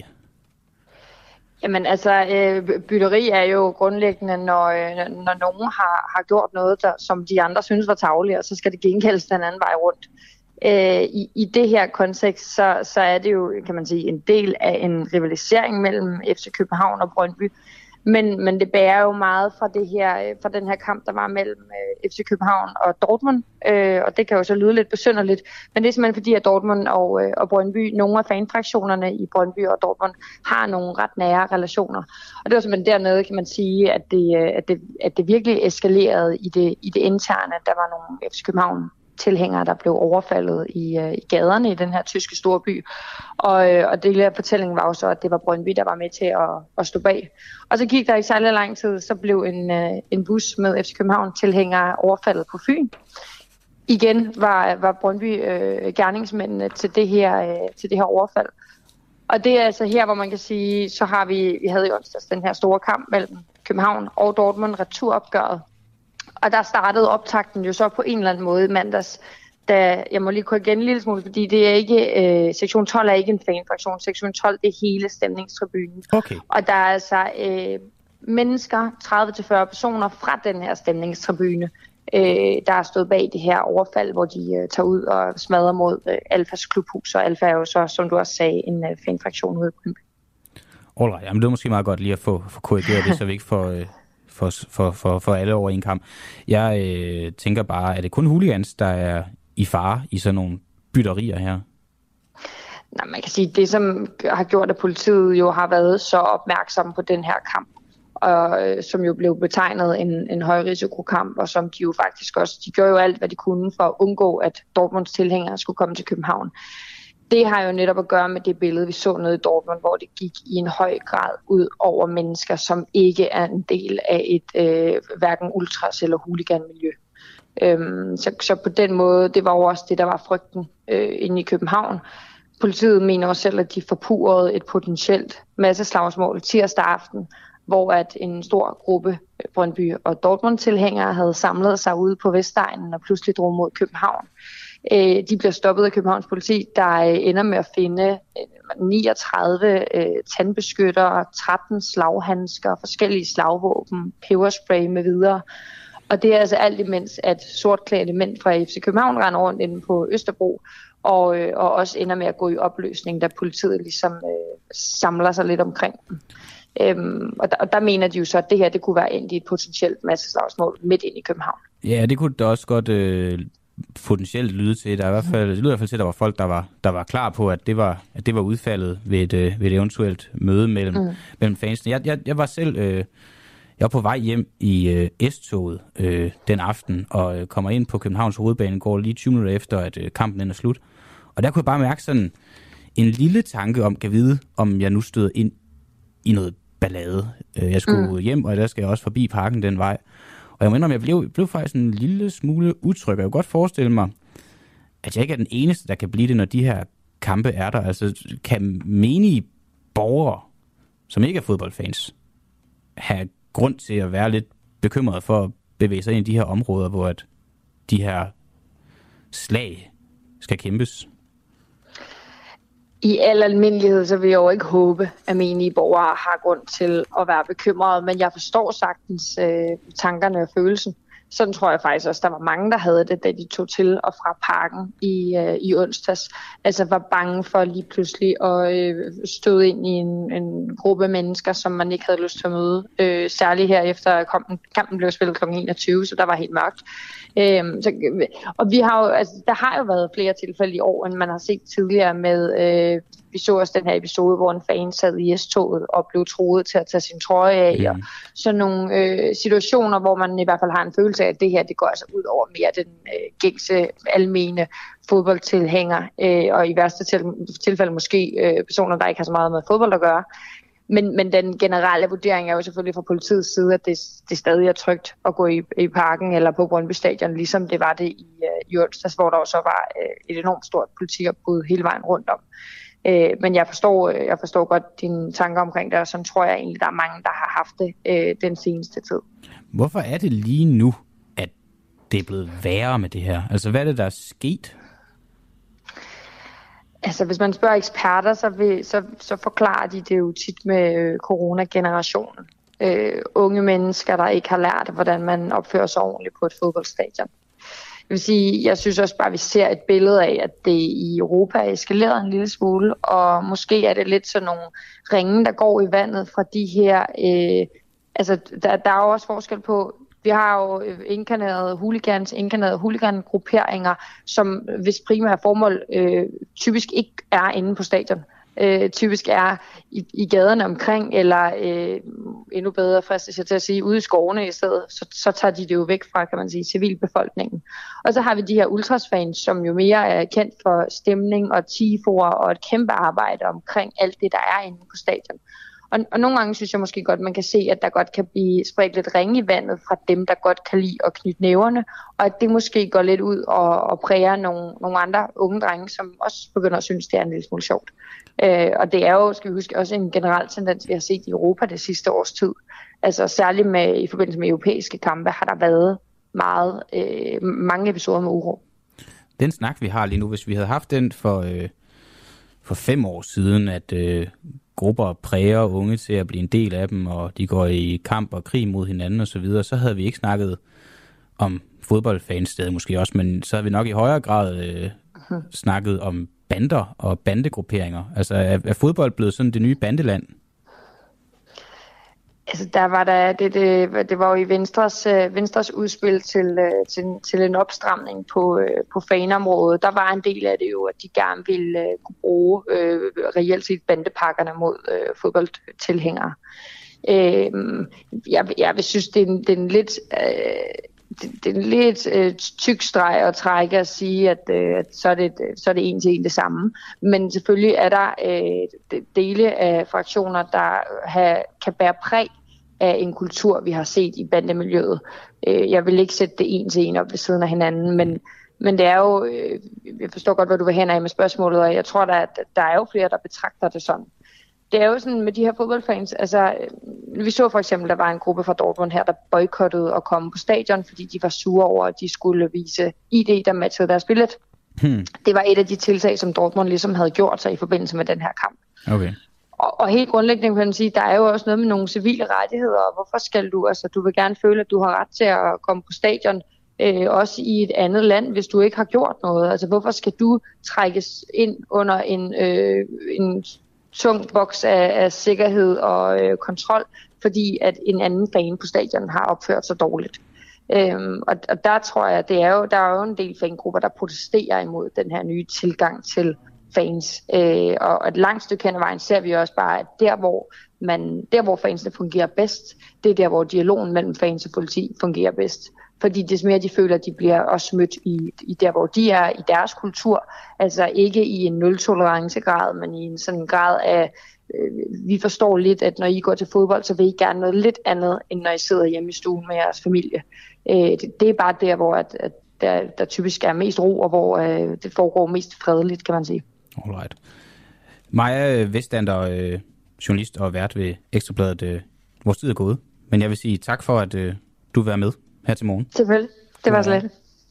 Jamen altså, øh, bytteri er jo grundlæggende, når, øh, når nogen har, har gjort noget, der, som de andre synes var tarveligt, og så skal det gengældes den anden vej rundt. Øh, i, I det her kontekst, så, så er det jo, kan man sige, en del af en rivalisering mellem F C København og Brøndby. Men, men det bærer jo meget fra, det her, fra den her kamp, der var mellem øh, F C København og Dortmund. Øh, og det kan jo så lyde lidt besynderligt. Men det er simpelthen fordi, at Dortmund og, øh, og Brøndby, nogle af fanfraktionerne i Brøndby og Dortmund, har nogle ret nære relationer. Og det var simpelthen dernede, kan man sige, at det, at det, at det virkelig eskalerede i det, i det interne. Der var nogle F C København tilhængere, der blev overfaldet i, øh, i gaderne i den her tyske storby. Og, øh, og det af fortællingen var jo så, at det var Brøndby, der var med til at, at stå bag. Og så gik der ikke særlig lang tid, så blev en, øh, en bus med F C København tilhængere overfaldet på Fyn. Igen var, var Brøndby øh, gerningsmændene til det, her, øh, til det her overfald. Og det er altså her, hvor man kan sige, så har vi, vi havde i onsdags den her store kamp mellem København og Dortmund, returopgøret. Og der startede optakten jo så på en eller anden måde mandags, da jeg må lige korrigere en lille smule, fordi det er ikke, øh, sektion tolv er ikke en fanfraktion, sektion tolv det er hele stemningstribunen. Okay. Og der er altså øh, mennesker, tredive til fyrre personer fra den her stemningstribune, øh, der er stået bag det her overfald, hvor de øh, tager ud og smadrer mod øh, Alfas klubhus, og Alfa er jo så, som du også sagde, en øh, fanfraktion ude i Brøndby. Alright, jamen det er måske meget godt lige at få, få korrigeret det, så vi ikke får... Øh... For, for, for, for alle over en kamp. Jeg øh, tænker bare, er det kun hooligans, der er i fare i sådan nogle bytterier her? Nej, man kan sige, det som har gjort, at politiet jo har været så opmærksom på den her kamp, og øh, som jo blev betegnet en, en højrisikokamp, og som de jo faktisk også, de gjorde jo alt, hvad de kunne for at undgå, at Dortmunds tilhængere skulle komme til København. Det har jo netop at gøre med det billede, vi så nede i Dortmund, hvor det gik i en høj grad ud over mennesker, som ikke er en del af et øh, hverken ultras- eller hooliganmiljø. Øhm, så, så på den måde, det var jo også det, der var frygten øh, inde i København. Politiet mener også selv, at de forpurrede et potentielt masseslagsmål tirsdag aften, hvor at en stor gruppe Brøndby- og Dortmund-tilhængere havde samlet sig ude på Vestegnen og pludselig drog mod København. De bliver stoppet af Københavns politi, der ender med at finde niogtredive tandbeskyttere, tretten slaghandsker, forskellige slagvåben, peberspray med videre. Og det er altså alt imens, at sortklædte mænd fra F C København render rundt inde på Østerbro, og, og også ender med at gå i opløsning, da politiet ligesom øh, samler sig lidt omkring dem. Øhm, og, der, og der mener de jo så, at det her det kunne være endt i et potentielt masseslagsmål midt ind i København. Ja, det kunne da også godt øh, potentielt lyde til. Der er i hvert fald, det lyder i hvert fald til, at der var folk, der var, der var klar på, at det var, at det var udfaldet ved et, øh, ved et eventuelt møde mellem, mm. mellem fansene. Jeg, jeg, jeg var selv øh, jeg var på vej hjem i øh, S-toget øh, den aften, og øh, kommer ind på Københavns Hovedbanegård lige tyve minutter efter, at øh, kampen er slut. Og der kunne jeg bare mærke sådan en lille tanke om, kan vide, om jeg nu støder ind i noget ballade. Jeg skulle mm. hjem, og der skal jeg også forbi parken den vej. Og jeg mener, jeg blev, blev faktisk en lille smule utryg. Jeg kunne godt forestille mig, at jeg ikke er den eneste, der kan blive det, når de her kampe er der. Altså, kan menige borgere, som ikke er fodboldfans, have grund til at være lidt bekymrede for at bevæge sig ind i de her områder, hvor at de her slag skal kæmpes? I al almindelighed, så vil jeg jo ikke håbe, at menige borgere har grund til at være bekymrede, men jeg forstår sagtens øh, tankerne og følelsen. Sådan tror jeg faktisk også, der var mange, der havde det, da de tog til og fra parken i, øh, i onsdags. Altså var bange for lige pludselig at øh, støde ind i en, en gruppe mennesker, som man ikke havde lyst til at møde. Øh, særligt her efter kampen, kampen blev spillet klokken enogtyve, så der var helt mørkt. Øhm, så, og vi har jo, altså, der har jo været flere tilfælde i år, end man har set tidligere med, øh, vi så også den her episode, hvor en fan sad i S-toget og blev truet til at tage sin trøje af, mm. og sådan nogle øh, situationer, hvor man i hvert fald har en følelse af, at det her, det går altså ud over mere den øh, gængse, almene fodboldtilhænger, øh, og i værste til, tilfælde måske øh, personer, der ikke har så meget med fodbold at gøre. Men, men den generelle vurdering er jo selvfølgelig fra politiets side, at det, det stadig er trygt at gå i, i parken eller på Brøndby Stadion, ligesom det var det i, uh, i onsdags, hvor der også var uh, et enormt stort politiopbud hele vejen rundt om. Uh, men jeg forstår, uh, jeg forstår godt dine tanker omkring det, og sådan tror jeg egentlig, der er mange, der har haft det uh, den seneste tid. Hvorfor er det lige nu, at det er blevet værre med det her? Altså, hvad er det, der er sket? Altså, hvis man spørger eksperter, så, vil, så, så forklarer de det jo tit med øh, coronagenerationen. Øh, unge mennesker, der ikke har lært, hvordan man opfører sig ordentligt på et fodboldstadion. Jeg vil sige, jeg synes også bare, at vi ser et billede af, at det i Europa er eskaleret en lille smule, og måske er det lidt sådan nogle ringe, der går i vandet fra de her... Øh, altså, der, der er jo også forskel på... Vi har jo inkarnerede hooligans, inkarnerede hooligan-grupperinger, som hvis primære formål øh, typisk ikke er inde på stadion. Øh, typisk er i, i gaderne omkring, eller øh, endnu bedre fristes jeg til at sige, ude i skovene i stedet. Så, så tager de det jo væk fra, kan man sige, civilbefolkningen. Og så har vi de her ultrasfans, som jo mere er kendt for stemning og tifoer og et kæmpe arbejde omkring alt det, der er inde på stadion. Og, og nogle gange synes jeg måske godt, man kan se, at der godt kan blive spredt lidt ringe i vandet fra dem, der godt kan lide at knytte næverne, og at det måske går lidt ud og, og præger nogle, nogle andre unge drenge, som også begynder at synes, det er en lille smule sjovt. Øh, og det er jo, skal vi huske, også en generel tendens, vi har set i Europa det sidste års tid. Altså særligt med, i forbindelse med europæiske kampe har der været meget, øh, mange episoder med uro. Den snak, vi har lige nu, hvis vi havde haft den for, øh, for fem år siden, at... Øh grupper præger unge til at blive en del af dem, og de går i kamp og krig mod hinanden og så videre, så havde vi ikke snakket om fodboldfans stadig måske også, men så havde vi nok i højere grad øh, uh-huh. snakket om bander og bandegrupperinger. Altså er, er fodbold blevet sådan det nye bandeland? Altså der var der, det, det, det var jo i Venstres, Venstres udspil til, til, til en opstramning på, på fanområdet. Der var en del af det jo, at de gerne ville kunne bruge øh, reelt set bandepakkerne mod øh, fodboldtilhængere. Øh, jeg, jeg vil synes, det er en, det er en lidt... Øh, Det, det er en lidt øh, tyk streg at trække og sige, at, øh, at så, er det, så er det en til en det samme. Men selvfølgelig er der øh, dele af fraktioner, der have, kan bære præg af en kultur, vi har set i bandemiljøet. Øh, jeg vil ikke sætte det en til en op ved siden af hinanden, men, men det er jo, øh, jeg forstår godt, hvor du vil hen af med spørgsmålet, og jeg tror, der, at der er jo flere, der betragter det sådan. Det er jo sådan med de her fodboldfans, altså vi så for eksempel, der var en gruppe fra Dortmund her, der boykottede at komme på stadion, fordi de var sure over, at de skulle vise I D, der matchede deres billet. Hmm. Det var et af de tiltag, som Dortmund ligesom havde gjort sig i forbindelse med den her kamp. Okay. Og, og helt grundlæggende kan man sige, der er jo også noget med nogle civile rettigheder, og hvorfor skal du, altså du vil gerne føle, at du har ret til at komme på stadion, øh, også i et andet land, hvis du ikke har gjort noget. Altså hvorfor skal du trækkes ind under en, øh, en tung boks af, af sikkerhed og øh, kontrol, fordi at en anden fan på stadion har opført sig dårligt. Øhm, og, og der tror jeg, det er jo, der er jo en del fangrupper, der protesterer imod den her nye tilgang til fans. Øh, og et langt stykke hen ad vejen ser vi også bare, at der hvor, man, der, hvor fansene fungerer bedst, det er der, hvor dialogen mellem fans og politi fungerer bedst. Fordi det mere de føler, at de bliver også mødt i, i der, hvor de er, i deres kultur. Altså ikke i en nul-tolerance-grad, men i en sådan grad af, øh, vi forstår lidt, at når I går til fodbold, så vil I gerne noget lidt andet, end når I sidder hjemme i stuen med jeres familie. Øh, det, det er bare der, hvor at, at der, der typisk er mest ro, og hvor øh, det foregår mest fredeligt, kan man sige. Alright. Maja Vestander, øh, journalist og vært ved Ekstrabladet. Øh, vores tid er gået, men jeg vil sige tak for, at øh, du vil være med her til morgen. Selvfølgelig. Det var så let.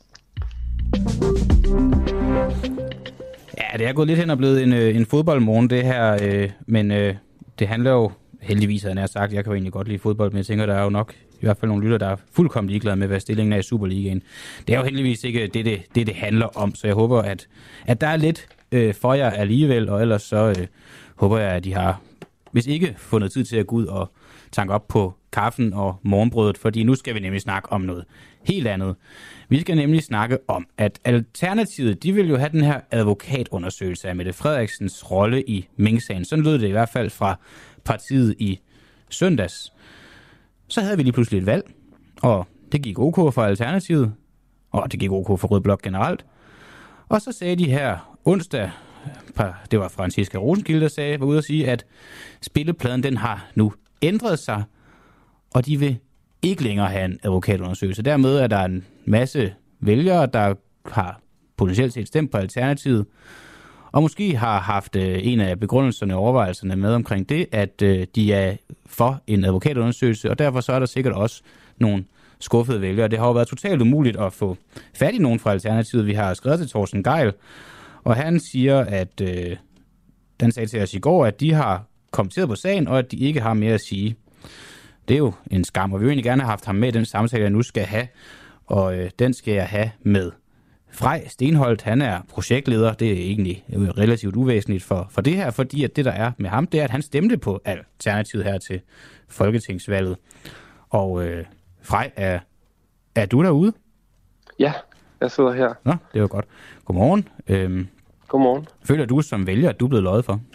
Ja, det er gået lidt hen og blevet en, en fodboldmorgen, det her. Øh, men øh, det handler jo heldigvis, havde jeg sagt, jeg kan jo egentlig godt lide fodbold, men jeg tænker, der er jo nok i hvert fald nogle lytter, der er fuldkommen ligeglade med, hvad stillingen er i Superligaen. Det er jo heldigvis ikke det, det, det, det handler om, så jeg håber, at, at der er lidt øh, for jer alligevel, og ellers så øh, håber jeg, at de har, hvis ikke, fundet tid til at gå ud og tanke op på kaffen og morgenbrødet, fordi nu skal vi nemlig snakke om noget helt andet. Vi skal nemlig snakke om, at Alternativet, de vil jo have den her advokatundersøgelse af Mette Frederiksens rolle i Mink-sagen. Sådan lød det i hvert fald fra partiet i søndags. Så havde vi lige pludselig et valg, og det gik OK for Alternativet, og det gik OK for Rød Blok generelt. Og så sagde de her onsdag, det var Franciska Rosenkilde, der sagde, var ude at sige, at spillepladen den har nu ændret sig, og de vil ikke længere have en advokatundersøgelse. Dermed er der en masse vælgere, der har potentielt set stemt på Alternativet, og måske har haft øh, en af begrundelserne og overvejelserne med omkring det, at øh, de er for en advokatundersøgelse, og derfor så er der sikkert også nogle skuffede vælgere. Det har jo været totalt umuligt at få fat i nogen fra Alternativet. Vi har skrevet til Thorsten Gejl, og han siger, at øh, den sagde til os i går, at de har kommenteret på sagen, og at de ikke har mere at sige. Det er jo en skam, og vi vil egentlig gerne have haft ham med i den samtale, jeg nu skal have, og øh, den skal jeg have med Frej Stenholt. Han er projektleder. Det er egentlig relativt uvæsentligt for, for det her, fordi at det, der er med ham, det er, at han stemte på Alternativet her til folketingsvalget. Og øh, Frej, er, er du derude? Ja, jeg sidder her. Nå, det var godt. Godmorgen. Øhm, Godmorgen. Føler du som vælger, at du er blevet løjet for?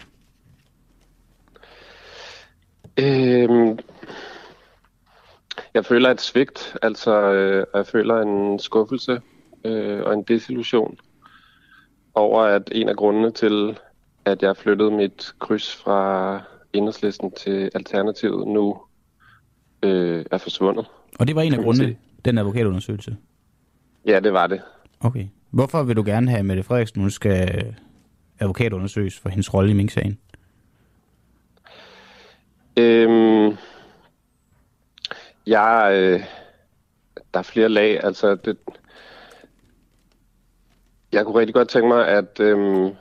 Øhm, jeg føler et svigt, altså øh, jeg føler en skuffelse øh, og en desillusion over, at en af grundene til, at jeg flyttede mit kryds fra Enhedslisten til Alternativet nu øh, er forsvundet. Og det var en af grundene, den advokatundersøgelse? Ja, det var det. Okay. Hvorfor vil du gerne have Mette Frederiksen, nu skal advokatundersøges for hendes rolle i Mink-sagen? Øhm, jeg, øh, der er flere lag, altså det, jeg kunne rigtig godt tænke mig, at, øhm,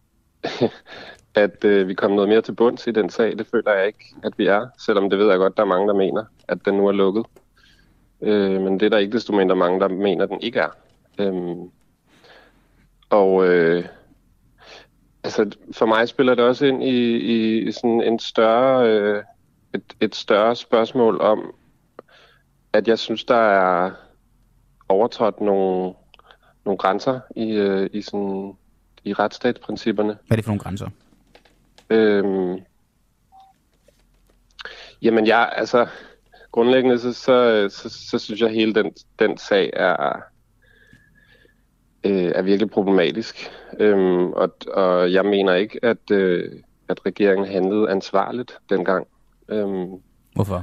at øh, vi kommer noget mere til bunds i den sag. Det føler jeg ikke, at vi er, selvom det ved jeg godt, der er mange, der mener, at den nu er lukket. Øh, men det er der ikke desto mindre mange, der mener, at den ikke er. Øhm, og øh, altså for mig spiller det også ind i, i, i sådan en større, øh, et, et større spørgsmål om, at jeg synes, der er overtrådt nogle, nogle grænser i, øh, i, sådan, i retsstatsprincipperne. Hvad er det for nogle grænser? Øhm, Jamen jeg, altså grundlæggende så, så, så, så synes jeg, at hele den, den sag er, øh, er virkelig problematisk. Øhm, og, og jeg mener ikke, at, øh, at regeringen handlede ansvarligt dengang. Øhm, Hvorfor?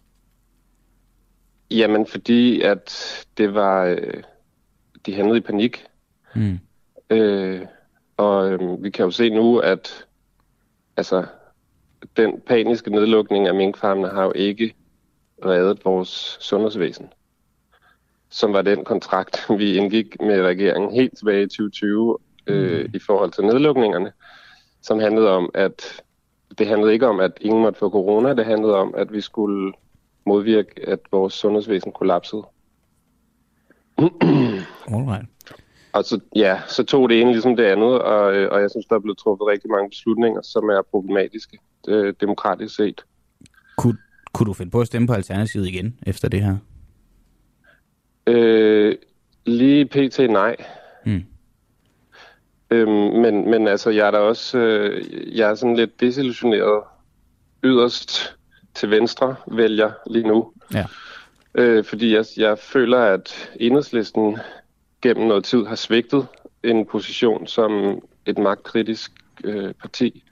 Jamen fordi, at det var, øh, de handlede i panik. Mm. Øh, og øh, vi kan jo se nu, at altså, den paniske nedlukning af minkfarmene har jo ikke reddet vores sundhedsvæsen, som var den kontrakt, vi indgik med regeringen helt tilbage i tyve tyve øh, mm. i forhold til nedlukningerne, som handlede om, at det handlede ikke om, at ingen måtte få corona, det handlede om, at vi skulle modvirke, at vores sundhedsvæsen kollapsede. Alright. Og så, ja, så tog det ene ligesom det andet, og, og jeg synes, der er blevet truffet rigtig mange beslutninger, som er problematiske, øh, demokratisk set. Kunne, kunne du finde på at stemme på Alternativet igen efter det her? Øh, lige pt. Nej. Mm. Øhm, men, men altså, jeg er da også øh, jeg er sådan lidt desillusioneret yderst til venstre vælger lige nu. Ja. Øh, fordi jeg, jeg føler, at Enhedslisten gennem noget tid har svigtet en position som et magtkritisk øh, parti.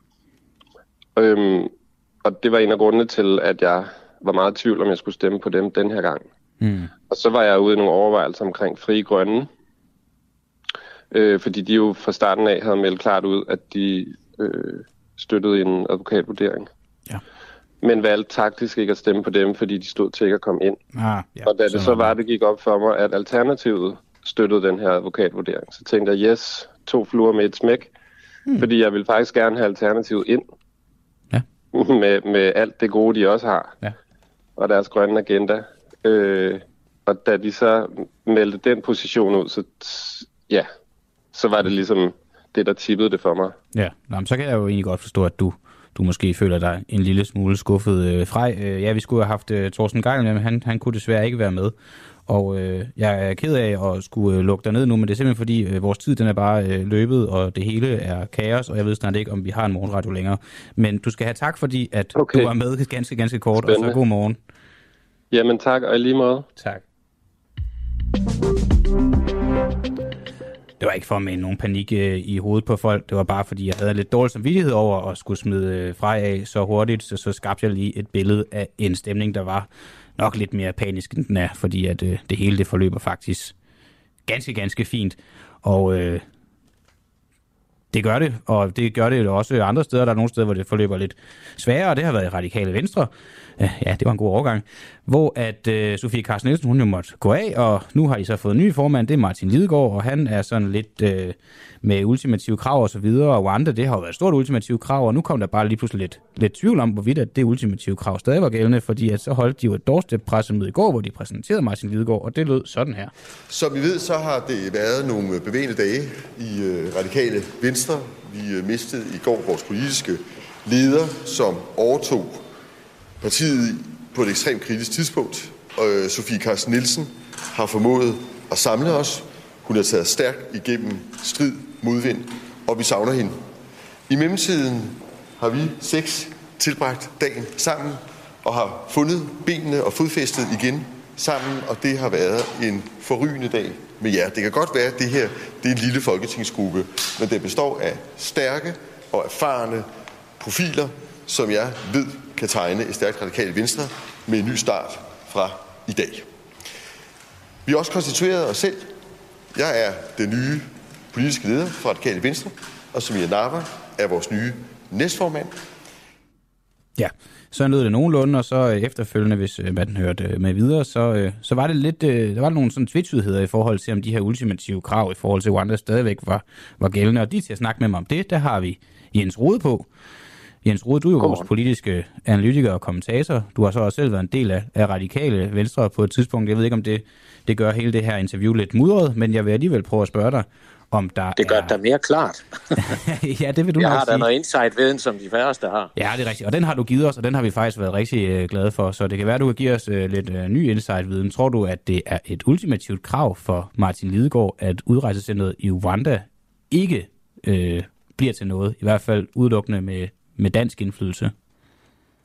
Øhm, og det var en af grundene til, at jeg var meget i tvivl, om jeg skulle stemme på dem den her gang. Mm. Og så var jeg ude i nogle overvejelser omkring Frie Grønne, øh, fordi de jo fra starten af havde meldt klart ud, at de øh, støttede en advokatvurdering. Ja. Men valgte taktisk ikke at stemme på dem, fordi de stod til ikke at komme ind. Ah, ja, og da det så var, det gik op for mig, at Alternativet støttede den her advokatvurdering, så tænkte jeg, yes, to fluer med et smæk, hmm. fordi jeg ville faktisk gerne have Alternativet ind, ja. med, med alt det gode, de også har, ja. og deres grønne agenda. Øh, og da de så meldte den position ud, så, ja, så var det ligesom det, der tippede det for mig. Ja, Nå, så kan jeg jo egentlig godt forstå, at du du måske føler dig en lille smule skuffet. Øh, Frej, øh, ja, vi skulle have haft øh, Torsten Gejl med, men han, han kunne desværre ikke være med. Og øh, jeg er ked af at skulle øh, lukke dig ned nu, men det er simpelthen fordi, øh, vores tid den er bare øh, løbet, og det hele er kaos, og jeg ved snart ikke, om vi har en morgenradio længere. Men du skal have tak, fordi at okay. du var med ganske, ganske kort, Spændende. Og så god morgen. Jamen tak, og i lige måde. Tak. Det var ikke for at mane nogen panik øh, i hovedet på folk. Det var bare, fordi jeg havde lidt dårlig samvittighed over at skulle smide øh, Frej af så hurtigt, så, så skabte jeg lige et billede af en stemning, der var nok lidt mere panisk, end den er, fordi at øh, det hele det forløber faktisk ganske, ganske fint. Og øh, det gør det, og det gør det jo også andre steder. Der er nogle steder, hvor det forløber lidt sværere, og det har været i Radikale Venstre. Ja, det var en god overgang. Hvor at øh, Sofie Carsten Nielsen, hun jo måtte gå af, og nu har I så fået en ny formand, det er Martin Lidegaard, og han er sådan lidt øh, med ultimative krav og så videre, og Rwanda, det har jo været et stort ultimative krav, og nu kom der bare lige pludselig lidt, lidt tvivl om, hvorvidt at det ultimative krav stadig var gældende, fordi at så holdt de jo et doorstep-pressemøde i går, hvor de præsenterede Martin Lidegaard, og det lød sådan her. Som vi ved, så har det været nogle bevægende dage i øh, Radikale Venstre. Vi øh, mistede i går vores politiske leder, som overtog partiet på et ekstremt kritisk tidspunkt. Og Sofie Carsten Nielsen har formået at samle os. Hun har taget stærkt igennem strid, modvind, og vi savner hende. I mellemtiden har vi seks tilbragt dagen sammen og har fundet benene og fodfæstet igen sammen, og det har været en forrygende dag med jer. Det kan godt være, at det her det er en lille folketingsgruppe, men den består af stærke og erfarne profiler, som jeg ved kan tegne et stærkt Radikale Venstre med en ny start fra i dag. Vi har også konstitueret os selv. Jeg er den nye politiske leder for Radikale Venstre, og Samir Nawa er vores nye næstformand. Ja, så lød det nogenlunde, og så efterfølgende, hvis man hørte med videre, så, så var det lidt, der var nogle sådan tvetydigheder i forhold til, om de her ultimative krav i forhold til Rwanda stadigvæk var, var gældende, og de til at snakke med mig om det, der har vi Jens Rohde på. Jens Rohde, du er jo vores politiske analytiker og kommentator. Du har så også selv været en del af, af Radikale Venstre på et tidspunkt. Jeg ved ikke, om det, det gør hele det her interview lidt mudret, men jeg vil alligevel prøve at spørge dig, om der det gør er... det da mere klart. Ja, det vil du jeg nok har sige. da noget insight-viden, som de færreste har. Ja, det er rigtigt. Og den har du givet os, og den har vi faktisk været rigtig øh, glade for. Så det kan være, at du kan give os øh, lidt øh, ny insight-viden. Tror du, at det er et ultimativt krav for Martin Lidegaard, at udrejsecenteret i Rwanda ikke øh, bliver til noget? I hvert fald udelukkende med, med dansk indflydelse?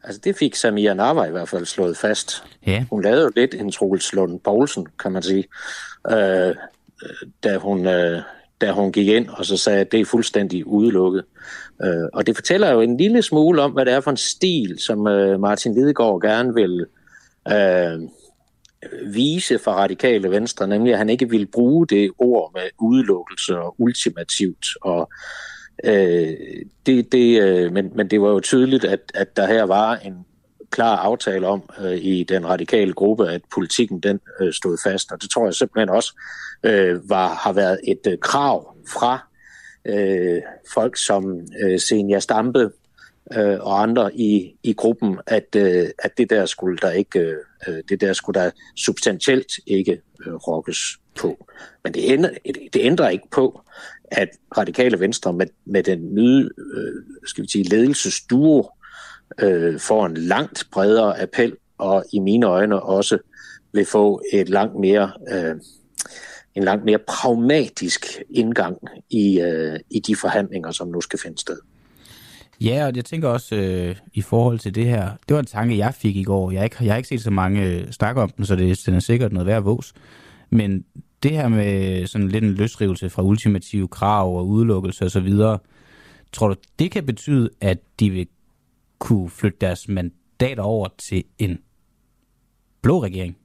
Altså det fik Samira Nawa i hvert fald slået fast. Ja. Hun lavede jo lidt en Troels Lund Poulsen, kan man sige, øh, da, hun, øh, da hun gik ind og så sagde, at det er fuldstændig udelukket. Øh, og det fortæller jo en lille smule om, hvad det er for en stil, som øh, Martin Lidegaard gerne vil øh, vise for Radikale Venstre, nemlig at han ikke ville bruge det ord med udelukkelse og ultimativt. Og, øh, det, det, øh, men, men det var jo tydeligt, at, at der her var en klar aftale om øh, i den radikale gruppe, at politikken den øh, stod fast. Og det tror jeg simpelthen også øh, var, har været et øh, krav fra øh, folk som øh, Zenia Stampe øh, og andre i, i gruppen, at, øh, at det der skulle der ikke, øh, det der skulle der substantielt ikke øh, rokkes på. Men det ændrer, det ændrer ikke på, at Radikale Venstre med, med den nye øh, skal vi sige, ledelsesduo øh, får en langt bredere appel, og i mine øjne også vil få et langt mere, øh, en langt mere pragmatisk indgang i, øh, i de forhandlinger, som nu skal finde sted. Ja, og jeg tænker også øh, i forhold til det her, det var en tanke, jeg fik i går. Jeg har ikke, jeg har ikke set så mange øh, snakke om den, så det, den er sikkert noget værd vås. Men det her med sådan lidt en løsrivelse fra ultimative krav og udelukkelse og så videre, tror du, det kan betyde, at de vil kunne flytte deres mandater over til en blå regering?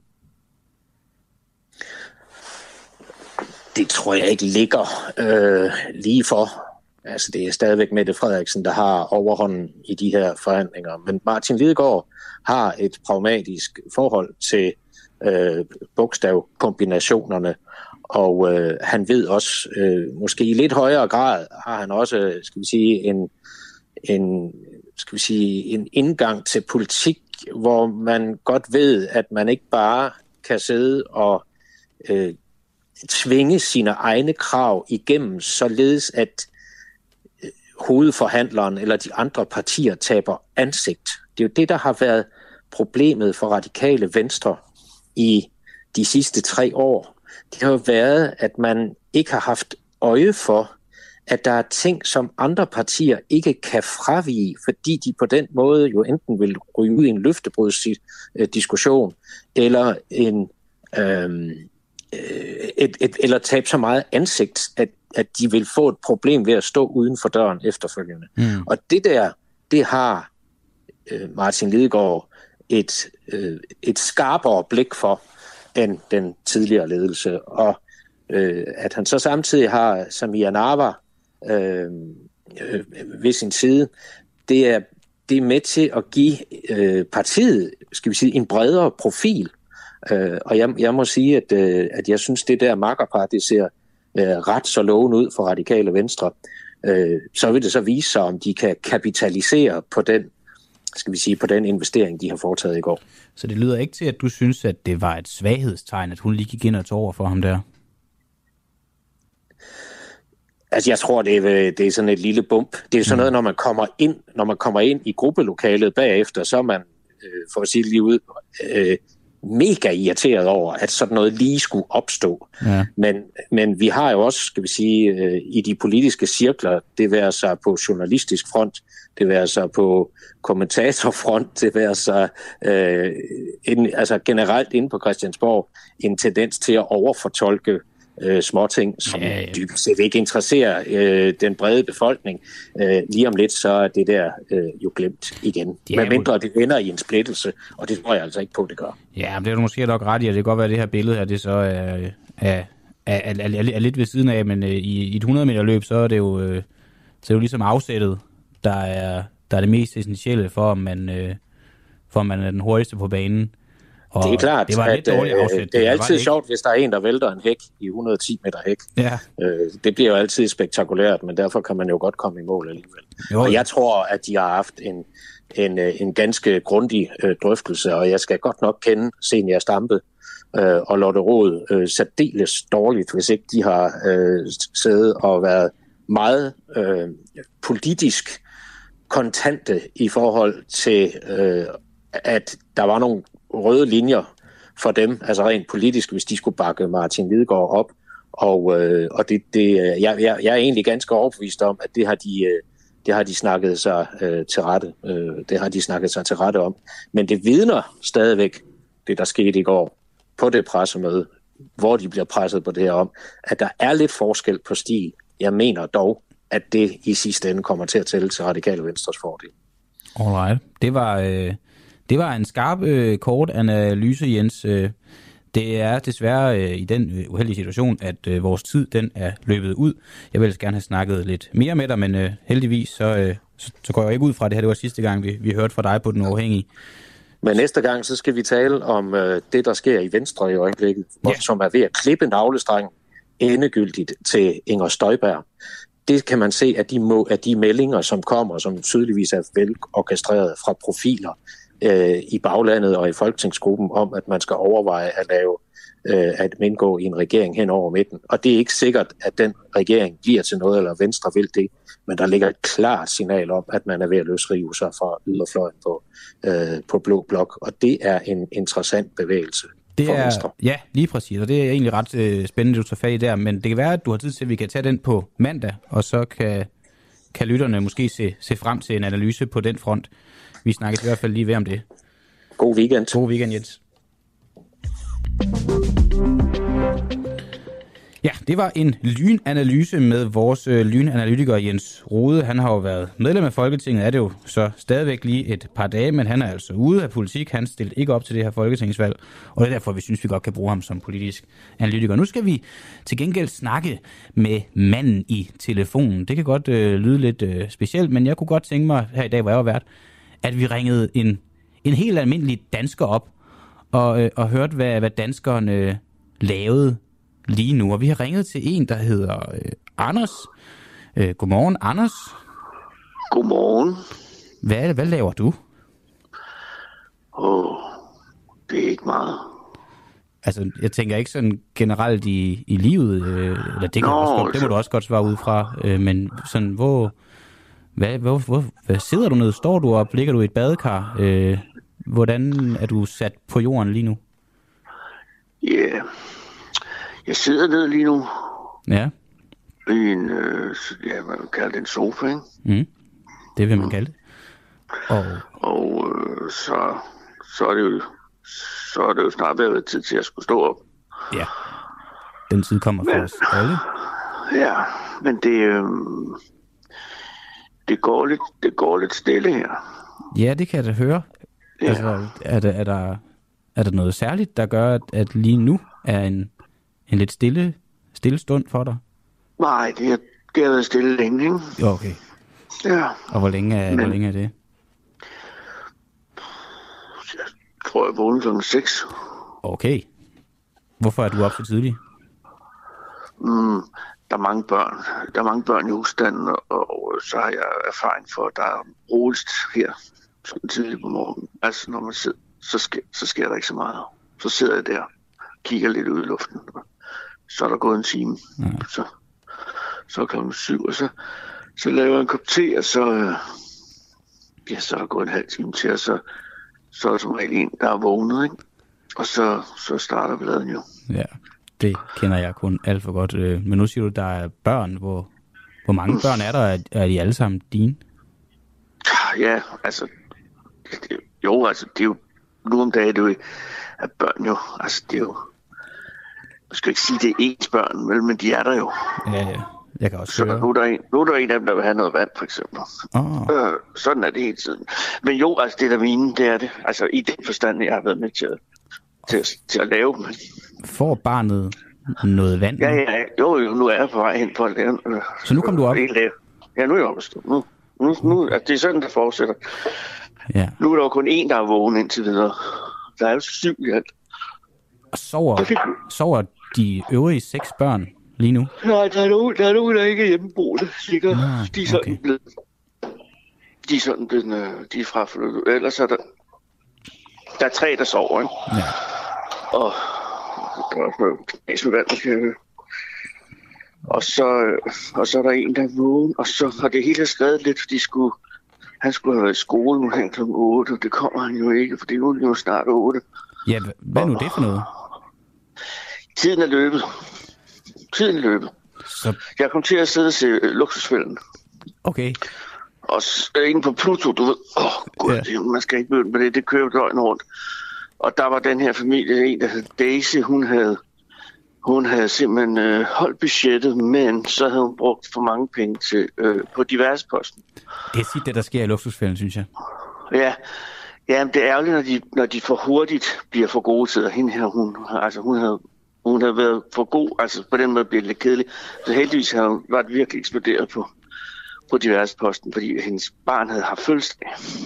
Det tror jeg ikke ligger øh, lige for. Altså det er stadigvæk Mette Frederiksen, der har overhånden i de her forhandlinger. Men Martin Lidegaard har et pragmatisk forhold til øh, bogstavkombinationerne, og øh, han ved også, øh, måske i lidt højere grad, har han også, skal vi sige, en, en, skal vi sige, en indgang til politik, hvor man godt ved, at man ikke bare kan sidde og øh, tvinge sine egne krav igennem, således at øh, hovedforhandleren eller de andre partier taber ansigt. Det er jo det, der har været problemet for Radikale Venstre i de sidste tre år. Det har jo været, at man ikke har haft øje for, at der er ting, som andre partier ikke kan fravige, fordi de på den måde jo enten vil ryge ud i en løftebrudsdiskussion, eller en øhm, et, et, eller tabe så meget ansigt, at, at de vil få et problem ved at stå uden for døren efterfølgende. Mm. Og det der, det har øh, Martin Lidegaard et, øh, et skarpere blik for end den tidligere ledelse. Og øh, at han så samtidig har Samira Nawa øh, øh, ved sin side, det er, det er med til at give øh, partiet, skal vi sige, en bredere profil. Øh, og jeg, jeg må sige, at, øh, at jeg synes, det der makkerpar, det ser øh, ret så lovende ud for Radikale Venstre. Øh, så vil det så vise sig, om de kan kapitalisere på den, skal vi sige, på den investering, de har foretaget i går. Så det lyder ikke til, at du synes, at det var et svaghedstegn, at hun lige gik ind og tog over for ham der? Altså, jeg tror, det er, det er sådan et lille bump. Det er sådan noget, når man kommer ind, når man kommer ind i gruppelokalet bagefter, så er man, øh, for at sige det lige ud, øh, mega irriteret over, at sådan noget lige skulle opstå. Ja. Men, men vi har jo også, skal vi sige, øh, i de politiske cirkler, det vil sig på journalistisk front, det vil sig på kommentatorfront, det vil sig øh, ind, altså generelt inde på Christiansborg, en tendens til at overfortolke øh, småting, som ja, ja. dybest set ikke interesserer øh, den brede befolkning. Øh, lige om lidt, så er det der øh, jo glemt igen. Ja, men mindre det ender i en splittelse, og det tror jeg altså ikke på, det gør. Ja, men det er du måske nok ret i, og det kan godt være, at det her billede her, det så er, er, er, er, er, er lidt ved siden af, men øh, i, i et hundrede meter løb, så er det jo, øh, så er det jo ligesom afsættet, der er, der er det mest essentielle for, om man, øh, for, om man er den hurtigste på banen. Og det er klart, det var at øh, det er altid det sjovt, hvis der er en, der vælter en hæk i et hundrede og ti meter hæk. Ja. Øh, det bliver jo altid spektakulært, men derfor kan man jo godt komme i mål alligevel. Jo. Og jeg tror, at de har haft en, en, en ganske grundig øh, drøftelse, og jeg skal godt nok kende Zenia Stampe øh, og Lotte Rod øh, særdeles dårligt, hvis ikke de har øh, siddet og været meget øh, politisk kontante i forhold til, øh, at der var nogle røde linjer for dem, altså rent politisk, hvis de skulle bakke Martin Lidegaard op. Og, øh, og det, det, jeg, jeg, jeg er egentlig ganske overbevist om, at det har de, det har de snakket sig øh, til rette. Øh, det har de snakket sig til rette om. Men det vidner stadigvæk, det der skete i går på det pressemøde, hvor de bliver presset på det her om, at der er lidt forskel på stil. Jeg mener dog, at det i sidste ende kommer til at tælle til Radikale Venstres fordel. Alright. Det var, øh, det var en skarp, øh, kort analyse, Jens. Øh, det er desværre øh, i den øh, uheldige situation, at øh, vores tid den er løbet ud. Jeg ville gerne have snakket lidt mere med dig, men øh, heldigvis så, øh, så, så går jeg ikke ud fra, at det her det var sidste gang, vi, vi hørte fra dig på Den Uafhængige. Men næste gang, så skal vi tale om øh, det, der sker i Venstre i øjeblikket, ja. Som er ved at klippe navlestrengen endegyldigt til Inger Støjberg. Det kan man se af de, må, af de meldinger, som kommer, som tydeligvis er velorkestreret fra profiler øh, i baglandet og i folketingsgruppen, om at man skal overveje at lave øh, at indgå i en regering hen over midten. Og det er ikke sikkert, at den regering bliver til noget, eller Venstre vil det, men der ligger et klart signal om, at man er ved at løsrive sig fra yderfløjen på, øh, på blå blok, og det er en interessant bevægelse. Det er, ja, lige præcis, og det er egentlig ret øh, spændende, du tager fat i der, men det kan være, at du har tid til, at vi kan tage den på mandag, og så kan, kan lytterne måske se, se frem til en analyse på den front. Vi snakkes i hvert fald lige ved om det. God weekend. God weekend, Jens. Ja, det var en lynanalyse med vores øh, lynanalytiker Jens Rohde. Han har jo været medlem af Folketinget, er det jo så stadigvæk lige et par dage, men han er altså ude af politik. Han stillede ikke op til det her folketingsvalg, og det er derfor, vi synes, vi godt kan bruge ham som politisk analytiker. Nu skal vi til gengæld snakke med manden i telefonen. Det kan godt øh, lyde lidt øh, specielt, men jeg kunne godt tænke mig her i dag, hvor jeg var vært, at vi ringede en, en helt almindelig dansker op og, øh, og hørte, hvad, hvad danskerne øh, lavede lige nu, og vi har ringet til en, der hedder øh, Anders. Øh, godmorgen, Anders. Godmorgen. Hvad, hvad laver du? Åh, oh, det er ikke meget. Altså, jeg tænker ikke sådan generelt i, i livet, øh, eller det, kan Nå, også godt, det må du også godt svare ud fra, øh, men sådan, hvor, hvad, hvor, hvor, hvad sidder du ned? Står du op? Ligger du i et badekar? Øh, hvordan er du sat på jorden lige nu? Ja... Yeah. Jeg sidder ned lige nu. Ja. I en, øh, ja, man kan kalde det en sofa, ikke? Mm. Det vil man kalde det. Og, og øh, så, så, er det jo, så er det jo snart været tid til at skulle stå op. Ja. Den tid kommer for men, os alle. Ja, men det, øh, det, går lidt, det går lidt stille her. Ja, det kan jeg da høre. Ja. Altså, er, der, er, der, er der noget særligt, der gør, at, at lige nu er en En lidt stille, stille stund for dig? Nej, det, er, det har været stille længe, ikke? Okay. Ja. Og hvor længe er, Men, hvor længe er det? Jeg tror, jeg vågner klokken seks. Okay. Hvorfor er du op så tidligt? Mm, der er mange børn. Der er mange børn i husstanden, og, og så har jeg erfaring for, at der er roligst her sådan tidligt på morgenen. Altså, når man sidder, så sker, så sker der ikke så meget. Så sidder jeg der, kigger lidt ud i luften. Så er der gået en time. Ja. Så, så er klokken syv, og så, så laver jeg en kop te, og så, ja, så er der gået en halv time til, og så, så er der som regel en, der er vågnet, ikke? Og så, så starter bladen jo. Ja, det kender jeg kun alt for godt. Men nu siger du, der er børn. Hvor, hvor mange børn er der? Er de alle sammen dine? Ja, altså, det, jo, altså, det er jo, nu om dagen, det er jo, at børn jo, altså, det er jo, jeg skal ikke sige, det er ens børn, vel, men de er der jo. Ja, ja. Jeg kan også så høre. Nu er, der en, nu er der en af dem, der vil have noget vand, for eksempel. Oh. Øh, sådan er det hele tiden. Men jo, altså, det er der mine, det er det. Altså, i den forstand, jeg har været med til at, til, at, til at lave dem. Får barnet noget vand? Ja, ja, jo, jo, nu er jeg på vej hen for at lave. Øh, så nu kom du op? Ja, nu er jeg oppe at stå. Nu, nu, nu, altså, det er sådan, der fortsætter. Ja. Nu er der jo kun én, der er vågen indtil videre. Der er jo syv i alt. Og sover, sover de øvrige seks børn lige nu? Nej, der er nogen, der, er nogen, der ikke er hjemmeboende, sikkert. Ah, de er sådan okay. blevet... De er sådan blevet... De er fraflyttet. Ellers er der... Der er tre, der sover, ikke? Ja. Og... Der er også noget knas med vand, der kan... Og så, og så er der en, der er vågen. Og så har det hele skrevet lidt, fordi skulle... Han skulle have været i skole nu hen klokken otte, og det kommer han jo ikke, for det er nu jo snart otte. Ja, hvad er nu det for noget? Tiden er løbet. Tiden er løbet. Så... Jeg kom til at sidde og se Luksusfælden. Okay. Og øh, inde på Pluto, du ved, åh oh, gud, ja. man skal ikke begynde med det, det kører døgnet rundt. Og der var den her familie, en der hed Daisy, hun havde, hun havde simpelthen øh, holdt budgettet, men så havde hun brugt for mange penge til, øh, på diverse posten. Det er sit det, der sker i Luksusfælden, synes jeg. Ja, ja, men det er ærgerligt, når de, når de for hurtigt bliver for gode til, at hende her, hun, altså hun havde, hun havde været for god, altså på den måde bliver det lidt kedelig. Så heldigvis havde hun været virkelig eksploderet på, på diverse posten, fordi hendes barn havde haft fødselsdag.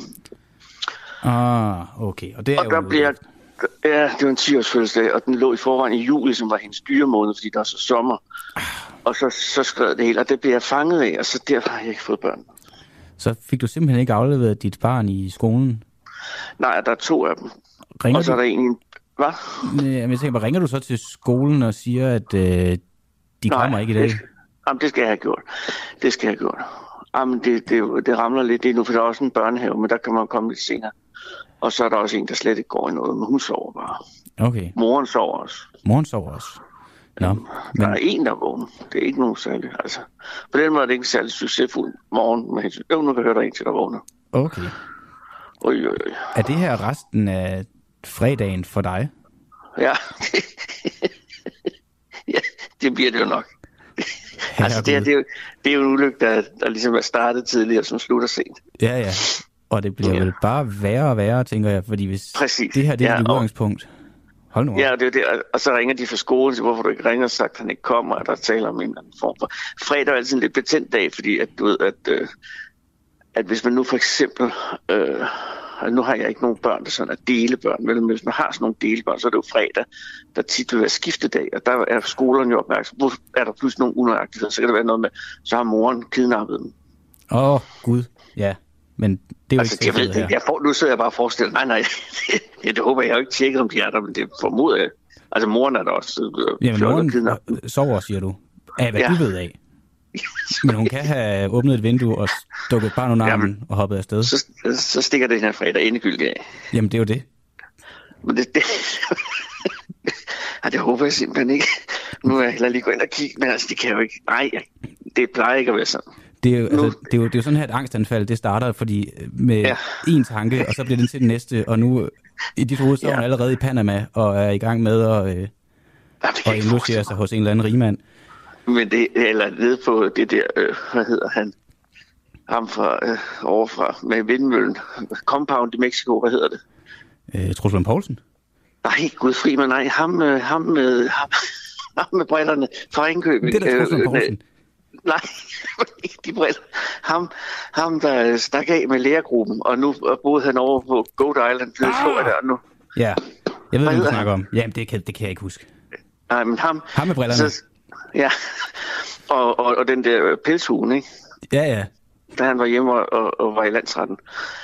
Ah, okay. Og, det er og der jo... bliver, ja, det var en ti-års fødselsdag, og den lå i forvejen i juli, som var hendes dyremåned, fordi der var så sommer. Og så, så skred det hele, og det blev jeg fanget af, og så derfor har jeg ikke fået børn. Så fik du simpelthen ikke afleveret dit barn i skolen? Nej, der er to af dem. Ringer og så du... er der en... Hvad? Jeg tænker bare, ringer du så til skolen og siger, at øh, de Nej, kommer ikke i dag? Det, jamen, det skal jeg have gjort. Det skal jeg have gjort. Jamen, det, det, det ramler lidt endnu, for der er også en børnehave, men der kan man komme lidt senere. Og så er der også en, der slet ikke går i noget, men hun sover bare. Okay. Moren sover også. Moren sover også? Nå, men... Der er en, der vågner. Det er ikke nogen særlig. Altså, på den måde er det ikke en særlig succesfuld morgen. Men jo, nu kan jeg høre, der er en til, der vågner. Okay. Oj, oj, oj. Er det her resten af fredagen for dig? Ja. Ja, det bliver det jo nok. Altså, det, her, det, er jo, det er jo en ulykke, der, der ligesom er startet tidligere, som slutter sent. Ja, ja. Og det bliver ja. vel bare værre og værre, tænker jeg, fordi hvis Præcis. det her det er ja, et udgangspunkt. Hold nu op. Ja, det er det. Og så ringer de fra skolen til, hvorfor du ikke ringer og sagt, at han ikke kommer, og der taler om en eller anden form for... Fredag er altid en lidt betændt dag, fordi at, du ved, at, øh, at hvis man nu for eksempel... Øh, nu har jeg ikke nogen børn, der sådan er delebørn, men hvis man har sådan nogle delebørn, så er det jo fredag, der tit vil være skiftedag, og der er skolerne jo opmærksom. Hvor er der pludselig nogle unøjagtigheder, så kan det være noget med, så har moren kidnappet dem. Åh, oh, gud, ja. Men det er jo altså, ikke jeg ved det. Jeg får, nu sidder jeg bare og forestiller, nej, nej, det, det håber jeg, jeg har ikke tjekket, om de er der, men det formoder jeg. Altså, moren er der også. Øh, Jamen, moren sover, siger du. Af hvad ja. du ved af. Men hun kan have åbnet et vindue og stukket barn under armen Jamen, og hoppet afsted. Så, så stikker det her fredag endegyldigt af. Jamen, det er jo det. Men det, det, ja, det håber jeg simpelthen ikke. Nu er jeg heller lige gå ind og kigge, men altså, det kan jo ikke. Nej, det plejer ikke at være sådan. Det er, jo, altså, det, er jo, det er jo sådan her, et angstanfald, det starter fordi med ja. en tanke, og så bliver den til den næste, og nu i dit hoved, så er hun ja. allerede i Panama, og er i gang med at øh, og indlogere sig hos en eller anden rigmand. Men det, eller nede på det der, øh, hvad hedder han, ham fra, øh, overfra, med vindmøllen, Compound i Mexico, hvad hedder det? Øh, Truslund Poulsen? Nej, gud fri mig, nej, ham, øh, ham, med, ham, ham med brillerne fra Ringkøbing. Det er der Truslund Poulsen? Øh, nej, de briller. Ham, ham, der stak af med lærergruppen, og nu boede han over på Goat Island, det ah! tror jeg der nu. Ja, jeg ved, hvad du snakker om. Jamen, det kan, det kan jeg ikke huske. Nej, men ham... Ham med brillerne? Så, ja, og, og, og den der pelshuen, ikke? Ja, ja. Da han var hjemme og, og, og var i landsretten.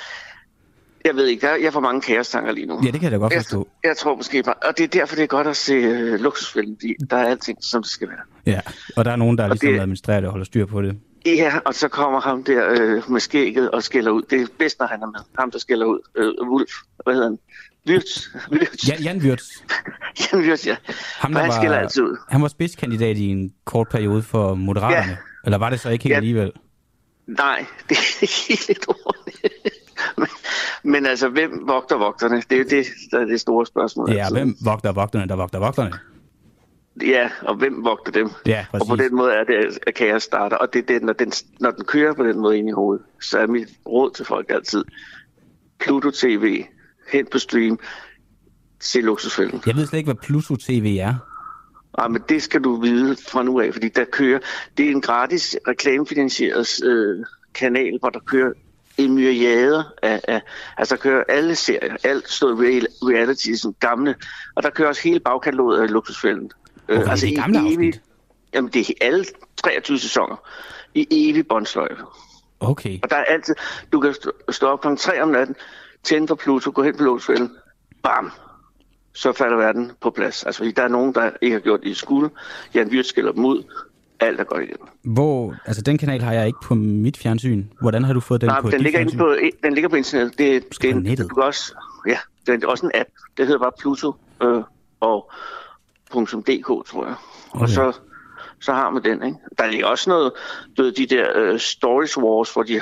Jeg ved ikke, der, jeg får mange kaostanker lige nu. Ja, det kan jeg da godt forstå. Jeg, jeg tror måske bare, og det er derfor, det er godt at se uh, luksusfilm, fordi der er alting, som det skal være. Ja, og der er nogen, der ligesom det, administrerer det og holder styr på det. Ja, og så kommer ham der øh, med skægget og skælder ud. Det er bedst, når han er med. Ham, der skælder ud. Øh, Wolf, hvad hedder han? Wirtz. Wirtz. Ja, Jan Wirtz. Jan Wirtz, ja. Ham, han var, skælder altid ud. Han var spidskandidat i en kort periode for Moderaterne. Ja. Eller var det så ikke helt ja. alligevel? Nej, det er helt lidt ordentligt. men, men altså, hvem vogter vogterne? Det er jo det, der er det store spørgsmål. Ja, altså. Hvem vogter vogterne, der vogter vogterne? Ja, og hvem vogter dem? Ja, præcis. Og på den måde er det, at kaos starter. Og det er det, når den, når den kører på den måde ind i hovedet, så er mit råd til folk altid, Pluto T V, hen på stream, se Luksusfælden. Jeg ved slet ikke, hvad Pluto T V er. Ja, men det skal du vide fra nu af, fordi der kører, det er en gratis reklamefinansieret øh, kanal, hvor der kører en myriade af, af, altså der kører alle serier, alt stået reality, som gamle, og der kører også hele bagkataloget af Luksusfælden. Okay, øh, altså det er gamle evig, afsnit? Jamen det er alle treogtyve sæsoner i evig båndsløjfe. Okay. Og der er altid, du kan stå, stå op klokken tre om natten, tænde på Pluto, gå hen på Luksusfælden, bam, så falder verden på plads. Altså, der er nogen, der ikke har gjort det i skole. Jan Wirtz skiller dem ud. Alt er godt igen. Hvor, altså den kanal har jeg ikke på mit fjernsyn. Hvordan har du fået den Nej, på den dit ligger fjernsyn? På, den ligger på internettet. Det, det er nettet? Du kan også, ja, det er også en app. Det hedder bare Pluto øh, og .dk, tror jeg. Okay. Og så, så har man den, ikke? Der er også noget, du ved, de der uh, Stories Wars, hvor de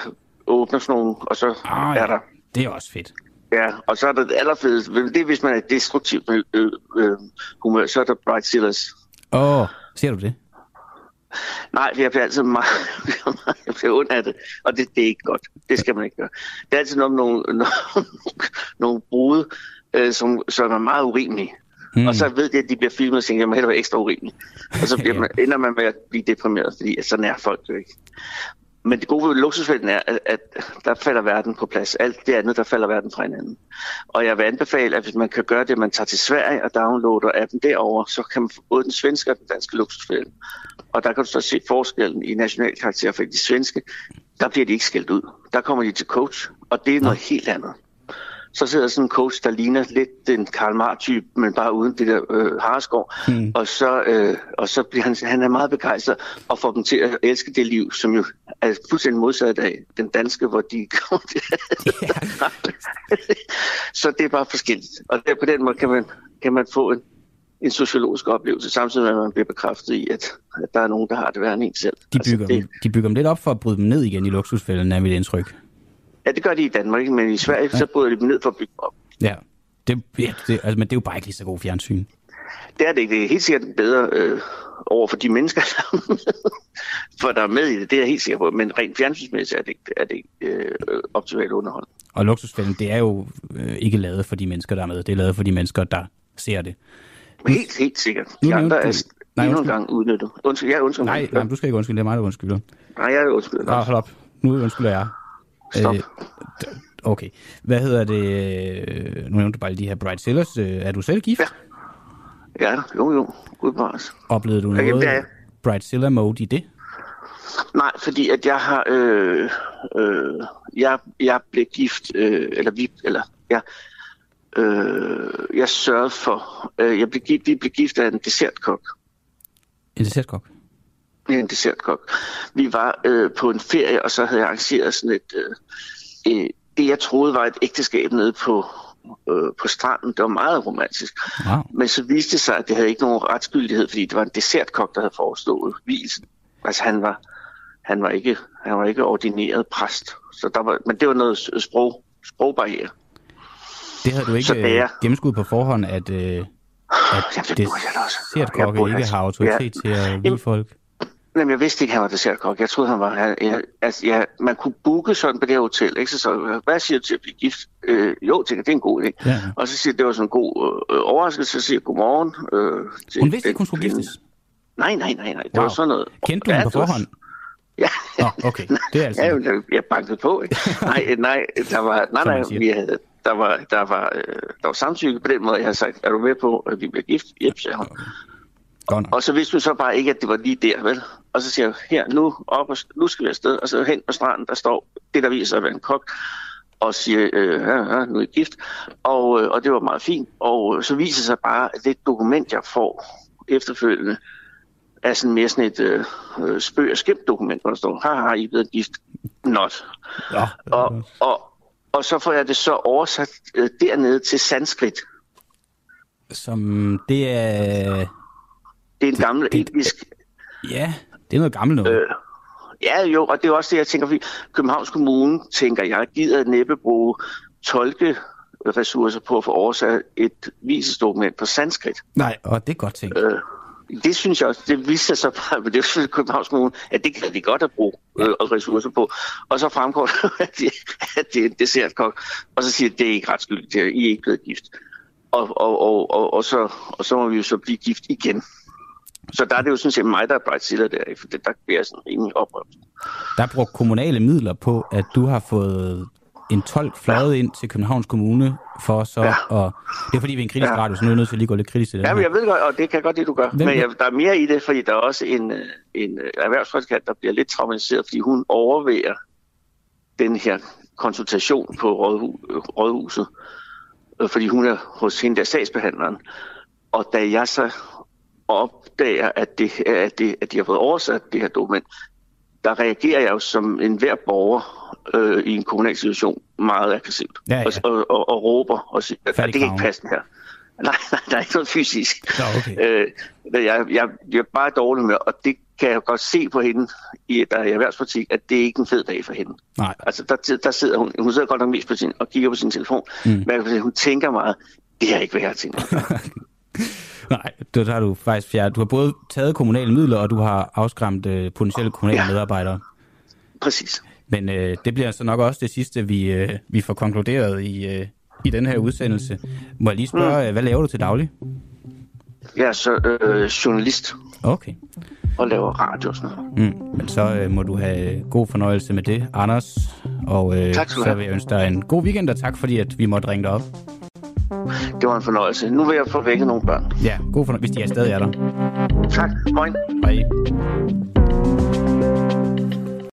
åbner sådan nogle, og så ah, er der... Det er også fedt. Ja, og så er der det allerfedeste, det er, hvis man er destruktiv med øh, øh, humør, så er der Bridezillas. Åh, oh, ser du det? Nej, jeg bliver altid meget, jeg bliver ondt af det, og det, det er ikke godt. Det skal man ikke gøre. Det er altid noget nogle, nogle, nogle brude, øh, som, som er meget urimelige. Mm. Og så ved det, at de bliver filmet og tænker, at det var ekstra urimeligt. Og så bliver man, ender man med at blive deprimeret, fordi sådan er folk jo ikke. Men det gode ved luksusfælden er, at, at der falder verden på plads. Alt det andet, der falder verden fra hinanden. Og jeg vil anbefale, at hvis man kan gøre det, at man tager til Sverige og downloader appen derovre, så kan man få både den svenske og den danske luksusfælde. Og der kan du så se forskellen i nationalkarakter, for de svenske, der bliver de ikke skældt ud. Der kommer de til coach, og det er noget helt andet. Så sidder sådan en coach, der ligner lidt den Karl Marx-type, men bare uden det der øh, hareskår. Mm. Og så, øh, og så bliver han, han er meget begejstret og får dem til at elske det liv, som jo er fuldstændig modsat af den danske, hvor de kommer til. Yeah. Så det er bare forskelligt. Og der, på den måde kan man, kan man få en, en sociologisk oplevelse, samtidig med, at man bliver bekræftet i, at, at der er nogen, der har det værre end en selv. De bygger, altså, det, de bygger dem lidt op for at bryde dem ned igen i luksusfælden, er mit indtryk. Ja, det gør de i Danmark, men i Sverige, ja. Så bryder de dem ned for at bygge op. Ja, det, ja det, altså, men det er jo bare ikke lige så god fjernsyn. Det er det ikke. Det er helt sikkert bedre øh, over for de mennesker, der er med, for der er med i det. Det er jeg helt sikker på. Men rent fjernsynsmæssigt er det ikke, er det ikke øh, optimalt underhold. Og luksusfælden, det er jo øh, ikke lavet for de mennesker, der er med. Det er lavet for de mennesker, der ser det. Men helt, helt sikkert. De nu, andre er nej, endnu en gang udnyttet. Undskyld, jeg undskyld. Nej, nej, du skal ikke undskylde. Det er mig, der undskylder. Nej, jeg er undskylder. Nå, hold op. Nu undskylder jeg. Stop. Øh, okay. Hvad hedder det? Nu nævnte du bare de her Bridezillas. Er du selv gift? Ja, ja jo jo. Udbares. Oplevede du noget ja, Bridezilla-mode i det? Nej, fordi at jeg har... Øh, øh, jeg, jeg blev gift, øh, eller vi... Eller, ja, øh, jeg sørgede for... Øh, jeg blev gift, vi blev gift af en dessertkok. En dessertkok? Ja, en dessertkok. Vi var øh, på en ferie, og så havde jeg arrangeret sådan et... Øh, øh, det, jeg troede var et ægteskab nede på, øh, på stranden. Det var meget romantisk. Wow. Men så viste det sig, at det havde ikke nogen retsgyldighed, fordi det var en dessertkok, der havde forestået vielsen. Altså han var, han var, ikke, han var ikke ordineret præst. Så der var, men det var noget sprog, sprogbarriere. Det havde du ikke jeg, gennemskudt på forhånd, at, øh, at dessertkokke ikke har autoritet ja. til at vie folk? Jamen, jeg vidste ikke, han var dessertkok. Jeg troede, han var... Han, jeg, altså, jeg, man kunne booke sådan på det her hotel, ikke? Så, så hvad siger du til at blive gift? Øh, jo, tænker, det er en god idé. Ja. Og så siger det var sådan en god øh, overraskelse, så siger jeg godmorgen. Øh, til hun vidste ikke, hun skulle giftes? Nej, nej, nej, nej. Det wow. var sådan noget... Kendte du hende på forhånd? Ja. Oh, okay, det er altså... ja, jeg, jeg bankede på, ikke? nej, nej, der var... Nej, nej, vi havde... Der var, der var, øh, der var samtykke på den måde, jeg havde sagt, er du med på, at vi bliver gift? Jep, sagde hun. Okay. Og, og så vidste vi så bare ikke, at det var lige der, vel? Og så siger jeg, her, nu, op og, nu skal vi afsted. Og så hen på stranden, der står det, der viser sig at være en kok, og siger, øh, ja, ja, nu er I gift. Og, øh, og det var meget fint. Og så viser sig bare, at det dokument, jeg får efterfølgende, er sådan mere sådan et øh, spøg- og skæmt dokument, hvor der står, haha, I er blevet gift. Not. Ja, og, og, og så får jeg det så oversat øh, dernede til sanskrit. Som det er... Det er en gammel det, indisk... Ja, det er noget gammelt noget. Øh, ja, jo, og det er også det, jeg tænker, fordi Københavns Kommune, tænker jeg, gider næppe bruge tolkeressourcer på at få oversat et visesdokument på sanskrit. Nej, og det er godt tænkt. Øh, det synes jeg også, det viser sig bare, men det er selvfølgelig Københavns Kommune, at det kan de godt at bruge øh, ressourcer på. Og så fremgår det, at det, at det er en dessertkok, og så siger det, det er ikke ret skyldigt, I er ikke blevet gift. Og, og, og, og, og, så, og så må vi jo så blive gift igen. Så der er det jo sådan set mig, der er Bridezilla der, for det, der bliver sådan ingen oprørelse. Der er brugt kommunale midler på, at du har fået en tolk fløjet ja. ind til Københavns Kommune for så ja. og det er fordi, vi er en kritisk ja. radio, så nu er jeg nødt til at lige gå lidt kritisk til det. Ja, men jeg ved godt, og det kan godt det, du gør. Hvem? Men jeg, der er mere i det, fordi der er også en, en erhvervsprædikant, der bliver lidt traumatiseret, fordi hun overværer den her konsultation på rådhu, rådhuset, fordi hun er hos hende der sagsbehandleren. Og da jeg så opdager, at, det, at, det, at de har fået oversat det her dokument, der reagerer jeg jo som enhver borger øh, i en kommunal situation meget aggressivt. Ja, ja. Og, og, og, og råber og siger, at det kan ikke passe her. Nej, nej, der er ikke noget fysisk. Ja, okay. øh, jeg, jeg, jeg er bare dårlig med, og det kan jeg godt se på hende, i, der er i erhvervspraktik, at det er ikke en fed dag for hende. Nej. Altså, der, der sidder hun, hun sidder godt nok mest på sin, og kigger på sin telefon, mm. men jeg kan se, hun tænker meget, det er ikke, hvad jeg tænker. Nej, det har du faktisk fjernet. Du har både taget kommunale midler, og du har afskræmt øh, potentielle kommunale ja. medarbejdere. Præcis. Men øh, det bliver så nok også det sidste, vi, øh, vi får konkluderet i, øh, i den her udsendelse. Må jeg lige spørge, mm. hvad laver du til daglig? Jeg er så øh, journalist. Okay. Og laver radio og sådan noget. Mm. Men så øh, må du have god fornøjelse med det, Anders. Og øh, så vil jeg ønske dig en god weekend, og tak fordi, at vi måtte ringe dig op. Det var en fornøjelse. Nu vil jeg få vækket nogle børn. Ja, god fornøjelse, hvis de er stadig er der. Tak. Moin. Hej.